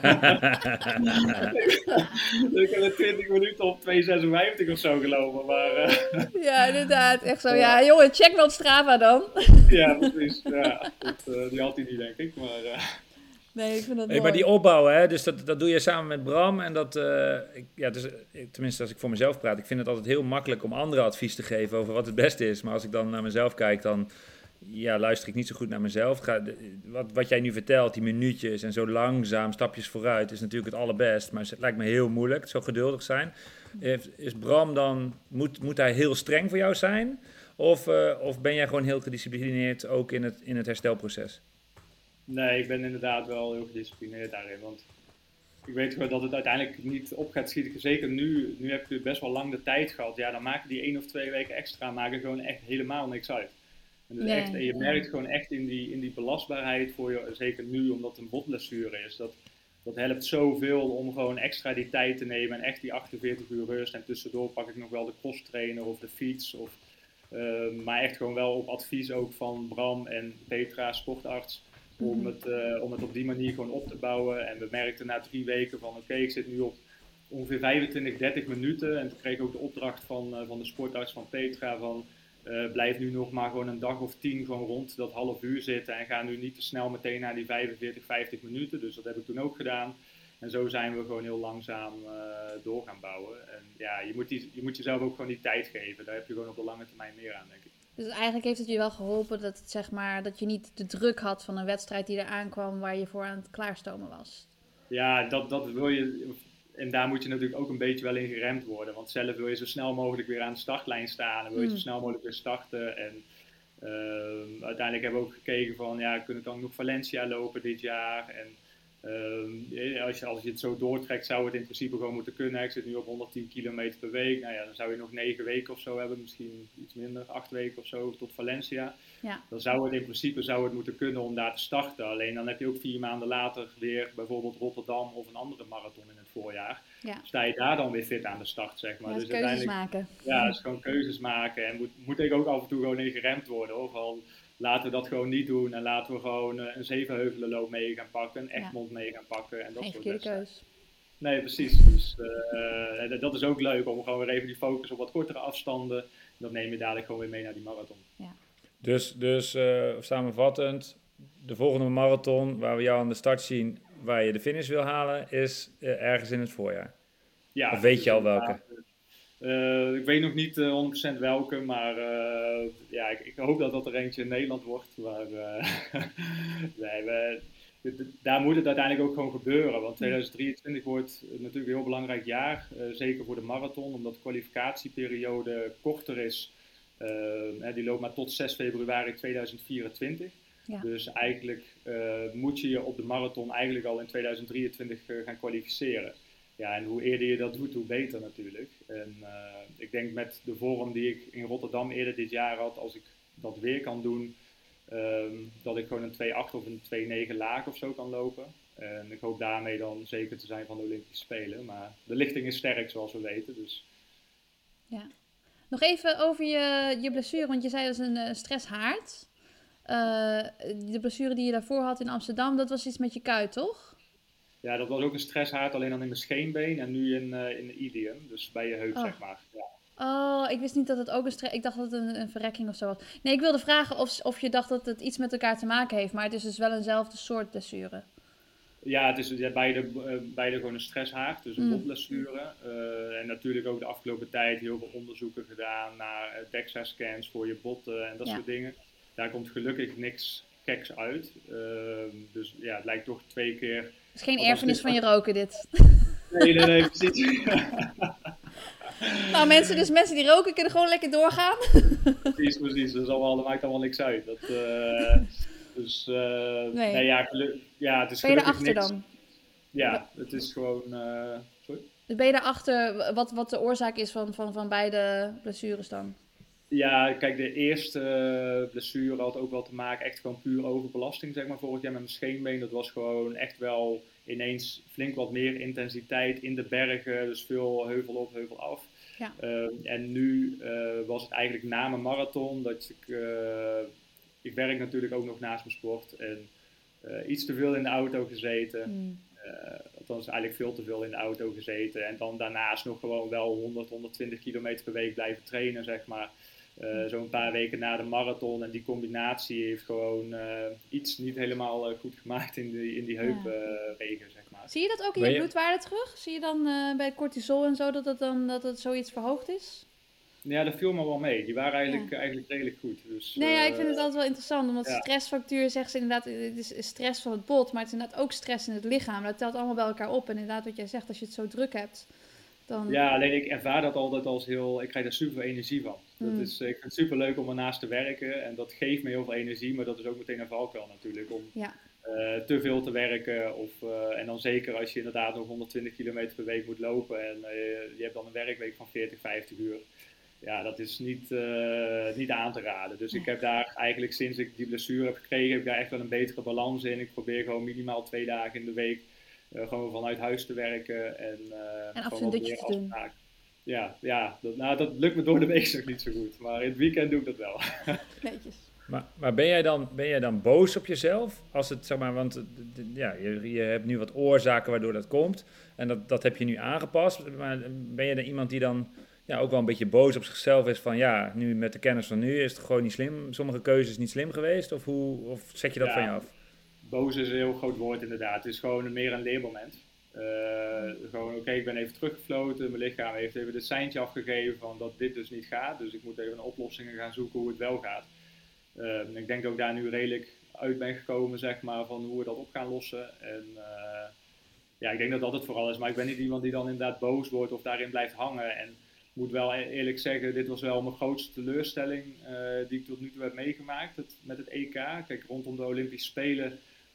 Dus ik heb er twintig minuten op twee zesenvijftig of zo gelopen. Maar, uh, ja, inderdaad. Echt zo. Ja, jongen, check wel op Strava dan. Ja, precies. Ja, dat, uh, die had hij niet, denk ik. Maar... Uh, Nee, ik vind dat hey, maar die opbouw, hè, dus dat, dat doe je samen met Bram. En dat, uh, ik, ja, dus, tenminste als ik voor mezelf praat, ik vind het altijd heel makkelijk om anderen advies te geven over wat het beste is. Maar als ik dan naar mezelf kijk, dan ja, luister ik niet zo goed naar mezelf. Ga, de, wat, wat jij nu vertelt, die minuutjes en zo langzaam stapjes vooruit, is natuurlijk het allerbest. Maar het lijkt me heel moeilijk, zo geduldig zijn. Is, is Bram dan, moet, moet hij heel streng voor jou zijn? Of, uh, of ben jij gewoon heel gedisciplineerd ook in het, in het herstelproces? Nee, ik ben inderdaad wel heel gedisciplineerd daarin, want ik weet gewoon dat het uiteindelijk niet op gaat schieten. Zeker nu, nu heb je best wel lang de tijd gehad. Ja, dan maken die één of twee weken extra maken gewoon echt helemaal niks uit. En, dus nee, echt, en je merkt gewoon echt in die, in die belastbaarheid voor je, zeker nu omdat het een botblessure is. Dat, dat helpt zoveel om gewoon extra die tijd te nemen en echt die achtenveertig uur rust. En tussendoor pak ik nog wel de crosstrainer of de fiets. Of, uh, maar echt gewoon wel op advies ook van Bram en Petra, sportarts. Om het, uh, om het op die manier gewoon op te bouwen. En we merkten na drie weken van oké, okay, ik zit nu op ongeveer vijfentwintig, dertig minuten. En toen kreeg ik ook de opdracht van, uh, van de sportarts van Petra van uh, blijf nu nog maar gewoon een dag of tien gewoon rond dat half uur zitten. En ga nu niet te snel meteen naar die vijfenveertig, vijftig minuten. Dus dat heb ik toen ook gedaan. En zo zijn we gewoon heel langzaam uh, door gaan bouwen. En ja, je moet, die, je moet jezelf ook gewoon die tijd geven. Daar heb je gewoon op de lange termijn meer aan, denk ik. Dus eigenlijk heeft het je wel geholpen dat, het, zeg maar, dat je niet de druk had van een wedstrijd die er aankwam waar je voor aan het klaarstomen was. Ja, dat, dat wil je. En daar moet je natuurlijk ook een beetje wel in geremd worden. Want zelf wil je zo snel mogelijk weer aan de startlijn staan. En wil je hmm. zo snel mogelijk weer starten. En uh, uiteindelijk hebben we ook gekeken van, ja, kunnen we dan nog Valencia lopen dit jaar? En Um, als, je, als je het zo doortrekt, zou het in principe gewoon moeten kunnen. Ik zit nu op honderdtien kilometer per week. Nou ja, dan zou je nog negen weken of zo hebben, misschien iets minder, acht weken of zo, tot Valencia. Ja. Dan zou het in principe zou het moeten kunnen om daar te starten. Alleen dan heb je ook vier maanden later weer bijvoorbeeld Rotterdam of een andere marathon in het voorjaar. Ja. Sta je daar dan weer fit aan de start, zeg maar. Ja, dus keuzes maken. Ja, dus gewoon keuzes maken. En moet, moet ik ook af en toe gewoon in geremd worden, hoor. Van, laten we dat gewoon niet doen en laten we gewoon uh, een Zevenheuvelenloop mee gaan pakken, een Egmond ja. mee gaan pakken. En dat Geen soort verkeerde keus. Nee, precies. Dus uh, dat is ook leuk om gewoon weer even die focus op wat kortere afstanden. Dat neem je dadelijk gewoon weer mee naar die marathon. Ja. Dus, dus uh, samenvattend, de volgende marathon waar we jou aan de start zien, waar je de finish wil halen, is uh, ergens in het voorjaar. Ja, of weet je al welke? Uh, ik weet nog niet uh, honderd procent welke, maar uh, ja, ik, ik hoop dat dat er eentje in Nederland wordt. Maar uh, nee, we, d- d- daar moet het uiteindelijk ook gewoon gebeuren. Want tweeduizend drieëntwintig wordt natuurlijk een heel belangrijk jaar. Uh, zeker voor de marathon, omdat de kwalificatieperiode korter is. Uh, die loopt maar tot zes februari tweeduizend vierentwintig. Ja. Dus eigenlijk uh, moet je je op de marathon eigenlijk al in tweeduizend drieëntwintig uh, gaan kwalificeren. Ja, en hoe eerder je dat doet, hoe beter natuurlijk. En uh, ik denk met de vorm die ik in Rotterdam eerder dit jaar had, als ik dat weer kan doen, um, dat ik gewoon een twee acht of een twee negen laag of zo kan lopen. En ik hoop daarmee dan zeker te zijn van de Olympische Spelen. Maar de lichting is sterk, zoals we weten. Dus. Ja. Nog even over je, je blessure, want je zei dat is een uh, stresshaard. Uh, de blessure die je daarvoor had in Amsterdam, dat was iets met je kuit, toch? Ja, dat was ook een stresshaard, alleen dan in mijn scheenbeen en nu in, uh, in de ilium, dus bij je heup, oh. zeg maar. Ja. Oh, ik wist niet dat het ook een stress... Ik dacht dat het een, een verrekking of zo was. Nee, ik wilde vragen of, of je dacht dat het iets met elkaar te maken heeft, maar het is dus wel eenzelfde soort blessure. Ja, het is ja, beide, uh, beide gewoon een stresshaard, dus een mm. botblessure. Uh, en natuurlijk ook de afgelopen tijd heel veel onderzoeken gedaan naar uh, DEXA-scans voor je botten en dat ja. soort dingen. Daar komt gelukkig niks geks uit. Uh, dus ja, het lijkt toch twee keer... Het is geen erfenis van je roken, dit. Nee, nee, nee, precies. Nou, mensen, dus mensen die roken kunnen gewoon lekker doorgaan. Precies, precies. Dat, allemaal, dat maakt allemaal niks uit. Dat, uh, dus, uh, nee. nee, ja, gelu- ja, het is ben je gelukkig daarachter niks. Dan? Ja, het is gewoon... Uh, sorry? Ben je daarachter wat, wat de oorzaak is van, van, van beide blessures dan? Ja, kijk, de eerste blessure had ook wel te maken echt gewoon puur overbelasting, zeg maar, vorig jaar met mijn scheenbeen. Dat was gewoon echt wel ineens flink wat meer intensiteit in de bergen, dus veel heuvel op, heuvel af. Ja. Uh, en nu uh, was het eigenlijk na mijn marathon dat ik, uh, ik werk natuurlijk ook nog naast mijn sport en uh, iets te veel in de auto gezeten. Mm. Uh, althans eigenlijk veel te veel in de auto gezeten en dan daarnaast nog gewoon wel honderd, honderdtwintig kilometer per week blijven trainen, zeg maar. Uh, Zo'n paar weken na de marathon en die combinatie heeft gewoon uh, iets niet helemaal uh, goed gemaakt in die, in die heupregen, uh, zeg maar. Zie je dat ook in je, je bloedwaarde terug? Zie je dan uh, bij cortisol en zo dat het dan dat het zoiets verhoogd is? Ja, dat viel me wel mee. Die waren eigenlijk, ja. eigenlijk redelijk goed. Dus, nee, uh, ja, ik vind het altijd wel interessant, omdat ja. stressfactuur zegt ze inderdaad, het is stress van het bot, maar het is inderdaad ook stress in het lichaam. Dat telt allemaal bij elkaar op en inderdaad wat jij zegt, als je het zo druk hebt. Dan... Ja, alleen ik ervaar dat altijd als heel... Ik krijg daar super veel energie van. Mm. Dat is, ik vind het super leuk om ernaast te werken. En dat geeft me heel veel energie. Maar dat is ook meteen een valkuil natuurlijk. Om ja. uh, te veel te werken. Of, uh, en dan zeker als je inderdaad nog honderdtwintig kilometer per week moet lopen. En uh, je hebt dan een werkweek van veertig, vijftig uur. Ja, dat is niet, uh, niet aan te raden. Dus ik heb daar eigenlijk sinds ik die blessure heb gekregen... heb ik daar echt wel een betere balans in. Ik probeer gewoon minimaal twee dagen in de week... Uh, gewoon vanuit huis te werken en, uh, en af en dutje te doen. Ja, ja dat, nou, dat lukt me door de week nog niet zo goed, maar in het weekend doe ik dat wel. Netjes. Maar, maar ben jij dan, ben jij dan boos op jezelf? Als het, zeg maar, want ja, je, je hebt nu wat oorzaken waardoor dat komt en dat, dat heb je nu aangepast. Maar ben je dan iemand die dan ja, ook wel een beetje boos op zichzelf is van ja, nu met de kennis van nu is het gewoon niet slim, sommige keuzes niet slim geweest? Of, hoe, of zet je dat ja. van je af? Boos is een heel groot woord inderdaad. Het is gewoon meer een leermoment. Uh, gewoon oké, okay, ik ben even teruggefloten. Mijn lichaam heeft even het seintje afgegeven van dat dit dus niet gaat. Dus ik moet even naar oplossingen gaan zoeken hoe het wel gaat. Uh, ik denk dat ik daar nu redelijk uit ben gekomen, zeg maar, van hoe we dat op gaan lossen. En uh, ja, ik denk dat dat het vooral is. Maar ik ben niet iemand die dan inderdaad boos wordt of daarin blijft hangen. En ik moet wel eerlijk zeggen, dit was wel mijn grootste teleurstelling uh, die ik tot nu toe heb meegemaakt het, met het E K. Kijk, rondom de Olympische Spelen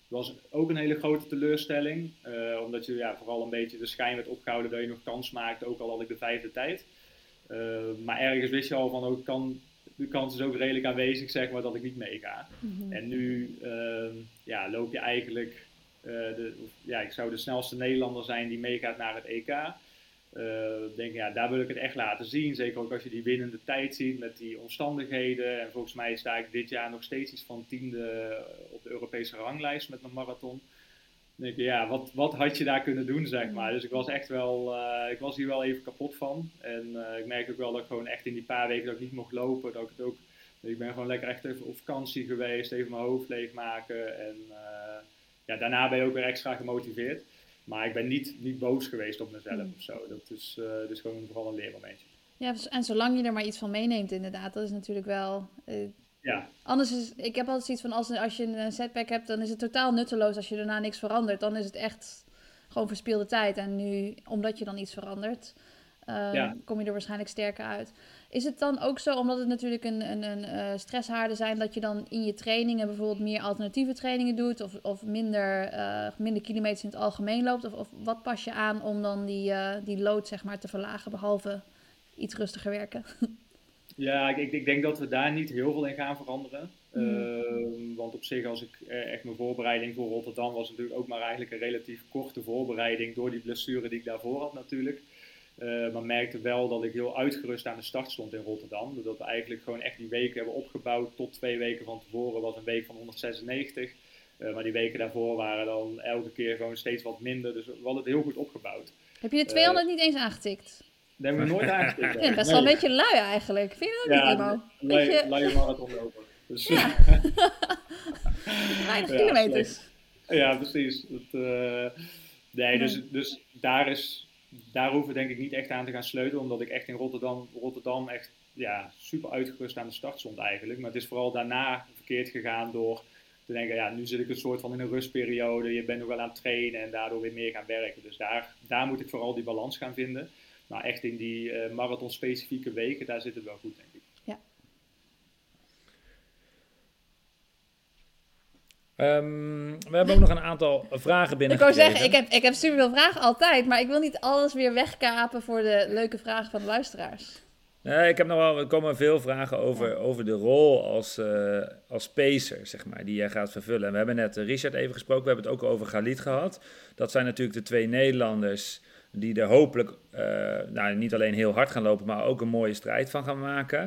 was ook een hele grote teleurstelling. Uh, omdat je ja, vooral een beetje de schijn werd opgehouden dat je nog kans maakte, ook al had ik de vijfde tijd. Uh, maar ergens wist je al van, oh, kan, de kans is ook redelijk aanwezig, zeg maar, dat ik niet meega. Mm-hmm. En nu uh, ja, loop je eigenlijk, uh, de, ja, ik zou de snelste Nederlander zijn die meegaat naar het E K. Uh, denk, ja, daar wil ik het echt laten zien. Zeker ook als je die winnende tijd ziet met die omstandigheden. En volgens mij sta ik dit jaar nog steeds iets van tiende op de Europese ranglijst met mijn marathon. Dan denk je, ja, wat, wat had je daar kunnen doen, zeg maar. Dus ik was echt wel, uh, ik was hier wel even kapot van. En uh, ik merk ook wel dat ik gewoon echt in die paar weken dat ik niet mocht lopen, dat ik het ook, ik ben gewoon lekker echt even op vakantie geweest, even mijn hoofd leegmaken. En uh, ja, daarna ben je ook weer extra gemotiveerd. Maar ik ben niet, niet boos geweest op mezelf mm. of zo. Dat is, uh, dat is gewoon vooral een leermomentje. Ja, en zolang je er maar iets van meeneemt inderdaad, dat is natuurlijk wel... Uh, ja. Anders is, ik heb altijd zoiets van, als, als je een setback hebt, dan is het totaal nutteloos als je daarna niks verandert. Dan is het echt gewoon verspilde tijd. En nu, omdat je dan iets verandert, uh, ja. kom je er waarschijnlijk sterker uit. Is het dan ook zo, omdat het natuurlijk een, een, een uh, stresshaarden zijn, dat je dan in je trainingen bijvoorbeeld meer alternatieve trainingen doet? Of, of minder, uh, minder kilometers in het algemeen loopt? Of, of wat pas je aan om dan die, uh, die load, zeg maar, te verlagen, behalve iets rustiger werken? Ja, ik, ik denk dat we daar niet heel veel in gaan veranderen. Mm. Uh, want op zich, als ik uh, echt mijn voorbereiding voor Rotterdam was natuurlijk ook maar eigenlijk een relatief korte voorbereiding door die blessure die ik daarvoor had natuurlijk. Uh, maar merkte wel dat ik heel uitgerust aan de start stond in Rotterdam. Doordat we eigenlijk gewoon echt die weken hebben opgebouwd. Tot twee weken van tevoren was een week van honderdzesennegentig. Uh, maar die weken daarvoor waren dan elke keer gewoon steeds wat minder. Dus we hadden het heel goed opgebouwd. Heb je de tweehonderd uh, niet eens aangetikt? Dat hebben we nooit aangetikt. Ja, best wel nee. een beetje lui eigenlijk. Vind je dat ja, niet, Emo? lui, beetje... lui marathon lopen. Dus, ja. Weinig kilometers. Ja, ja, precies. Dat, uh, nee, dus, nee. dus daar is... Daar hoeven we denk ik niet echt aan te gaan sleutelen, omdat ik echt in Rotterdam, Rotterdam echt ja, super uitgerust aan de start stond eigenlijk. Maar het is vooral daarna verkeerd gegaan door te denken, ja, nu zit ik een soort van in een rustperiode, je bent nog wel aan het trainen en daardoor weer meer gaan werken. Dus daar, daar moet ik vooral die balans gaan vinden. Maar echt in die uh, marathon-specifieke weken, daar zit het wel goed, denk ik. Ja. Um, we hebben ook nog een aantal vragen binnen. Ik wou zeggen, ik heb, ik heb superveel vragen altijd, maar ik wil niet alles weer wegkapen voor de leuke vragen van de luisteraars. Nee, ik heb nog wel, er komen veel vragen over, ja. over de rol als, uh, als pacer, zeg maar, die jij gaat vervullen. En we hebben net uh, Richard even gesproken, we hebben het ook over Galit gehad. Dat zijn natuurlijk de twee Nederlanders die er hopelijk uh, nou, niet alleen heel hard gaan lopen, maar ook een mooie strijd van gaan maken.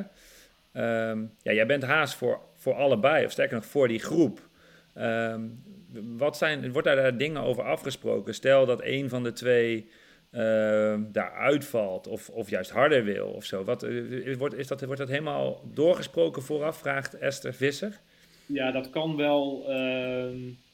Um, ja, jij bent haast voor, voor allebei, of sterker nog voor die groep. Um, wat zijn, wordt daar dingen over afgesproken? Stel dat een van de twee uh, daar uitvalt of, of juist harder wil of zo. Wat, uh, wordt, is dat, wordt dat helemaal doorgesproken vooraf, vraagt Esther Visser? Ja, dat kan wel. Uh,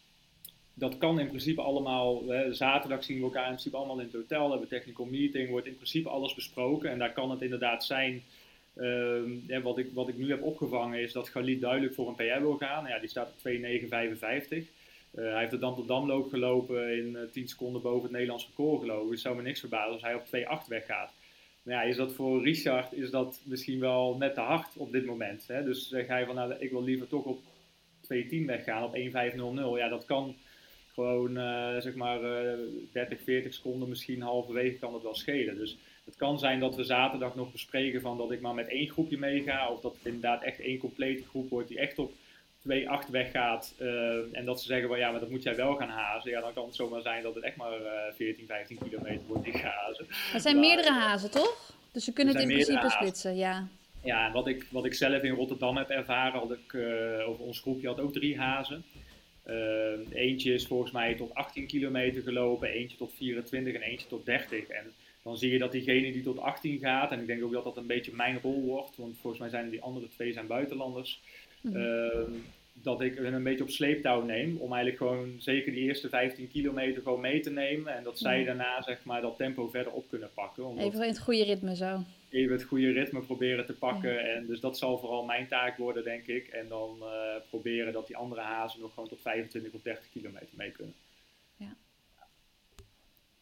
dat kan in principe allemaal. Hè, zaterdag zien we elkaar in principe allemaal in het hotel. We hebben een technical meeting, wordt in principe alles besproken. En daar kan het inderdaad zijn. Uh, ja, wat, ik, wat ik nu heb opgevangen is dat Galit duidelijk voor een P R wil gaan. Ja, die staat op twee negen vijfenvijftig. Uh, hij heeft de Dam-tot-Damloop gelopen in uh, tien seconden boven het Nederlands record gelopen. Dus het zou me niks verbazen als hij op twee acht weggaat. Maar ja, is dat voor Richard is dat misschien wel net te hard op dit moment. Hè? Dus zeg hij van, nou, ik wil liever toch op twee tien weggaan, op één vijf nul nul. Ja, dat kan gewoon, uh, zeg maar, uh, dertig, veertig seconden, misschien halverwege kan dat wel schelen. Dus het kan zijn dat we zaterdag nog bespreken van dat ik maar met één groepje meega. Of dat het inderdaad echt één complete groep wordt die echt op twee acht weggaat. Uh, en dat ze zeggen van ja, maar dat moet jij wel gaan hazen. Ja, dan kan het zomaar zijn dat het echt maar uh, veertien, vijftien kilometer wordt die hazen. Er zijn maar, meerdere hazen, toch? Dus ze kunnen het in principe hazen. splitsen, ja. Ja, en wat ik, wat ik zelf in Rotterdam heb ervaren, had ik, uh, of ons groepje had ook drie hazen. Uh, eentje is volgens mij tot achttien kilometer gelopen, eentje tot vierentwintig en eentje tot dertig. En dan zie je dat diegene die tot achttien gaat, en ik denk ook dat dat een beetje mijn rol wordt, want volgens mij zijn die andere twee zijn buitenlanders, mm-hmm. uh, dat ik hen een beetje op sleeptouw neem, om eigenlijk gewoon zeker die eerste vijftien kilometer gewoon mee te nemen, en dat zij mm-hmm. daarna zeg maar dat tempo verder op kunnen pakken. Omdat even in het goede ritme zo. Even het goede ritme proberen te pakken, ja. En dus dat zal vooral mijn taak worden, denk ik, en dan uh, proberen dat die andere hazen nog gewoon tot vijfentwintig of dertig kilometer mee kunnen. Ja.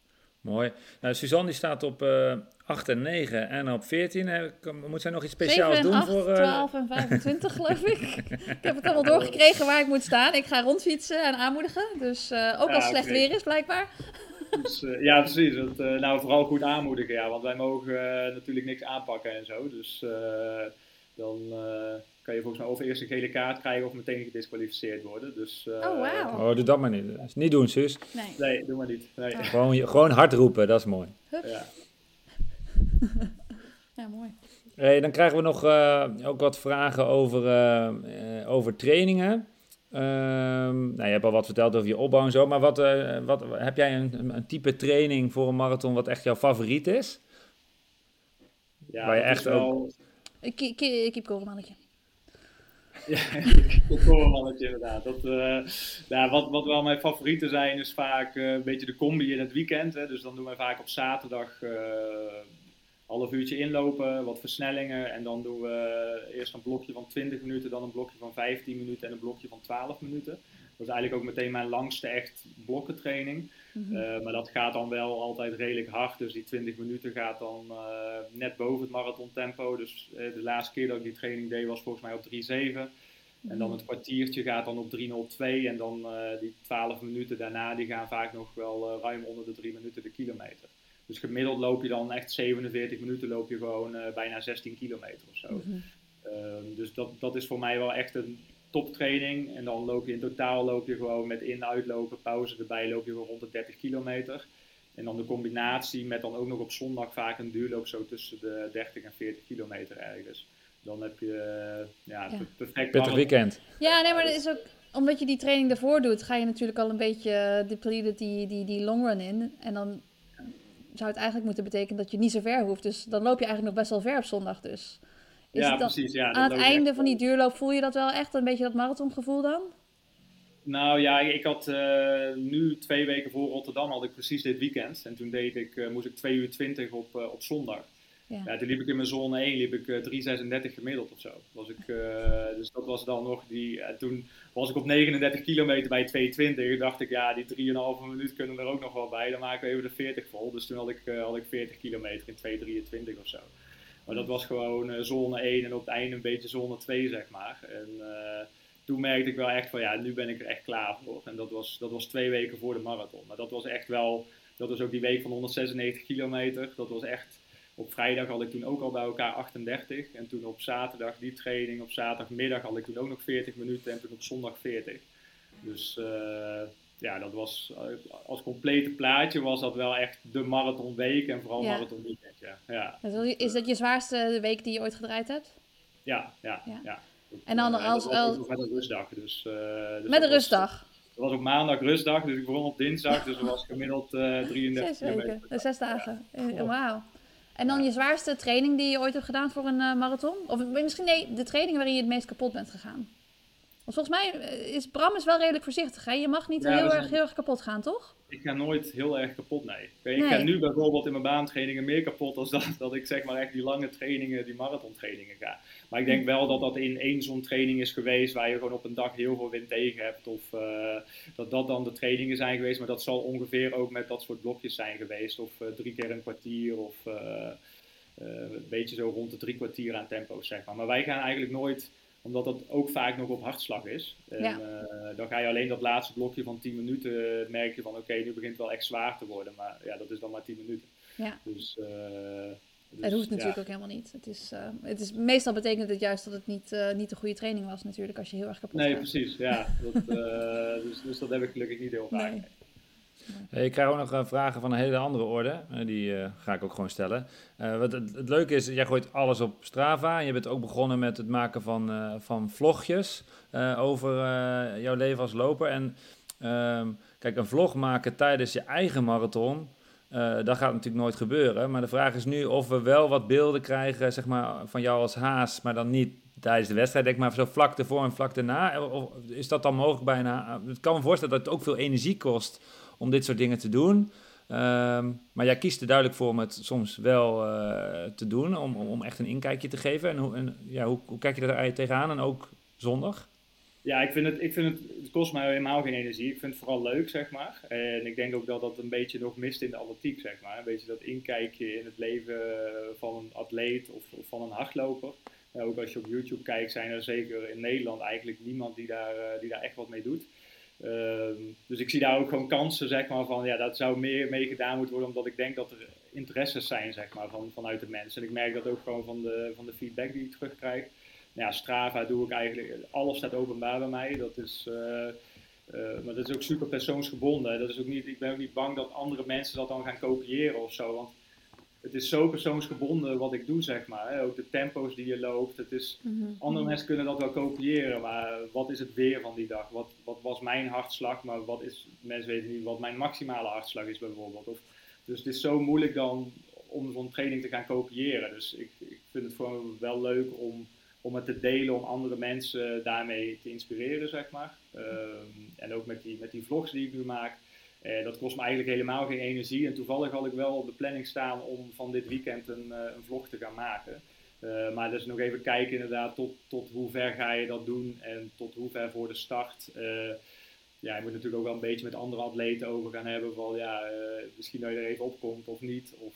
Mooi. Nou, Suzanne die staat op uh, acht en negen en op veertien. Hè. Moet zij nog iets speciaals zeven en doen acht, voor... Uh... twaalf en vijfentwintig geloof ik. Ik heb het allemaal doorgekregen waar ik moet staan. Ik ga rondfietsen en aanmoedigen. Dus uh, ook als het slecht okay. weer is blijkbaar. Dus, uh, ja, precies. Dat, uh, nou, vooral goed aanmoedigen. Ja, want wij mogen uh, natuurlijk niks aanpakken en zo. Dus uh, dan... Uh, kan je volgens mij of eerst een gele kaart krijgen of meteen gedisqualificeerd worden. Dus, uh, oh, wow. Oh, doe dat maar niet. Dus niet doen, Suus. Nee, nee doe maar niet. Nee. Oh. Gewoon, gewoon hard roepen, dat is mooi. Ja, ja mooi. Hey, dan krijgen we nog uh, ook wat vragen over, uh, uh, over trainingen. Uh, nou, je hebt al wat verteld over je opbouw en zo, maar wat, uh, wat, heb jij een, een type training voor een marathon wat echt jouw favoriet is? Ja, waar je echt wel... ook... Ik, ik, ik heb korenmannetje. Ja, ik hoor een mannetje inderdaad. Dat, uh, nou, wat, wat wel mijn favorieten zijn is vaak uh, een beetje de combi in het weekend. Hè. Dus dan doen wij vaak op zaterdag uh, half uurtje inlopen, wat versnellingen. En dan doen we eerst een blokje van twintig minuten, dan een blokje van vijftien minuten en een blokje van twaalf minuten. Dat is eigenlijk ook meteen mijn langste echt blokkentraining. Mm-hmm. Uh, maar dat gaat dan wel altijd redelijk hard. Dus die twintig minuten gaat dan uh, net boven het marathontempo. Dus uh, de laatste keer dat ik die training deed was volgens mij op drie zeven. Mm-hmm. En dan het kwartiertje gaat dan op drie nul twee. En dan uh, die twaalf minuten daarna die gaan vaak nog wel uh, ruim onder de drie minuten de kilometer. Dus gemiddeld loop je dan echt zevenenveertig minuten loop je gewoon uh, bijna zestien kilometer of zo. Mm-hmm. Uh, dus dat, dat is voor mij wel echt een toptraining. En dan loop je in totaal loop je gewoon met in, uitlopen, pauze erbij, loop je gewoon rond de dertig kilometer. En dan de combinatie met dan ook nog op zondag vaak een duurloop zo tussen de dertig en veertig kilometer ergens. Dan heb je uh, ja, ja. perfect pittig weekend. Ja, nee, maar dat is ook omdat je die training daarvoor doet, ga je natuurlijk al een beetje depleted die, die, die long run in. En dan zou het eigenlijk moeten betekenen dat je niet zo ver hoeft. Dus dan loop je eigenlijk nog best wel ver op zondag dus. Is ja, het dan, precies. Ja, aan het einde van die duurloop voel je dat wel echt, een beetje dat marathongevoel dan? Nou ja, ik had uh, nu twee weken voor Rotterdam had ik precies dit weekend. En toen deed ik, uh, moest ik twee uur twintig op, uh, op zondag. Ja. Ja, toen liep ik in mijn zone één, liep ik uh, drie zesendertig gemiddeld of zo. Was ik, uh, dus dat was dan nog die, uh, toen was ik op negenendertig kilometer bij twee twintig. Dacht ik, ja, die drieënhalve minuut kunnen er ook nog wel bij. Dan maken we even de veertig vol. Dus toen had ik, uh, had ik veertig kilometer in twee drieëntwintig of zo. Maar dat was gewoon uh, zone één en op het einde een beetje zone twee, zeg maar. En uh, toen merkte ik wel echt van, ja, nu ben ik er echt klaar voor. En dat was, dat was twee weken voor de marathon. Maar dat was echt wel, dat was ook die week van honderdzesennegentig kilometer. Dat was echt, op vrijdag had ik toen ook al bij elkaar achtendertig. En toen op zaterdag die training, op zaterdagmiddag had ik toen ook nog veertig minuten en toen op zondag veertig. Dus... Uh, ja, dat was als complete plaatje was dat wel echt de marathonweek en vooral ja. marathonweekend. Ja. Ja. Is dat je zwaarste week die je ooit gedraaid hebt? Ja, ja, ja. ja. Dat, en dan uh, als... dat was ook met een rustdag. Dus, uh, dus met een rustdag? Was, dat was op maandag rustdag, dus ik begon op dinsdag, dus dat was gemiddeld uh, drieëndertig Zes weken, kilometer. zes dagen. Ja. Wauw. En dan je zwaarste training die je ooit hebt gedaan voor een uh, marathon? Of misschien nee, de training waarin je het meest kapot bent gegaan? Want volgens mij is Bram is wel redelijk voorzichtig. Hè? Je mag niet ja, heel, erg, heel erg kapot gaan, toch? Ik ga nooit heel erg kapot, nee. nee. Ik nee. ga nu bijvoorbeeld in mijn baantrainingen meer kapot dan dat, dat ik zeg maar echt die lange trainingen, die marathontrainingen ga. Maar ik denk wel dat dat in één zo'n training is geweest waar je gewoon op een dag heel veel wind tegen hebt. Of uh, dat dat dan de trainingen zijn geweest. Maar dat zal ongeveer ook met dat soort blokjes zijn geweest. Of uh, drie keer een kwartier of uh, uh, een beetje zo rond de drie kwartier aan tempo's, zeg maar. Maar wij gaan eigenlijk nooit... Omdat dat ook vaak nog op hartslag is. En, ja. uh, dan ga je alleen dat laatste blokje van tien minuten, merk je van oké, okay, nu begint het wel echt zwaar te worden. Maar ja, dat is dan maar tien minuten. Ja. Dus, uh, dus, het hoeft natuurlijk ja. ook helemaal niet. Het is, uh, het is, meestal betekent het juist dat het niet, uh, niet de goede training was natuurlijk, als je heel erg kapot Nee, gaat. precies. Ja. Dat, uh, dus, dus dat heb ik gelukkig niet heel vaak. Nee. Hey, ik krijg ook nog uh, vragen van een hele andere orde. Uh, die uh, ga ik ook gewoon stellen. Uh, wat het, het leuke is, jij gooit alles op Strava. En je bent ook begonnen met het maken van, uh, van vlogjes uh, over uh, jouw leven als loper. En uh, kijk, een vlog maken tijdens je eigen marathon, uh, dat gaat natuurlijk nooit gebeuren. Maar de vraag is nu of we wel wat beelden krijgen, zeg maar, van jou als Haas, maar dan niet tijdens de wedstrijd, denk maar zo vlak ervoor en vlak daarna. Of is dat dan mogelijk bijna? Ik kan me voorstellen dat het ook veel energie kost om dit soort dingen te doen. Um, maar jij kiest er duidelijk voor om het soms wel uh, te doen, om, om echt een inkijkje te geven. En, hoe, en ja, hoe, hoe kijk je daar tegenaan en ook zondag? Ja, ik vind, het, ik vind het, het kost mij helemaal geen energie. Ik vind het vooral leuk, zeg maar. En ik denk ook dat dat een beetje nog mist in de atletiek, zeg maar. Een beetje dat inkijkje in het leven van een atleet of, of van een hardloper. Uh, ook als je op YouTube kijkt, zijn er zeker in Nederland eigenlijk niemand die daar, uh, die daar echt wat mee doet. Uh, dus ik zie daar ook gewoon kansen, zeg maar, van ja, dat zou meer mee gedaan moeten worden, omdat ik denk dat er interesses zijn, zeg maar, van, vanuit de mensen. En ik merk dat ook gewoon van de, van de feedback die ik terugkrijg. Nou ja, Strava doe ik eigenlijk, alles staat openbaar bij mij. Dat is, uh, uh, maar dat is ook super persoonsgebonden. Dat is ook niet, ik ben ook niet bang dat andere mensen dat dan gaan kopiëren of zo. Want het is zo persoonsgebonden wat ik doe, zeg maar. Hè. Ook de tempo's die je loopt. Het is, mm-hmm. Andere mensen kunnen dat wel kopiëren, maar wat is het weer van die dag? Wat, wat was mijn hartslag, maar wat is, mensen weten niet wat mijn maximale hartslag is bijvoorbeeld. Of, dus het is zo moeilijk dan om zo'n training te gaan kopiëren. Dus ik, ik vind het gewoon wel leuk om... om het te delen, om andere mensen daarmee te inspireren, zeg maar. Um, en ook met die, met die vlogs die ik nu maak. Uh, dat kost me eigenlijk helemaal geen energie. En toevallig had ik wel op de planning staan om van dit weekend een, uh, een vlog te gaan maken. Uh, maar dus nog even kijken inderdaad tot, tot hoe ver ga je dat doen en tot hoe ver voor de start. Uh, ja, je moet natuurlijk ook wel een beetje met andere atleten over gaan hebben. Van ja, uh, misschien dat je er even opkomt of niet. Of,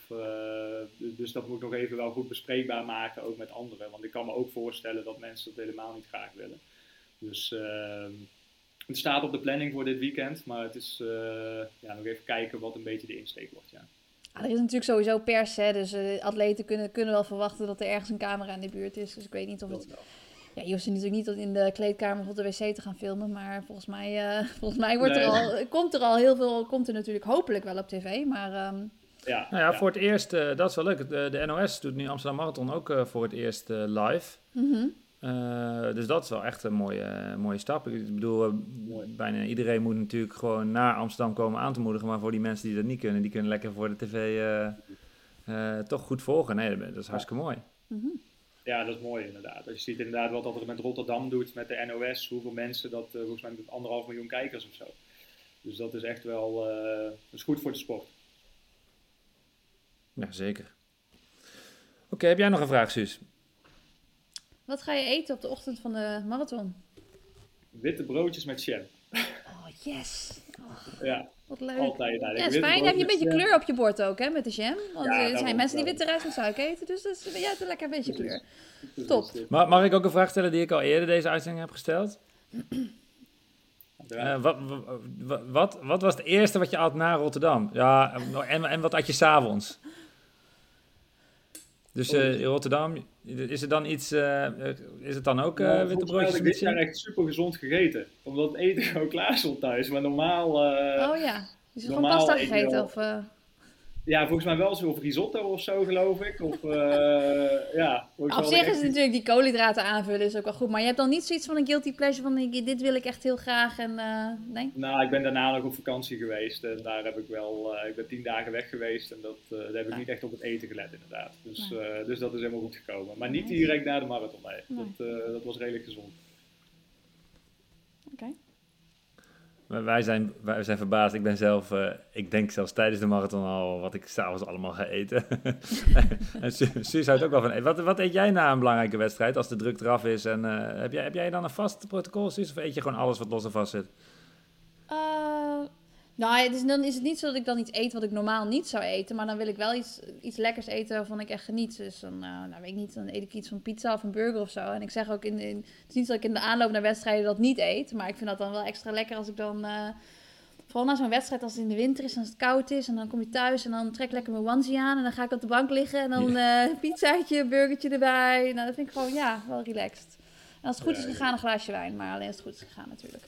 uh, dus dat moet ik nog even wel goed bespreekbaar maken, ook met anderen. Want ik kan me ook voorstellen dat mensen dat helemaal niet graag willen. Dus uh, het staat op de planning voor dit weekend. Maar het is uh, ja, nog even kijken wat een beetje de insteek wordt. Ja. Ah, er is natuurlijk sowieso pers, hè, dus uh, atleten kunnen, kunnen wel verwachten dat er ergens een camera in de buurt is. Dus ik weet niet of het... Ja, je hoeft ze natuurlijk niet tot in de kleedkamer of op de wc te gaan filmen, maar volgens mij, uh, volgens mij wordt nee. er al, komt er al heel veel, komt er natuurlijk hopelijk wel op tv, maar... Um... Ja, nou ja, ja, voor het eerst, uh, dat is wel leuk, de, de N O S doet nu Amsterdam Marathon ook uh, voor het eerst uh, live. Mm-hmm. Uh, dus dat is wel echt een mooie, uh, mooie stap. Ik bedoel, uh, bijna iedereen moet natuurlijk gewoon naar Amsterdam komen aan te moedigen, maar voor die mensen die dat niet kunnen, die kunnen lekker voor de tv uh, uh, toch goed volgen. Nee, dat is hartstikke mooi. Mm-hmm. Ja, dat is mooi inderdaad. Als je ziet inderdaad wat dat er met Rotterdam doet, met de N O S, hoeveel mensen, dat uh, volgens mij met anderhalf miljoen kijkers of zo. Dus dat is echt wel, uh, dat is goed voor de sport. Ja, zeker. Oké, okay, heb jij nog een vraag, Suus? Wat ga je eten op de ochtend van de marathon? Witte broodjes met jam. Oh, yes! Oh, ja. Wat leuk. Altijd. Ja, is fijn. Dan heb je een beetje kleur op je bord ook, hè, met de jam. Want ja, er zijn mensen die witte rijst met suiker eten, dus dat is, ja, het is lekker een beetje kleur. Top. Mag, mag ik ook een vraag stellen die ik al eerder deze uitzending heb gesteld? Uh, wat, wat, wat, wat was het eerste wat je at na Rotterdam? Ja, en, en wat at je 's avonds? Dus uh, in Rotterdam, is het dan iets, uh, is het dan ook uh, nou, witte broodjes? Ik heb dit jaar echt super gezond gegeten. Omdat het eten gewoon klaar stond thuis. Maar normaal... Uh, oh ja, dus je hebt gewoon pasta gegeten? Wel, of, uh... Ja, volgens mij wel zo of risotto of zo, geloof ik. Of, uh, ja, op zich is het natuurlijk die koolhydraten aanvullen is ook wel goed. Maar je hebt dan niet zoiets van een guilty pleasure van dit wil ik echt heel graag en uh, nee? Nou, ik ben daarna nog op vakantie geweest. En daar heb ik wel, uh, ik ben tien dagen weg geweest. En dat, uh, daar heb ik ja. niet echt op het eten gelet inderdaad. Dus, nee. uh, dus dat is helemaal goed gekomen. Maar niet direct na de marathon, nee. nee. Dat, uh, dat was redelijk gezond. Oké. Okay. Wij zijn, wij zijn verbaasd. Ik ben zelf, uh, ik denk zelfs tijdens de marathon al wat ik s'avonds allemaal ga eten. En Suus houdt ook wel van eten. Wat, wat eet jij na een belangrijke wedstrijd als de druk eraf is? En, uh, heb, jij, heb jij dan een vast protocol, Suus? Of eet je gewoon alles wat los en vast zit? Uh, nou, dus dan is het niet zo dat ik dan iets eet wat ik normaal niet zou eten. Maar dan wil ik wel iets, iets lekkers eten waarvan ik echt geniet. Dus dan, uh, nou weet ik niet, dan eet ik iets van pizza of een burger of zo. En ik zeg ook, in, in, het is niet dat ik in de aanloop naar wedstrijden dat niet eet. Maar ik vind dat dan wel extra lekker als ik dan... Uh, vooral na zo'n wedstrijd als het in de winter is en als het koud is. En dan kom je thuis en dan trek ik lekker mijn onesie aan. En dan ga ik op de bank liggen en dan uh, pizzaatje, burgertje erbij. Nou, dat vind ik gewoon, ja, wel relaxed. En als het goed is gegaan, een glaasje wijn. Maar alleen als het goed is gegaan natuurlijk.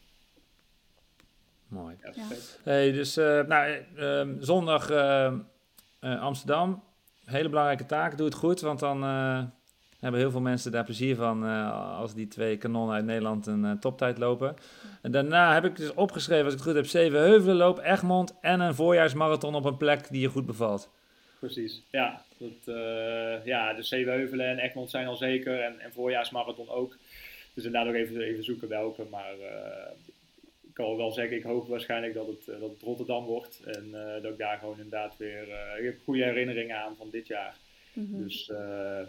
Mooi. Ja. Hey, dus uh, nou, uh, zondag uh, uh, Amsterdam. Hele belangrijke taak. Doe het goed, want dan uh, hebben heel veel mensen daar plezier van uh, als die twee kanonnen uit Nederland een uh, toptijd lopen. Ja. En daarna heb ik dus opgeschreven, als ik het goed heb, Zevenheuvelenloop, Egmond en een voorjaarsmarathon op een plek die je goed bevalt. Precies, ja. Dat, uh, ja, dus Zevenheuvelen en Egmond zijn al zeker en, en voorjaarsmarathon ook. Dus inderdaad nog even, even zoeken welke, maar... Uh, ik kan wel zeggen, ik hoop waarschijnlijk dat het, uh, dat het Rotterdam wordt. En uh, dat ik daar gewoon inderdaad weer... Uh, ik heb goede herinneringen aan van dit jaar. Mm-hmm. Dus uh,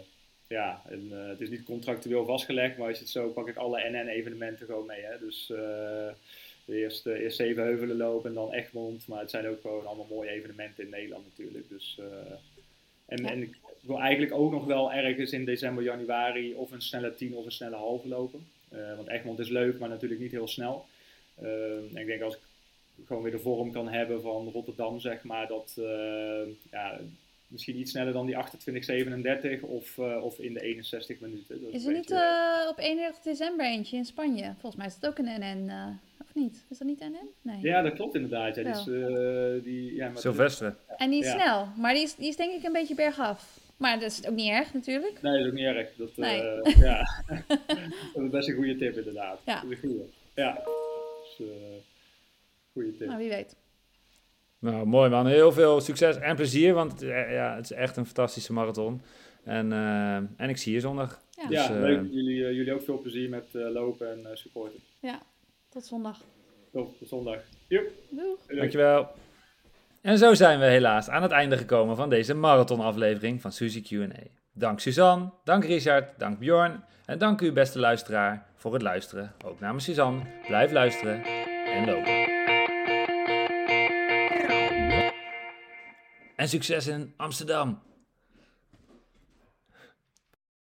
ja, en, uh, het is niet contractueel vastgelegd, maar als je het zo pak ik alle N N-evenementen gewoon mee. Hè? Dus uh, eerst, uh, eerst zeven heuvelen lopen en dan Egmond. Maar het zijn ook gewoon allemaal mooie evenementen in Nederland natuurlijk. Dus, uh, en, ja. en ik wil eigenlijk ook nog wel ergens in december, januari of een snelle tien of een snelle halve lopen. Uh, want Egmond is leuk, maar natuurlijk niet heel snel. Uh, en ik denk als ik gewoon weer de vorm kan hebben van Rotterdam, zeg maar, dat uh, ja, misschien iets sneller dan die achtentwintig zevenendertig of, uh, of in de eenenzestig minuten. Dat is er niet uh, op eenendertig december eentje in Spanje? Volgens mij is dat ook een N N, uh, of niet? Is dat niet N N? Nee. Ja, dat klopt inderdaad. Ja, die is, uh, die, ja, Sylvestre. Ja. En die is ja. snel, maar die is, die is denk ik een beetje bergaf. Maar dat is ook niet erg natuurlijk. Nee, dat is ook niet erg. Dat, nee. uh, ja. Dat is best een goede tip inderdaad. Ja. Dat is een goede. Ja. Dus, uh, goede tip. Nou, wie weet. Nou, mooi man. Heel veel succes en plezier, want ja, het is echt een fantastische marathon. En, uh, en ik zie je zondag. Ja, dus, ja uh, leuk. Jullie, uh, jullie ook veel plezier met uh, lopen en uh, supporten. Ja, tot zondag. Tot, tot zondag. Joep. Doeg. Dankjewel. En zo zijn we helaas aan het einde gekomen van deze marathonaflevering van Suzy Q en A. Dank Suzanne, dank Richard, dank Bjorn en dank u beste luisteraar voor het luisteren. Ook namens Suzanne, blijf luisteren en lopen. En succes in Amsterdam!